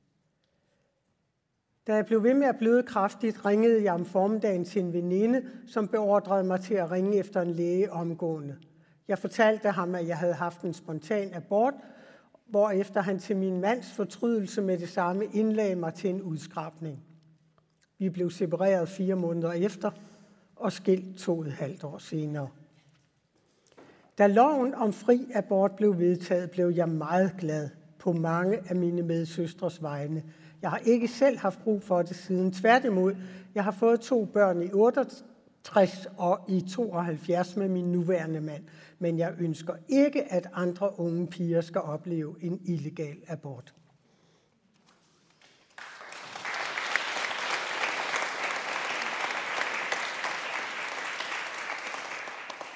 Da jeg blev ved med at bløde kraftigt, ringede jeg om formiddagen til en veninde, som beordrede mig til at ringe efter en læge omgående. Jeg fortalte ham, at jeg havde haft en spontan abort, hvorefter han til min mands fortrydelse med det samme indlagde mig til en udskrabning. Vi blev separeret 4 måneder efter og skilt 2,5 år senere. Da loven om fri abort blev vedtaget, blev jeg meget glad på mange af mine medsøstres vegne. Jeg har ikke selv haft brug for det siden. Tværtimod, jeg har fået 2 børn i 68 og i 72 med min nuværende mand. Men jeg ønsker ikke, at andre unge piger skal opleve en illegal abort.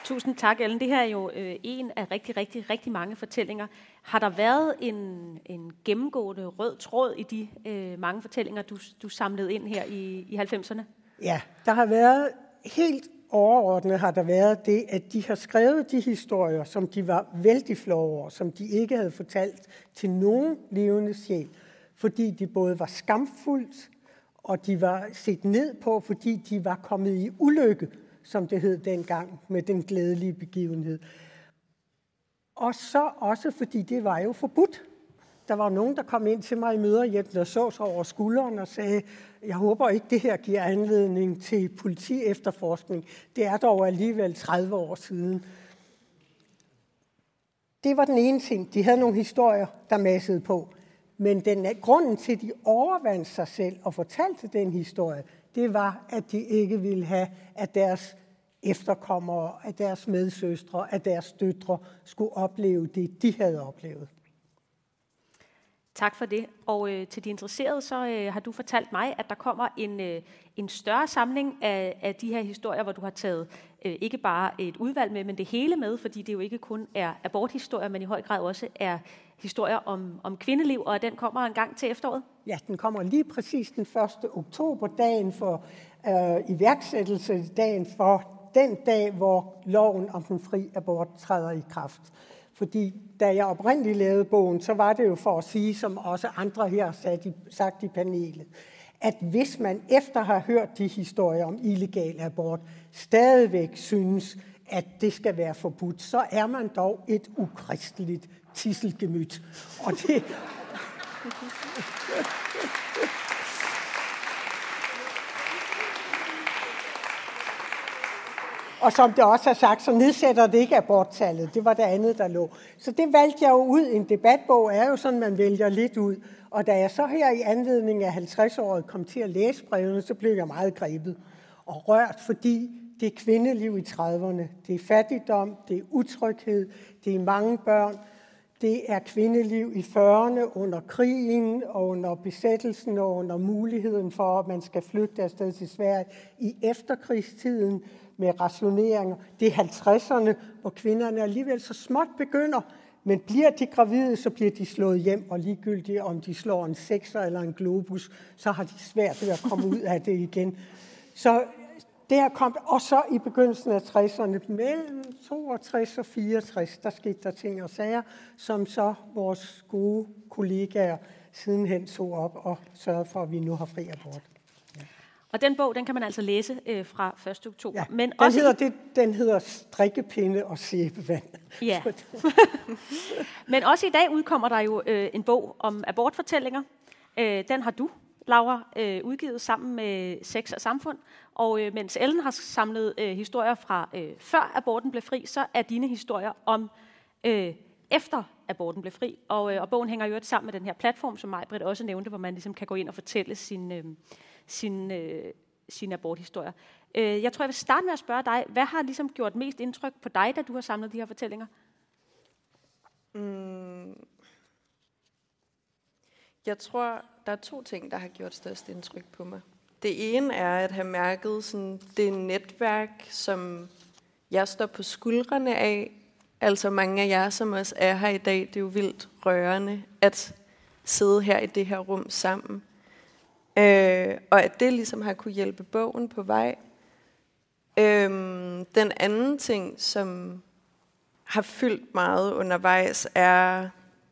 Tusind tak, Ellen. Det her er jo en af rigtig mange fortællinger. Har der været en gennemgående rød tråd i de mange fortællinger, du samlede ind her i 90'erne? Ja, der har været helt overordnet har der været det, at de har skrevet de historier, som de var vældig flove over, som de ikke havde fortalt til nogen levende sjæl, fordi de både var skamfuldt, og de var set ned på, fordi de var kommet i ulykke, som det hed dengang, med den glædelige begivenhed. Og så også, fordi det var jo forbudt. Der var nogen, der kom ind til mig i møderhjælpen og så sig over skulderen og sagde, jeg håber ikke, det her giver anledning til politi-efterforskning. Det er dog alligevel 30 år siden. Det var den ene ting. De havde nogle historier, der massede på. Men grunden til, at de overvandt sig selv og fortalte den historie, det var, at de ikke ville have, at deres efterkommere, at deres medsøstre, at deres døtre skulle opleve det, de havde oplevet. Tak for det. Og til de interesserede, så har du fortalt mig, at der kommer en større samling af de her historier, hvor du har taget ikke bare et udvalg med, men det hele med, fordi det jo ikke kun er aborthistorier, men i høj grad også er historier om kvindeliv, og den kommer en gang til efteråret? Ja, den kommer lige præcis den 1. oktober, dagen for iværksættelse, dagen for den dag, hvor loven om den fri abort træder i kraft. Fordi da jeg oprindeligt lavede bogen, så var det jo for at sige, som også andre her har sagt i panelet, at hvis man efter at have hørt de historier om illegal abort, stadigvæk synes, at det skal være forbudt, så er man dog et ukristeligt tisselgemyt. Og det... Og som det også er sagt, så nedsætter det ikke aborttallet. Det var det andet, der lå. Så det valgte jeg jo ud. En debatbog er jo sådan, man vælger lidt ud. Og da jeg så her i anledning af 50-året kom til at læse brevene, så blev jeg meget grebet og rørt, fordi det er kvindeliv i 30'erne. Det er fattigdom, det er utryghed, det er mange børn. Det er kvindeliv i 40'erne under krigen og under besættelsen og under muligheden for, at man skal flygte afsted til Sverige i efterkrigstiden med rationeringer. Det er 50'erne, hvor kvinderne alligevel så småt begynder, men bliver de gravide, så bliver de slået hjem, og ligegyldigt om de slår en sekser eller en globus, så har de svært ved at komme ud af det igen. Så det er kommet, og så i begyndelsen af 60'erne, mellem 62 og 64, der skete der ting og sager, som så vores gode kollegaer sidenhen tog op og sørgede for, at vi nu har fri abort. Og den bog, den kan man altså læse fra 1. oktober. Ja, men den hedder Strikkepinde og sæbevand. Ja. Men også i dag udkommer der jo en bog om abortfortællinger. Den har du, Laura, udgivet sammen med Sex og Samfund. Og mens Ellen har samlet historier fra før aborten blev fri, så er dine historier om efter aborten blev fri. Og bogen hænger jo sammen med den her platform, som Maj-Britt også nævnte, hvor man ligesom kan gå ind og fortælle sine aborthistorier. Jeg tror, jeg vil starte med at spørge dig, hvad har ligesom gjort mest indtryk på dig, da du har samlet de her fortællinger? Jeg tror, der er 2 ting, der har gjort størst indtryk på mig. Det ene er at have mærket sådan, det netværk, som jeg står på skuldrene af. Altså mange af jer, som også er her i dag, det er jo vildt rørende at sidde her i det her rum sammen. Og at det ligesom har kunne hjælpe bogen på vej. Den anden ting, som har fyldt meget undervejs, er,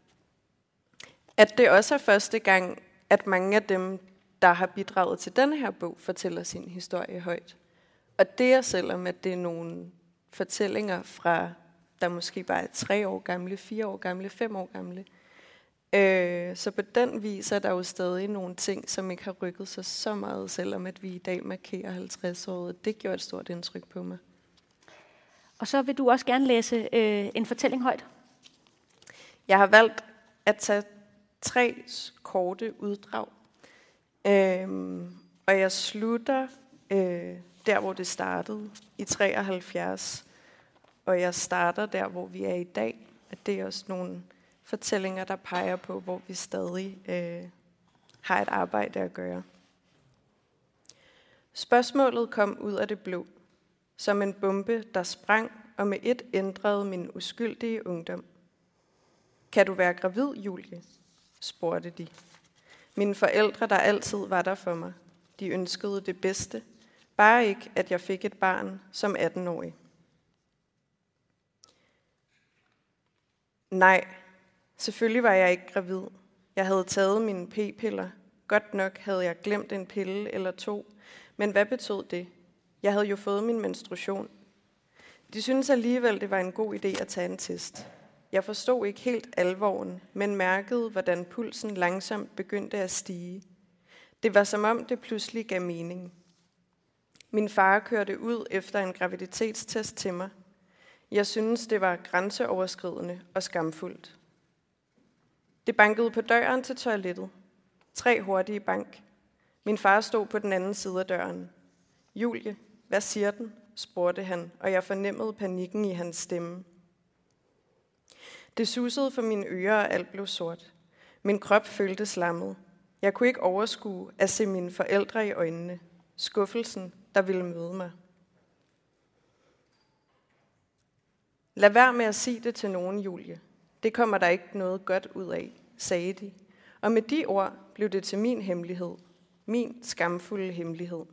at det også er første gang, at mange af dem, der har bidraget til den her bog, fortæller sin historie højt. Og det er selvom, at det er nogle fortællinger fra, der måske bare er 3 år gamle, 4 år gamle, 5 år gamle. Så på den vis er der jo stadig nogle ting, som ikke har rykket sig så meget, selvom at vi i dag markerer 50-året. Det gjorde et stort indtryk på mig. Og så vil du også gerne læse en fortælling højt. Jeg har valgt at tage 3 korte uddrag. Og jeg slutter der, hvor det startede, i 73. Og jeg starter der, hvor vi er i dag. At det er også nogle fortællinger, der peger på, hvor vi stadig har et arbejde at gøre. Spørgsmålet kom ud af det blå, som en bombe, der sprang og med et ændrede min uskyldige ungdom. Kan du være gravid, Julie? Spurgte de. Mine forældre, der altid var der for mig. De ønskede det bedste. Bare ikke, at jeg fik et barn som 18-årig. Nej, selvfølgelig var jeg ikke gravid. Jeg havde taget mine p-piller. Godt nok havde jeg glemt en pille eller to. Men hvad betød det? Jeg havde jo fået min menstruation. De syntes alligevel, det var en god idé at tage en test. Jeg forstod ikke helt alvoren, men mærkede, hvordan pulsen langsomt begyndte at stige. Det var som om, det pludselig gav mening. Min far kørte ud efter en graviditetstest til mig. Jeg syntes, det var grænseoverskridende og skamfuldt. Det bankede på døren til toilettet. 3 hurtige bank. Min far stod på den anden side af døren. Julie, hvad siger den? Spurgte han, og jeg fornemmede panikken i hans stemme. Det susede for mine ører, og alt blev sort. Min krop føltes lammet. Jeg kunne ikke overskue at se mine forældre i øjnene. Skuffelsen, der ville møde mig. Lad være med at sige det til nogen, Julie. Det kommer der ikke noget godt ud af, sagde de. Og med de ord blev det til min hemmelighed. Min skamfulde hemmelighed.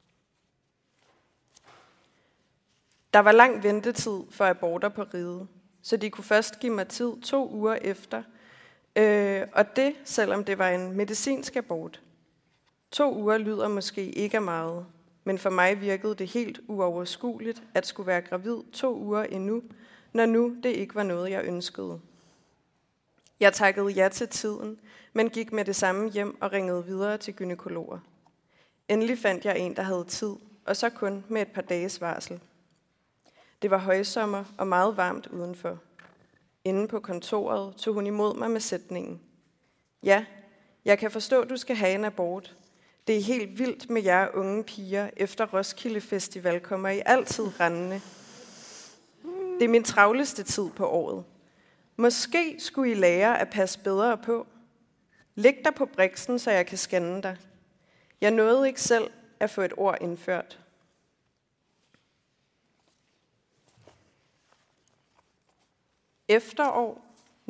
Der var lang ventetid for aborter på riget, så de kunne først give mig tid 2 uger efter. Og det, selvom det var en medicinsk abort. 2 uger lyder måske ikke af meget, men for mig virkede det helt uoverskueligt at skulle være gravid 2 uger endnu, når nu det ikke var noget, jeg ønskede. Jeg takkede ja til tiden, men gik med det samme hjem og ringede videre til gynækologer. Endelig fandt jeg en, der havde tid, og så kun med et par dages varsel. Det var højsommer og meget varmt udenfor. Inde på kontoret tog hun imod mig med sætningen. Ja, jeg kan forstå, du skal have en abort. Det er helt vildt med jer unge piger. Efter Roskilde Festival kommer I altid rendende. Det er min travleste tid på året. Måske skulle I lære at passe bedre på. Læg dig på briksen, så jeg kan scanne dig. Jeg nåede ikke selv at få et ord indført. Efterår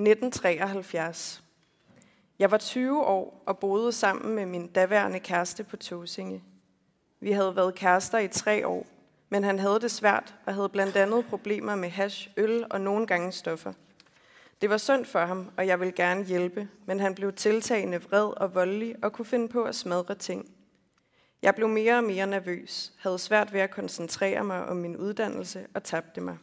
1973. Jeg var 20 år og boede sammen med min daværende kæreste på Tåsinge. Vi havde været kærester i 3 år, men han havde det svært og havde blandt andet problemer med hash, øl og nogle gange stoffer. Det var synd for ham, og jeg ville gerne hjælpe, men han blev tiltagende vred og voldelig og kunne finde på at smadre ting. Jeg blev mere og mere nervøs, havde svært ved at koncentrere mig om min uddannelse og tabte mig.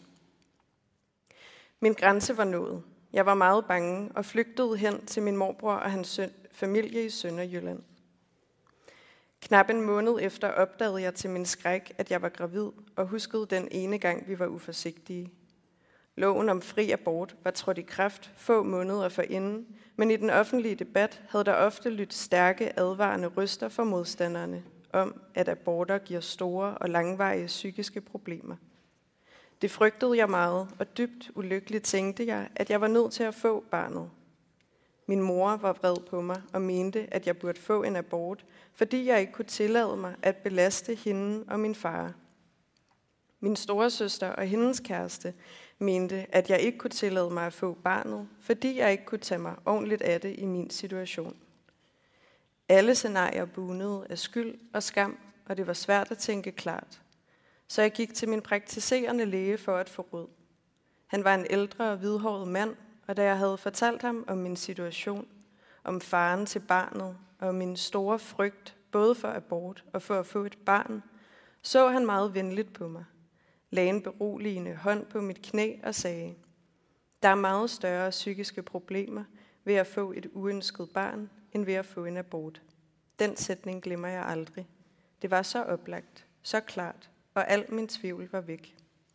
Min grænse var nået. Jeg var meget bange og flygtede hen til min morbror og hans familie i Sønderjylland. Knap en måned efter opdagede jeg til min skræk, at jeg var gravid og huskede den ene gang, vi var uforsigtige. Loven om fri abort var trådt i kraft få måneder forinden, men i den offentlige debat havde der ofte lyttet stærke advarende røster fra modstanderne om, at aborter giver store og langvarige psykiske problemer. Det frygtede jeg meget, og dybt ulykkeligt tænkte jeg, at jeg var nødt til at få barnet. Min mor var vred på mig og mente, at jeg burde få en abort, fordi jeg ikke kunne tillade mig at belaste hende og min far. Min storesøster og hendes kæreste mente, at jeg ikke kunne tillade mig at få barnet, fordi jeg ikke kunne tage mig ordentligt af det i min situation. Alle scenarier bunede af skyld og skam, og det var svært at tænke klart. Så jeg gik til min praktiserende læge for at få råd. Han var en ældre og hvidhåret mand, og da jeg havde fortalt ham om min situation, om faren til barnet og min store frygt, både for abort og for at få et barn, så han meget venligt på mig, lagde en beroligende hånd på mit knæ og sagde, der er meget større psykiske problemer ved at få et uønsket barn, end ved at få en abort. Den sætning glemmer jeg aldrig. Det var så oplagt, så klart, og al min tvivl var væk.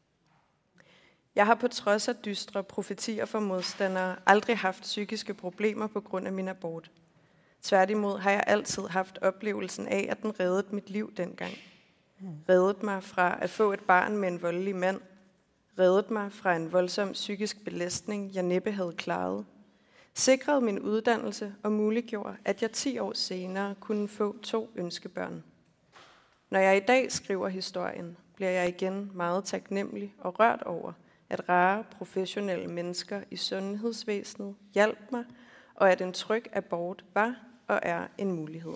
Jeg har på trods af dystre profetier for modstandere aldrig haft psykiske problemer på grund af min abort. Tværtimod har jeg altid haft oplevelsen af, at den reddede mit liv dengang. Reddede mig fra at få et barn med en voldelig mand. Reddede mig fra en voldsom psykisk belastning, jeg næppe havde klaret. Sikrede min uddannelse og muliggjorde, at jeg 10 år senere kunne få 2 ønskebørn. Når jeg i dag skriver historien, bliver jeg igen meget taknemmelig og rørt over, at rare professionelle mennesker i sundhedsvæsenet hjalp mig, og at en tryg abort var og er en mulighed.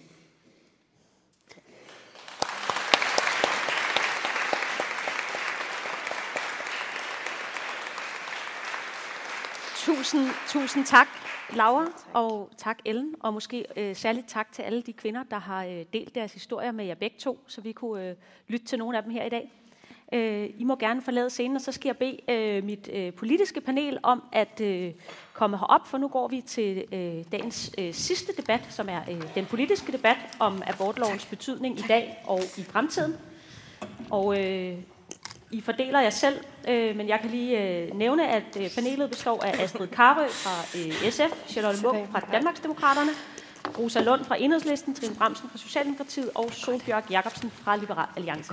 Tusind tak, Laura, og tak, Ellen, og måske særligt tak til alle de kvinder, der har delt deres historier med jer begge to, så vi kunne lytte til nogle af dem her i dag. I må gerne forlade scenen, og så skal jeg bede mit politiske panel om at komme herop, for nu går vi til dagens sidste debat, som er den politiske debat om abortlovens betydning i dag og i fremtiden. Og I fordeler jer selv, men jeg kan lige nævne, at panelet består af Astrid Carøe fra SF, Charlotte Munch fra Danmarksdemokraterne, Rosa Lund fra Enhedslisten, Trine Bramsen fra Socialdemokratiet og Sólbjørg Jacobsen fra Liberal Alliance.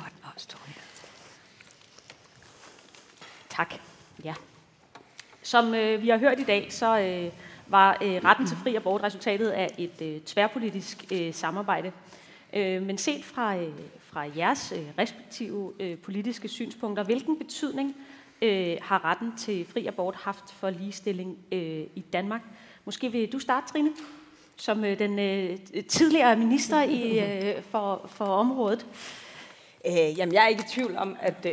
Tak. Ja. Som vi har hørt i dag, så var retten til fri abort resultatet af et tværpolitisk samarbejde. Men set fra jeres respektive politiske synspunkter, hvilken betydning har retten til fri abort haft for ligestilling i Danmark? Måske vil du starte, Trine, som den tidligere minister for området. Jamen, jeg er ikke i tvivl om, at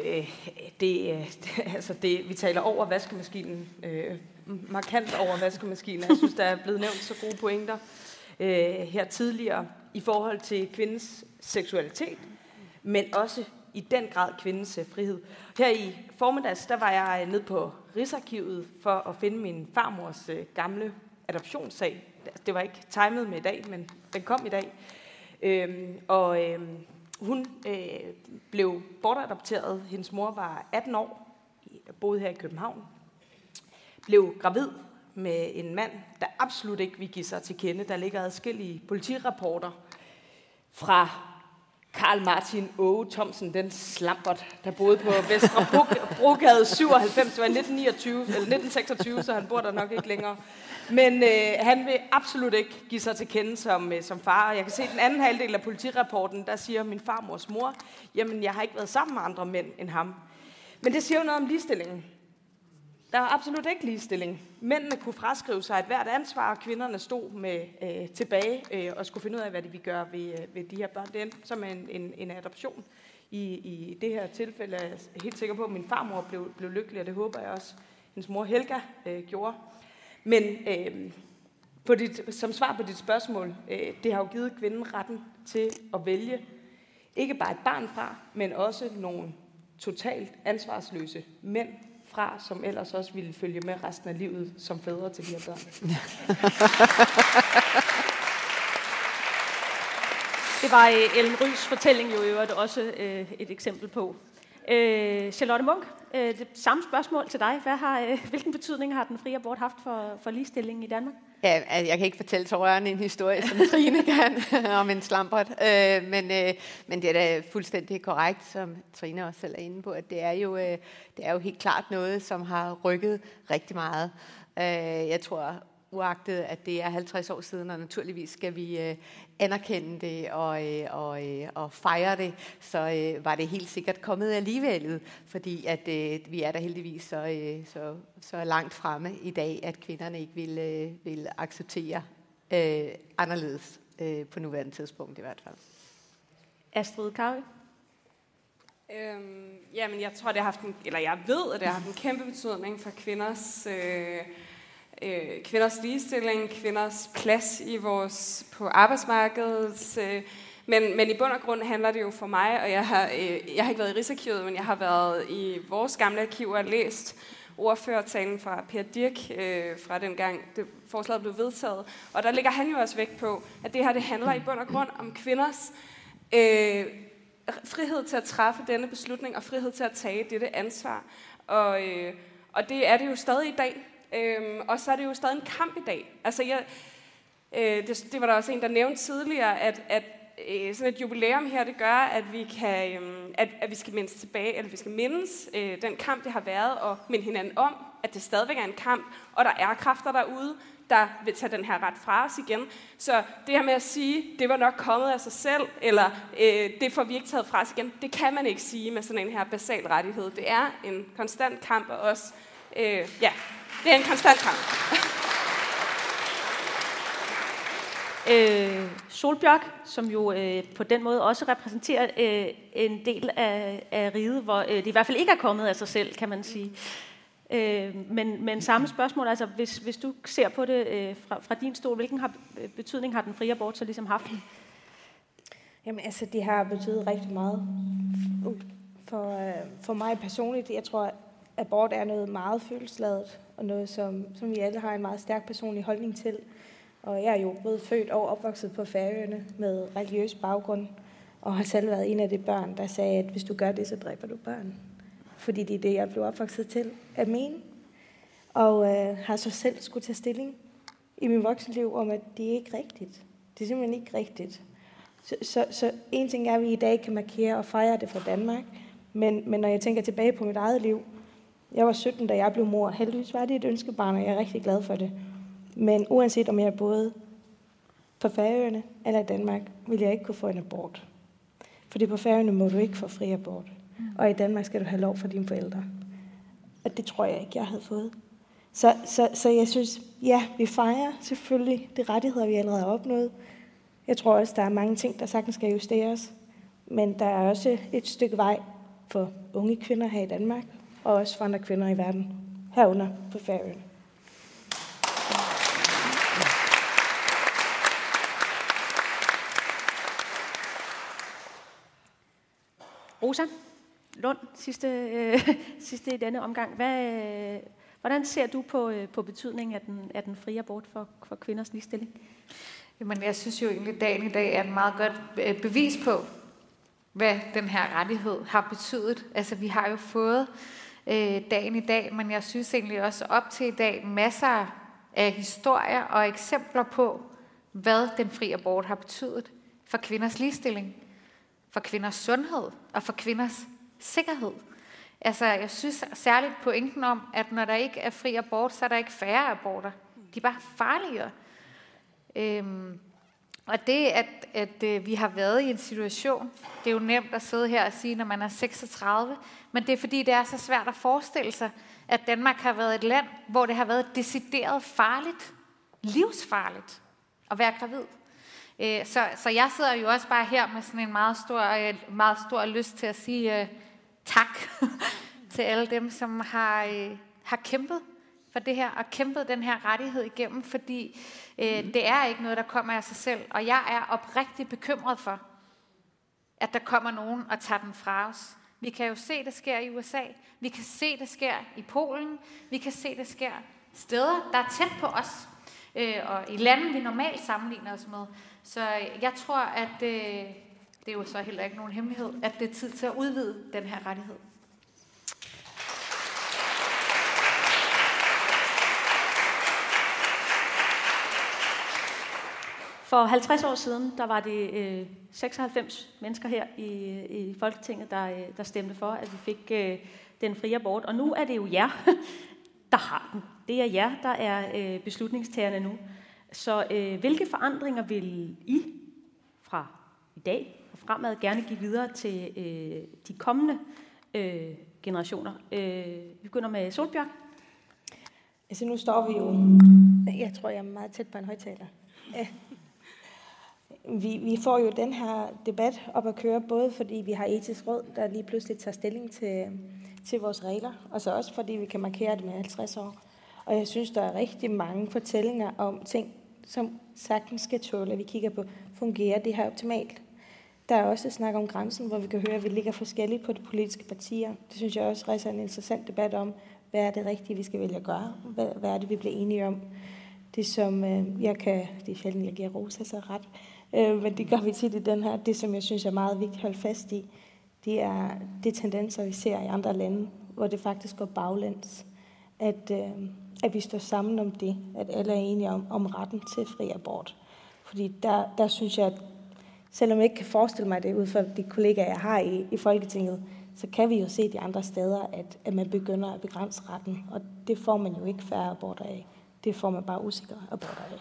vi taler over vaskemaskinen, markant over vaskemaskinen. Jeg synes, der er blevet nævnt så gode pointer her tidligere i forhold til kvindens seksualitet, men også i den grad kvindens frihed. Her i formiddags, der var jeg nede på Rigsarkivet for at finde min farmors gamle adoptionssag. Det var ikke timet med i dag, men den kom i dag. Hun blev bortadopteret. Hendes mor var 18 år, boede her i København. Blev gravid med en mand, der absolut ikke vil give sig til kende. Der ligger adskillige politirapporter fra Karl Martin Åge Thomsen, den slampert, der boede på Vestre Brogade 97. Det var 1926, så han bor der nok ikke længere. Men han vil absolut ikke give sig til kende som far. Jeg kan se den anden halvdel af politirapporten, der siger min farmors mor, jamen jeg har ikke været sammen med andre mænd end ham. Men det siger jo noget om ligestillingen. Der var absolut ikke ligestilling. Mændene kunne fraskrive sig et hvert ansvar, og kvinderne stod med tilbage og skulle finde ud af, hvad de ville gøre ved de her børn. Det endte som en adoption. I det her tilfælde er jeg helt sikker på, at min farmor blev lykkelig, og det håber jeg også, hendes mor Helga gjorde. Men som svar på dit spørgsmål, det har jo givet kvinden retten til at vælge ikke bare et barn fra, men også nogle totalt ansvarsløse mænd fra, som ellers også ville følge med resten af livet som fædre til de her børn. Det var Ellen Ryes fortælling jo i øvrigt også et eksempel på. Charlotte Munch, det samme spørgsmål til dig. Hvilken betydning har den frie abort haft for ligestillingen i Danmark? Ja, jeg kan ikke fortælle så rørende en historie, som Trine kan, om en slampert. Men det er da fuldstændig korrekt, som Trine også selv er inde på, at det er jo helt klart noget, som har rykket rigtig meget. Jeg tror, uagtet at det er 50 år siden, og naturligvis skal vi anerkende det og fejre det, så var det helt sikkert kommet alligevel, fordi at vi er der heldigvis så langt fremme i dag, at kvinderne ikke vil acceptere anderledes på nuværende tidspunkt i hvert fald. Astrid Carøe? Jamen, jeg tror, jeg ved, at det har haft en kæmpe betydning for kvinders ligestilling, kvinders plads på arbejdsmarkedet. Men i bund og grund handler det jo for mig, og jeg har ikke været i Rigsarkivet, men jeg har været i vores gamle arkiver og læst ordførertalen fra Per Dirch fra dengang forslaget blev vedtaget. Og der ligger han jo også vægt på, at det her det handler i bund og grund om kvinders frihed til at træffe denne beslutning og frihed til at tage dette ansvar. Og det er det jo stadig i dag. Og så er det jo stadig en kamp i dag. Altså, det var der også en, der nævnte tidligere, at sådan et jubilæum her, det gør, at vi kan, at vi skal mindes tilbage, eller vi skal mindes den kamp, det har været, og minde hinanden om, at det stadigvæk er en kamp, og der er kræfter derude, der vil tage den her ret fra os igen. Så det her med at sige, det var nok kommet af sig selv, eller det får vi ikke taget fra os igen, det kan man ikke sige med sådan en her basal rettighed. Det er en konstant kamp, og også, det er en konstant kamp. Solbjørk, som jo på den måde også repræsenterer en del af riget, hvor det i hvert fald ikke er kommet af sig selv, kan man sige. Men samme spørgsmål, altså hvis du ser på det fra din stol, hvilken betydning har den frie abort så ligesom haft? Jamen altså, det har betydet rigtig meget. For mig personligt, jeg tror, at abort er noget meget følelsesladet, og noget, som vi alle har en meget stærk personlig holdning til. Og jeg er jo både født og opvokset på Færøerne med religiøs baggrund, og har selv været en af de børn, der sagde, at hvis du gør det, så dræber du børn. Fordi det er det, jeg blev opvokset til at mene. Og har så selv skulle tage stilling i min voksenliv om, at det er ikke rigtigt. Det er simpelthen ikke rigtigt. Så en ting er, at vi i dag kan markere og fejre det fra Danmark. Men når jeg tænker tilbage på mit eget liv, jeg var 17, da jeg blev mor. Heldigvis var det et ønskebarn, og jeg er rigtig glad for det. Men uanset om jeg boede på Færøerne eller i Danmark, ville jeg ikke kunne få en abort. Fordi på Færøerne må du ikke få fri abort. Og i Danmark skal du have lov for dine forældre. Og det tror jeg ikke, jeg havde fået. Så jeg synes, ja, vi fejrer selvfølgelig de rettigheder, vi allerede har opnået. Jeg tror også, der er mange ting, der sagtens skal justeres. Men der er også et stykke vej for unge kvinder her i Danmark, og også for andre kvinder i verden, herunder på Færøerne. Rosa Lund, sidste i denne omgang. Hvordan ser du på betydningen af den frie abort for kvinders ligestilling? Jamen, jeg synes jo egentlig, at dagen i dag er et meget godt bevis på, hvad den her rettighed har betydet. Altså, vi har jo fået dagen i dag, men jeg synes egentlig også op til i dag masser af historier og eksempler på, hvad den frie abort har betydet for kvinders ligestilling, for kvinders sundhed og for kvinders sikkerhed. Altså, jeg synes særligt pointen om, at når der ikke er fri abort, så er der ikke færre aborter. De er bare farligere. Og det, at vi har været i en situation, det er jo nemt at sidde her og sige, når man er 36, men det er fordi, det er så svært at forestille sig, at Danmark har været et land, hvor det har været decideret farligt, livsfarligt at være gravid. Så jeg sidder jo også bare her med sådan en meget stor lyst til at sige tak til alle dem, som har kæmpet for det her og kæmpet den her rettighed igennem, fordi det er ikke noget, der kommer af sig selv. Og jeg er oprigtigt bekymret for, at der kommer nogen og tager den fra os. Vi kan jo se, det sker i USA. Vi kan se, det sker i Polen. Vi kan se, det sker steder, der er tæt på os. Og i lande, vi normalt sammenligner os med. Så jeg tror, at det er jo så heller ikke nogen hemmelighed, at det er tid til at udvide den her rettighed. For 50 år siden, der var det 96 mennesker her i Folketinget, der stemte for, at vi fik den frie abort. Og nu er det jo jer, der har den. Det er jer, der er beslutningstagerne nu. Så hvilke forandringer vil I fra i dag og fremad gerne give videre til de kommende generationer? Vi begynder med Solbjørk. Altså nu står vi jo... Jeg tror, jeg er meget tæt på en højtaler. Vi får jo den her debat op at køre, både fordi vi har etisk råd, der lige pludselig tager stilling til vores regler, og så også fordi vi kan markere det med 50 år. Og jeg synes, der er rigtig mange fortællinger om ting, som sagtens skal tåle, at vi kigger på, fungerer det her optimalt? Der er også snak om grænsen, hvor vi kan høre, at vi ligger forskelligt på de politiske partier. Det synes jeg også rejser en interessant debat om, hvad er det rigtige, vi skal vælge at gøre? Hvad er det, vi bliver enige om? Det som det er sjældent, jeg giver Rosa så ret, men det gør vi tit i den her. Det, som jeg synes er meget vigtigt at holde fast i, det er de tendenser, vi ser i andre lande, hvor det faktisk går baglæns. At vi står sammen om det, at alle er enige om retten til fri abort. Fordi der synes jeg, at selvom jeg ikke kan forestille mig det ud fra de kollegaer, jeg har i Folketinget, så kan vi jo se de andre steder, at man begynder at begrænse retten. Og det får man jo ikke færre aborter af. det får man bare usikre aborter af.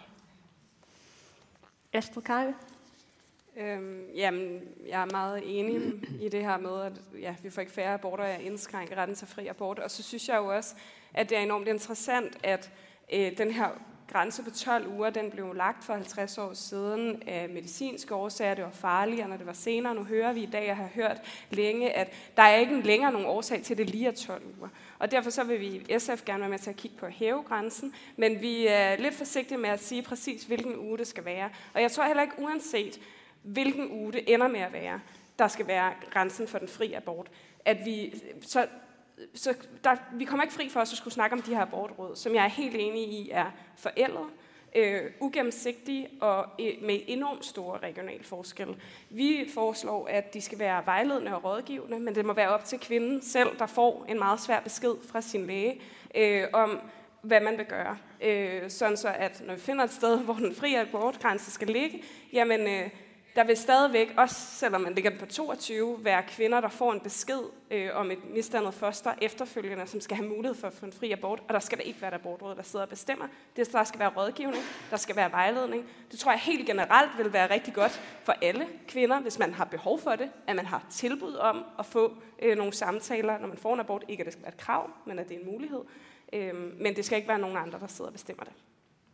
Astrid Carøe? Jamen, jeg er meget enig i det her med, at vi får ikke færre aborter af at indskrænke retten til fri abort. Og så synes jeg jo også, at det er enormt interessant, at den her grænse på 12 uger, den blev lagt for 50 år siden af medicinske årsager. Det var farligere, når det var senere. Nu hører vi i dag, og har hørt længe, at der er ikke længere nogen årsag til, at det lige er 12 uger. Og derfor så vil vi i SF gerne være med til at kigge på at hæve grænsen, men vi er lidt forsigtige med at sige præcis, hvilken uge det skal være. Og jeg tror heller ikke, uanset hvilken uge det ender med at være, der skal være grænsen for den fri abort, at vi kommer ikke fri for os at skulle snakke om de her abortråd, som jeg er helt enig i er forældet, ugennemsigtige og med enormt store regionale forskelle. Vi foreslår, at de skal være vejledende og rådgivende, men det må være op til kvinden selv, der får en meget svær besked fra sin læge om, hvad man vil gøre. Sådan så, at når vi finder et sted, hvor den fri abortgrænse skal ligge, jamen der vil stadigvæk, også selvom man ligger på 22, være kvinder, der får en besked om et misdannet foster efterfølgende, som skal have mulighed for at få en fri abort, og der skal der ikke være et abortråd, der sidder og bestemmer. Der skal være rådgivning, der skal være vejledning. Det tror jeg helt generelt vil være rigtig godt for alle kvinder, hvis man har behov for det, at man har tilbud om at få nogle samtaler, når man får en abort. Ikke at det skal være et krav, men at det er en mulighed. Men det skal ikke være nogen andre, der sidder og bestemmer det.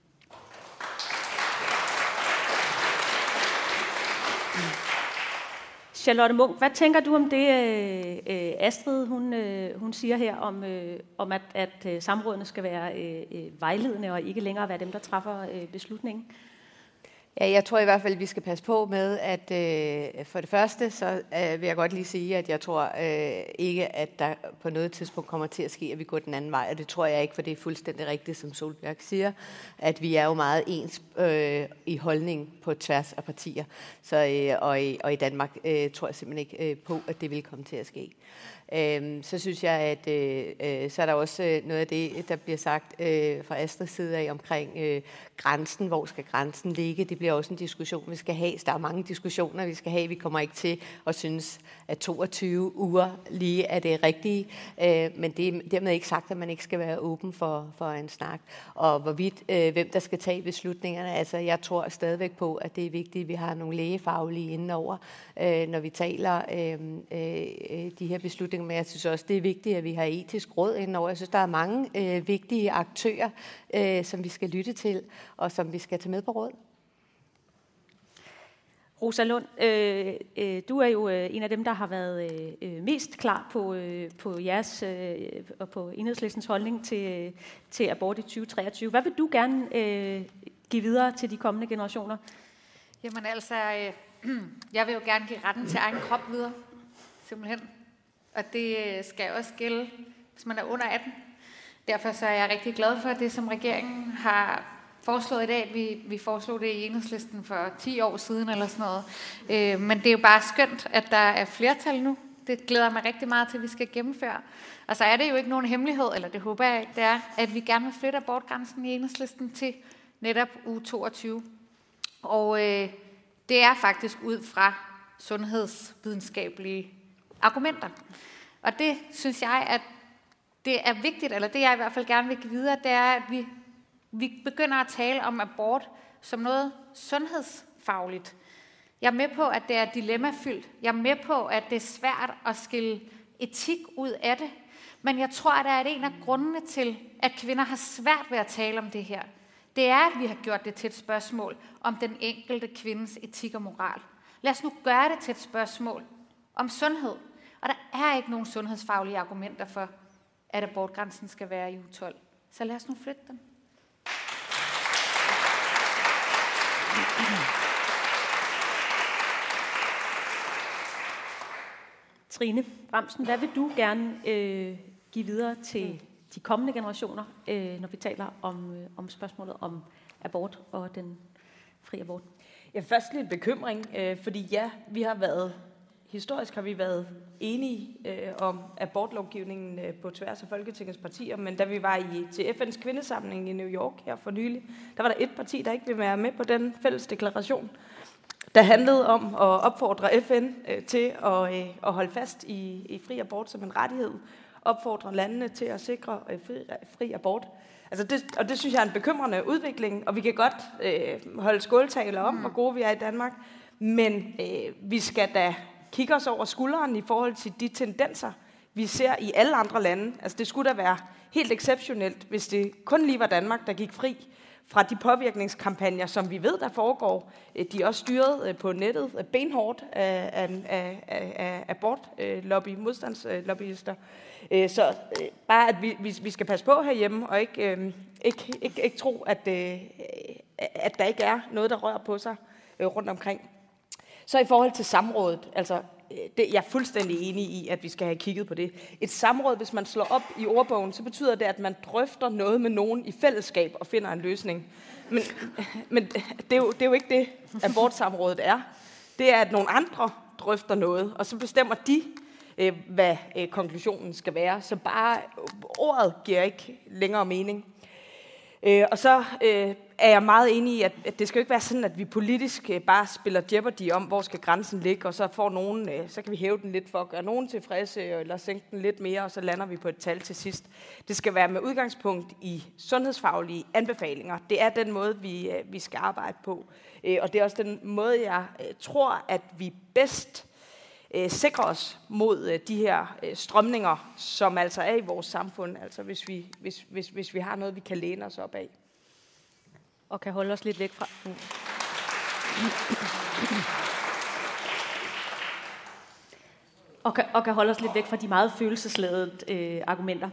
Charlotte Munch, hvad tænker du om det, Astrid hun siger her, om at samrådene skal være vejledende og ikke længere være dem, der træffer beslutningen? Ja, jeg tror i hvert fald, at vi skal passe på med, at for det første, så vil jeg godt lige sige, at jeg tror ikke, at der på noget tidspunkt kommer til at ske, at vi går den anden vej, og det tror jeg ikke, for det er fuldstændig rigtigt, som Solbjerg siger, at vi er jo meget ens i holdning på tværs af partier, og i Danmark tror jeg simpelthen ikke på, at det vil komme til at ske. Så synes jeg, at så er der også noget af det, der bliver sagt fra Astrids side af omkring grænsen. Hvor skal grænsen ligge? Det bliver også en diskussion, vi skal have. Der er mange diskussioner, vi skal have. Vi kommer ikke til at synes, at 22 uger lige er det rigtige. Men det er dermed ikke sagt, at man ikke skal være åben for en snak. Og hvorvidt, hvem der skal tage beslutningerne. Altså, jeg tror stadigvæk på, at det er vigtigt, at vi har nogle lægefaglige indenover, når vi taler de her beslutninger. Men jeg synes også, det er vigtigt, at vi har etisk råd indenover. Jeg synes, der er mange vigtige aktører, som vi skal lytte til, og som vi skal tage med på råd. Rosa Lund, du er jo en af dem, der har været mest klar på jeres og på Enhedslistens holdning til abort i 2023. Hvad vil du gerne give videre til de kommende generationer? Jamen altså, jeg vil jo gerne give retten til egen krop videre, simpelthen. Og det skal også gælde, hvis man er under 18. Derfor så er jeg rigtig glad for det, som regeringen har foreslået i dag. Vi foreslog det i Enhedslisten for 10 år siden eller sådan noget. Men det er jo bare skønt, at der er flertal nu. Det glæder mig rigtig meget til, at vi skal gennemføre. Og så er det jo ikke nogen hemmelighed, eller det håber jeg ikke, det er, at vi gerne vil flytte abortgrænsen i Enhedslisten til netop uge 22. Og det er faktisk ud fra sundhedsvidenskabelige argumenter. Og det synes jeg, at det er vigtigt, eller det jeg i hvert fald gerne vil give videre, det er, at vi begynder at tale om abort som noget sundhedsfagligt. Jeg er med på, at det er dilemmafyldt. Jeg er med på, at det er svært at skille etik ud af det. Men jeg tror, at der er en af grundene til, at kvinder har svært ved at tale om det her. Det er, at vi har gjort det til et spørgsmål om den enkelte kvindes etik og moral. Lad os nu gøre det til et spørgsmål om sundhed. Og der er ikke nogen sundhedsfaglige argumenter for, at abortgrænsen skal være i uge 12. Så lad os nu flytte den. Trine Bramsen, hvad vil du gerne give videre til de kommende generationer, når vi taler om spørgsmålet om abort og den fri abort? Ja, først lidt bekymring, fordi ja, historisk har vi været enige om abortlovgivningen på tværs af Folketingets partier, men da vi var til FN's kvindesamling i New York her for nylig, der var der et parti, der ikke ville være med på den fælles deklaration, der handlede om at opfordre FN til at holde fast i fri abort som en rettighed, opfordrer landene til at sikre fri abort. Altså det synes jeg er en bekymrende udvikling, og vi kan godt holde skåltaler om, hvor gode vi er i Danmark, men vi skal da kigge os over skulderen i forhold til de tendenser, vi ser i alle andre lande. Altså det skulle da være helt exceptionelt, hvis det kun lige var Danmark, der gik fri fra de påvirkningskampagner, som vi ved, der foregår. De er også styret på nettet benhårdt af modstandslobbyister. Så bare, at vi skal passe på herhjemme, og ikke tro, at der ikke er noget, der rører på sig rundt omkring. Så i forhold til samrådet, altså, jeg er fuldstændig enig i, at vi skal have kigget på det. Et samråd, hvis man slår op i ordbogen, så betyder det, at man drøfter noget med nogen i fællesskab og finder en løsning. Men det er jo ikke det, abortsamrådet er. Det er, at nogle andre drøfter noget, og så bestemmer de, hvad konklusionen skal være. Så bare ordet giver ikke længere mening. Og så er jeg meget enig i, at det skal jo ikke være sådan, at vi politisk bare spiller Jeopardy om, hvor skal grænsen ligge, og så får nogen, så kan vi hæve den lidt for at gøre nogen tilfredse, eller sænke den lidt mere, og så lander vi på et tal til sidst. Det skal være med udgangspunkt i sundhedsfaglige anbefalinger. Det er den måde, vi skal arbejde på. Og det er også den måde, jeg tror, at vi bedst sikre os mod de her strømninger, som altså er i vores samfund, altså hvis vi har noget, vi kan læne os op af. Og kan holde os lidt væk fra... Og kan holde os lidt væk fra de meget følelsesladede argumenter.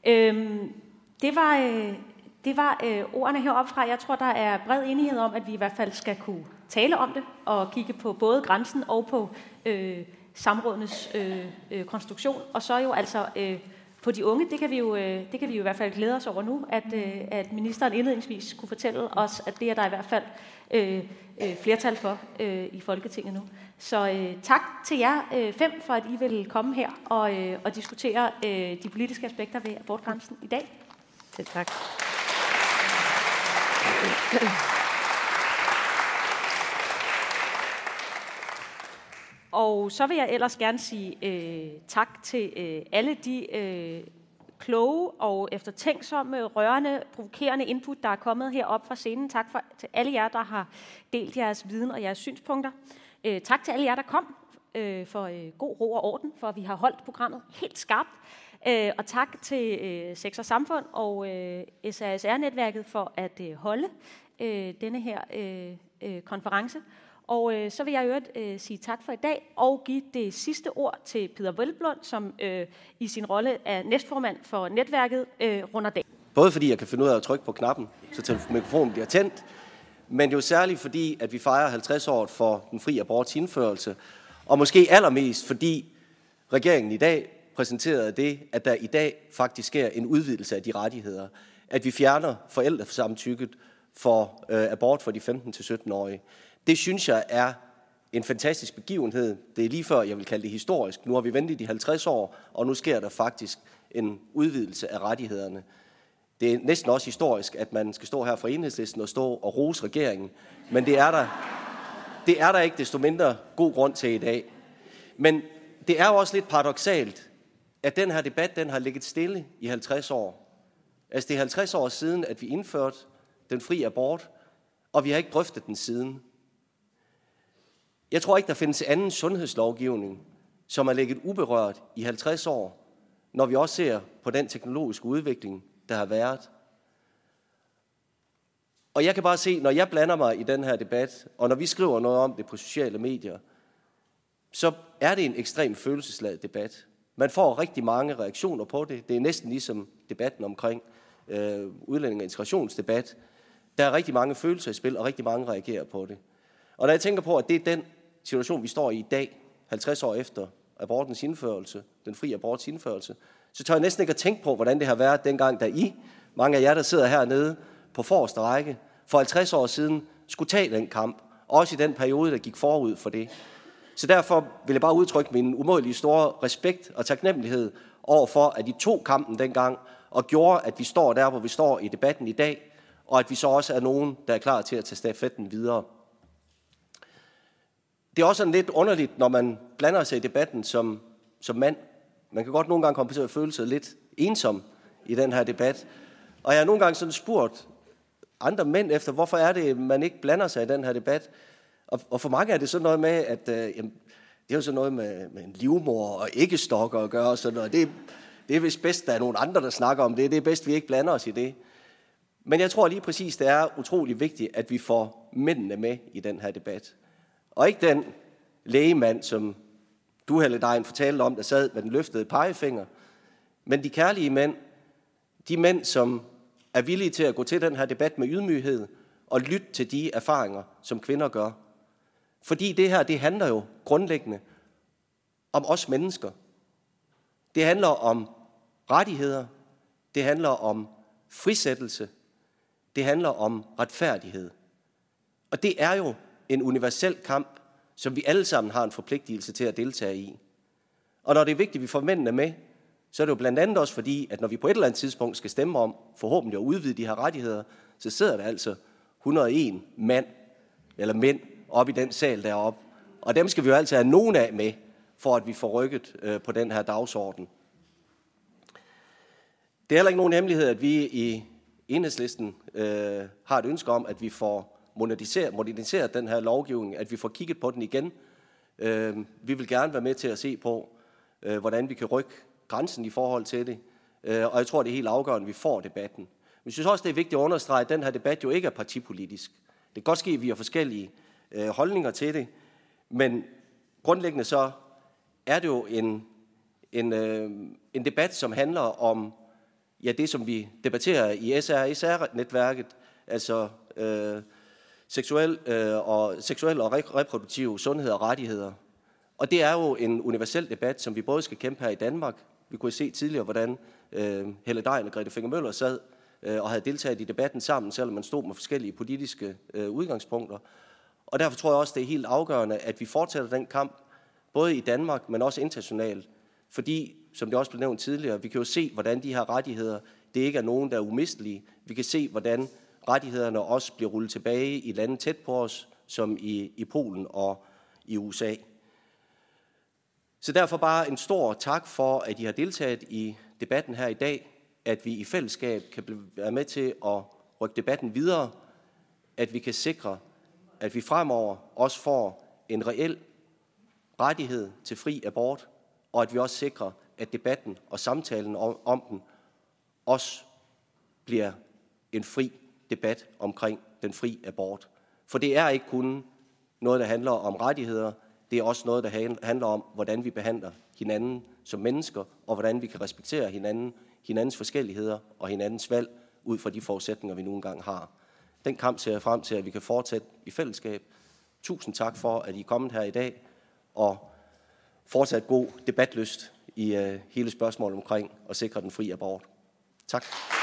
Det var ordene heroppe fra. Jeg tror, der er bred enighed om, at vi i hvert fald skal kunne tale om det, og kigge på både grænsen og på samrådenes konstruktion, og så jo altså på de unge, det kan vi jo i hvert fald glæde os over nu, at ministeren indledningsvis kunne fortælle os, at det er der i hvert fald flertal for i Folketinget nu. Så tak til jer 5 for, at I vil komme her og diskutere de politiske aspekter ved abortgrænsen i dag. Selv tak. Og så vil jeg ellers gerne sige tak til alle de kloge og eftertænksomme, rørende, provokerende input, der er kommet herop fra scenen. Tak til alle jer, der har delt jeres viden og jeres synspunkter. Tak til alle jer, der kom for god ro og orden, for at vi har holdt programmet helt skarpt. Og tak til Sex og Samfund og SRSR-netværket for at holde denne her konference. Og så vil jeg i øvrigt sige tak for i dag og give det sidste ord til Peder Hvelplund, som i sin rolle er næstformand for netværket runder dagen. Både fordi jeg kan finde ud af at trykke på knappen, så mikrofonen bliver tændt, men jo særligt fordi, at vi fejrer 50 år for den fri aborts indførelse, og måske allermest fordi regeringen i dag præsenterede det, at der i dag faktisk sker en udvidelse af de rettigheder. At vi fjerner forældresamtykket for abort for de 15-17-årige. Det synes jeg er en fantastisk begivenhed. Det er lige før, jeg vil kalde det historisk. Nu har vi ventet i 50 år, og nu sker der faktisk en udvidelse af rettighederne. Det er næsten også historisk, at man skal stå her fra Enhedslisten og stå og rose regeringen. Men det er der ikke desto mindre god grund til i dag. Men det er jo også lidt paradoksalt, at den her debat, den har ligget stille i 50 år. Altså det er 50 år siden, at vi indførte den fri abort, og vi har ikke drøftet den siden. Jeg tror ikke, der findes anden sundhedslovgivning, som er ligget uberørt i 50 år, når vi også ser på den teknologiske udvikling, der har været. Og jeg kan bare se, når jeg blander mig i den her debat, og når vi skriver noget om det på sociale medier, så er det en ekstremt følelsesladet debat. Man får rigtig mange reaktioner på det. Det er næsten ligesom debatten omkring udlænding- og integrationsdebat. Der er rigtig mange følelser i spil, og rigtig mange reagerer på det. Og når jeg tænker på, at det er den situation, vi står i dag, 50 år efter abortens indførelse, den fri aborts indførelse, så tør jeg næsten ikke at tænke på, hvordan det har været dengang, da mange af jer, der sidder hernede på forreste række, for 50 år siden skulle tage den kamp, også i den periode, der gik forud for det. Så derfor vil jeg bare udtrykke min umådelige store respekt og taknemmelighed over for, at I tog kampen dengang, og gjorde, at vi står der, hvor vi står i debatten i dag, og at vi så også er nogen, der er klar til at tage stafetten videre. Det er også lidt underligt, når man blander sig i debatten som mand. Man kan godt nogle gange komme til at føle sig lidt ensom i den her debat. Og jeg har nogle gange sådan spurgt andre mænd efter, hvorfor er det, man ikke blander sig i den her debat. Og for mange er det sådan noget med, at jamen, det er jo sådan noget med en livmor og æggestokker at gøre og sådan noget. Det er vist bedst, der er nogle andre, der snakker om det. Det er bedst, vi ikke blander os i det. Men jeg tror lige præcis, det er utrolig vigtigt, at vi får mændene med i den her debat. Og ikke den lægemand, som du, Helle Dejen, fortalte om, der sad med den løftede pegefinger, men de kærlige mænd, de mænd, som er villige til at gå til den her debat med ydmyghed og lytte til de erfaringer, som kvinder gør. Fordi det her, det handler jo grundlæggende om os mennesker. Det handler om rettigheder, det handler om frisættelse, det handler om retfærdighed. Og det er jo en universel kamp, som vi alle sammen har en forpligtelse til at deltage i. Og når det er vigtigt, at vi får mændene med, så er det jo blandt andet også fordi, at når vi på et eller andet tidspunkt skal stemme om forhåbentlig at udvide de her rettigheder, så sidder der altså 101 mænd op i den sal deroppe. Og dem skal vi jo altid have nogen af med, for at vi får rykket på den her dagsorden. Det er heller ikke nogen hemmelighed, at vi i Enhedslisten har et ønske om, at vi får moderniseret den her lovgivning, at vi får kigget på den igen. Vi vil gerne være med til at se på, hvordan vi kan rykke grænsen i forhold til det. Og jeg tror, det er helt afgørende, at vi får debatten. Men jeg synes også, det er vigtigt at understrege, at den her debat jo ikke er partipolitisk. Det kan godt ske, at vi har forskellige holdninger til det, men grundlæggende så er det jo en debat, som handler om det, som vi debatterer i SR-netværket, altså seksuel og reproduktiv sundhed og rettigheder. Og det er jo en universel debat, som vi både skal kæmpe her i Danmark. Vi kunne se tidligere, hvordan Helle Dejen og Grete Finger Møller sad og havde deltaget i debatten sammen, selvom man stod med forskellige politiske udgangspunkter. Og derfor tror jeg også, det er helt afgørende, at vi fortsætter den kamp, både i Danmark, men også internationalt. Fordi, som det også blev nævnt tidligere, vi kan jo se, hvordan de her rettigheder, det ikke er nogen, der er umistelige. Vi kan se, hvordan rettighederne også bliver rullet tilbage i lande tæt på os, som i Polen og i USA. Så derfor bare en stor tak for, at I har deltaget i debatten her i dag, at vi i fællesskab kan være med til at rykke debatten videre, at vi kan sikre, at vi fremover også får en reel rettighed til fri abort, og at vi også sikrer, at debatten og samtalen om den også bliver en fri debat omkring den fri abort. For det er ikke kun noget, der handler om rettigheder, det er også noget, der handler om, hvordan vi behandler hinanden som mennesker, og hvordan vi kan respektere hinandens forskelligheder og hinandens valg, ud fra de forudsætninger, vi nogle gange har. Den kamp ser jeg frem til, at vi kan fortsætte i fællesskab. Tusind tak for, at I er kommet her i dag, og fortsat god debatlyst i hele spørgsmålet omkring at sikre den fri abort. Tak.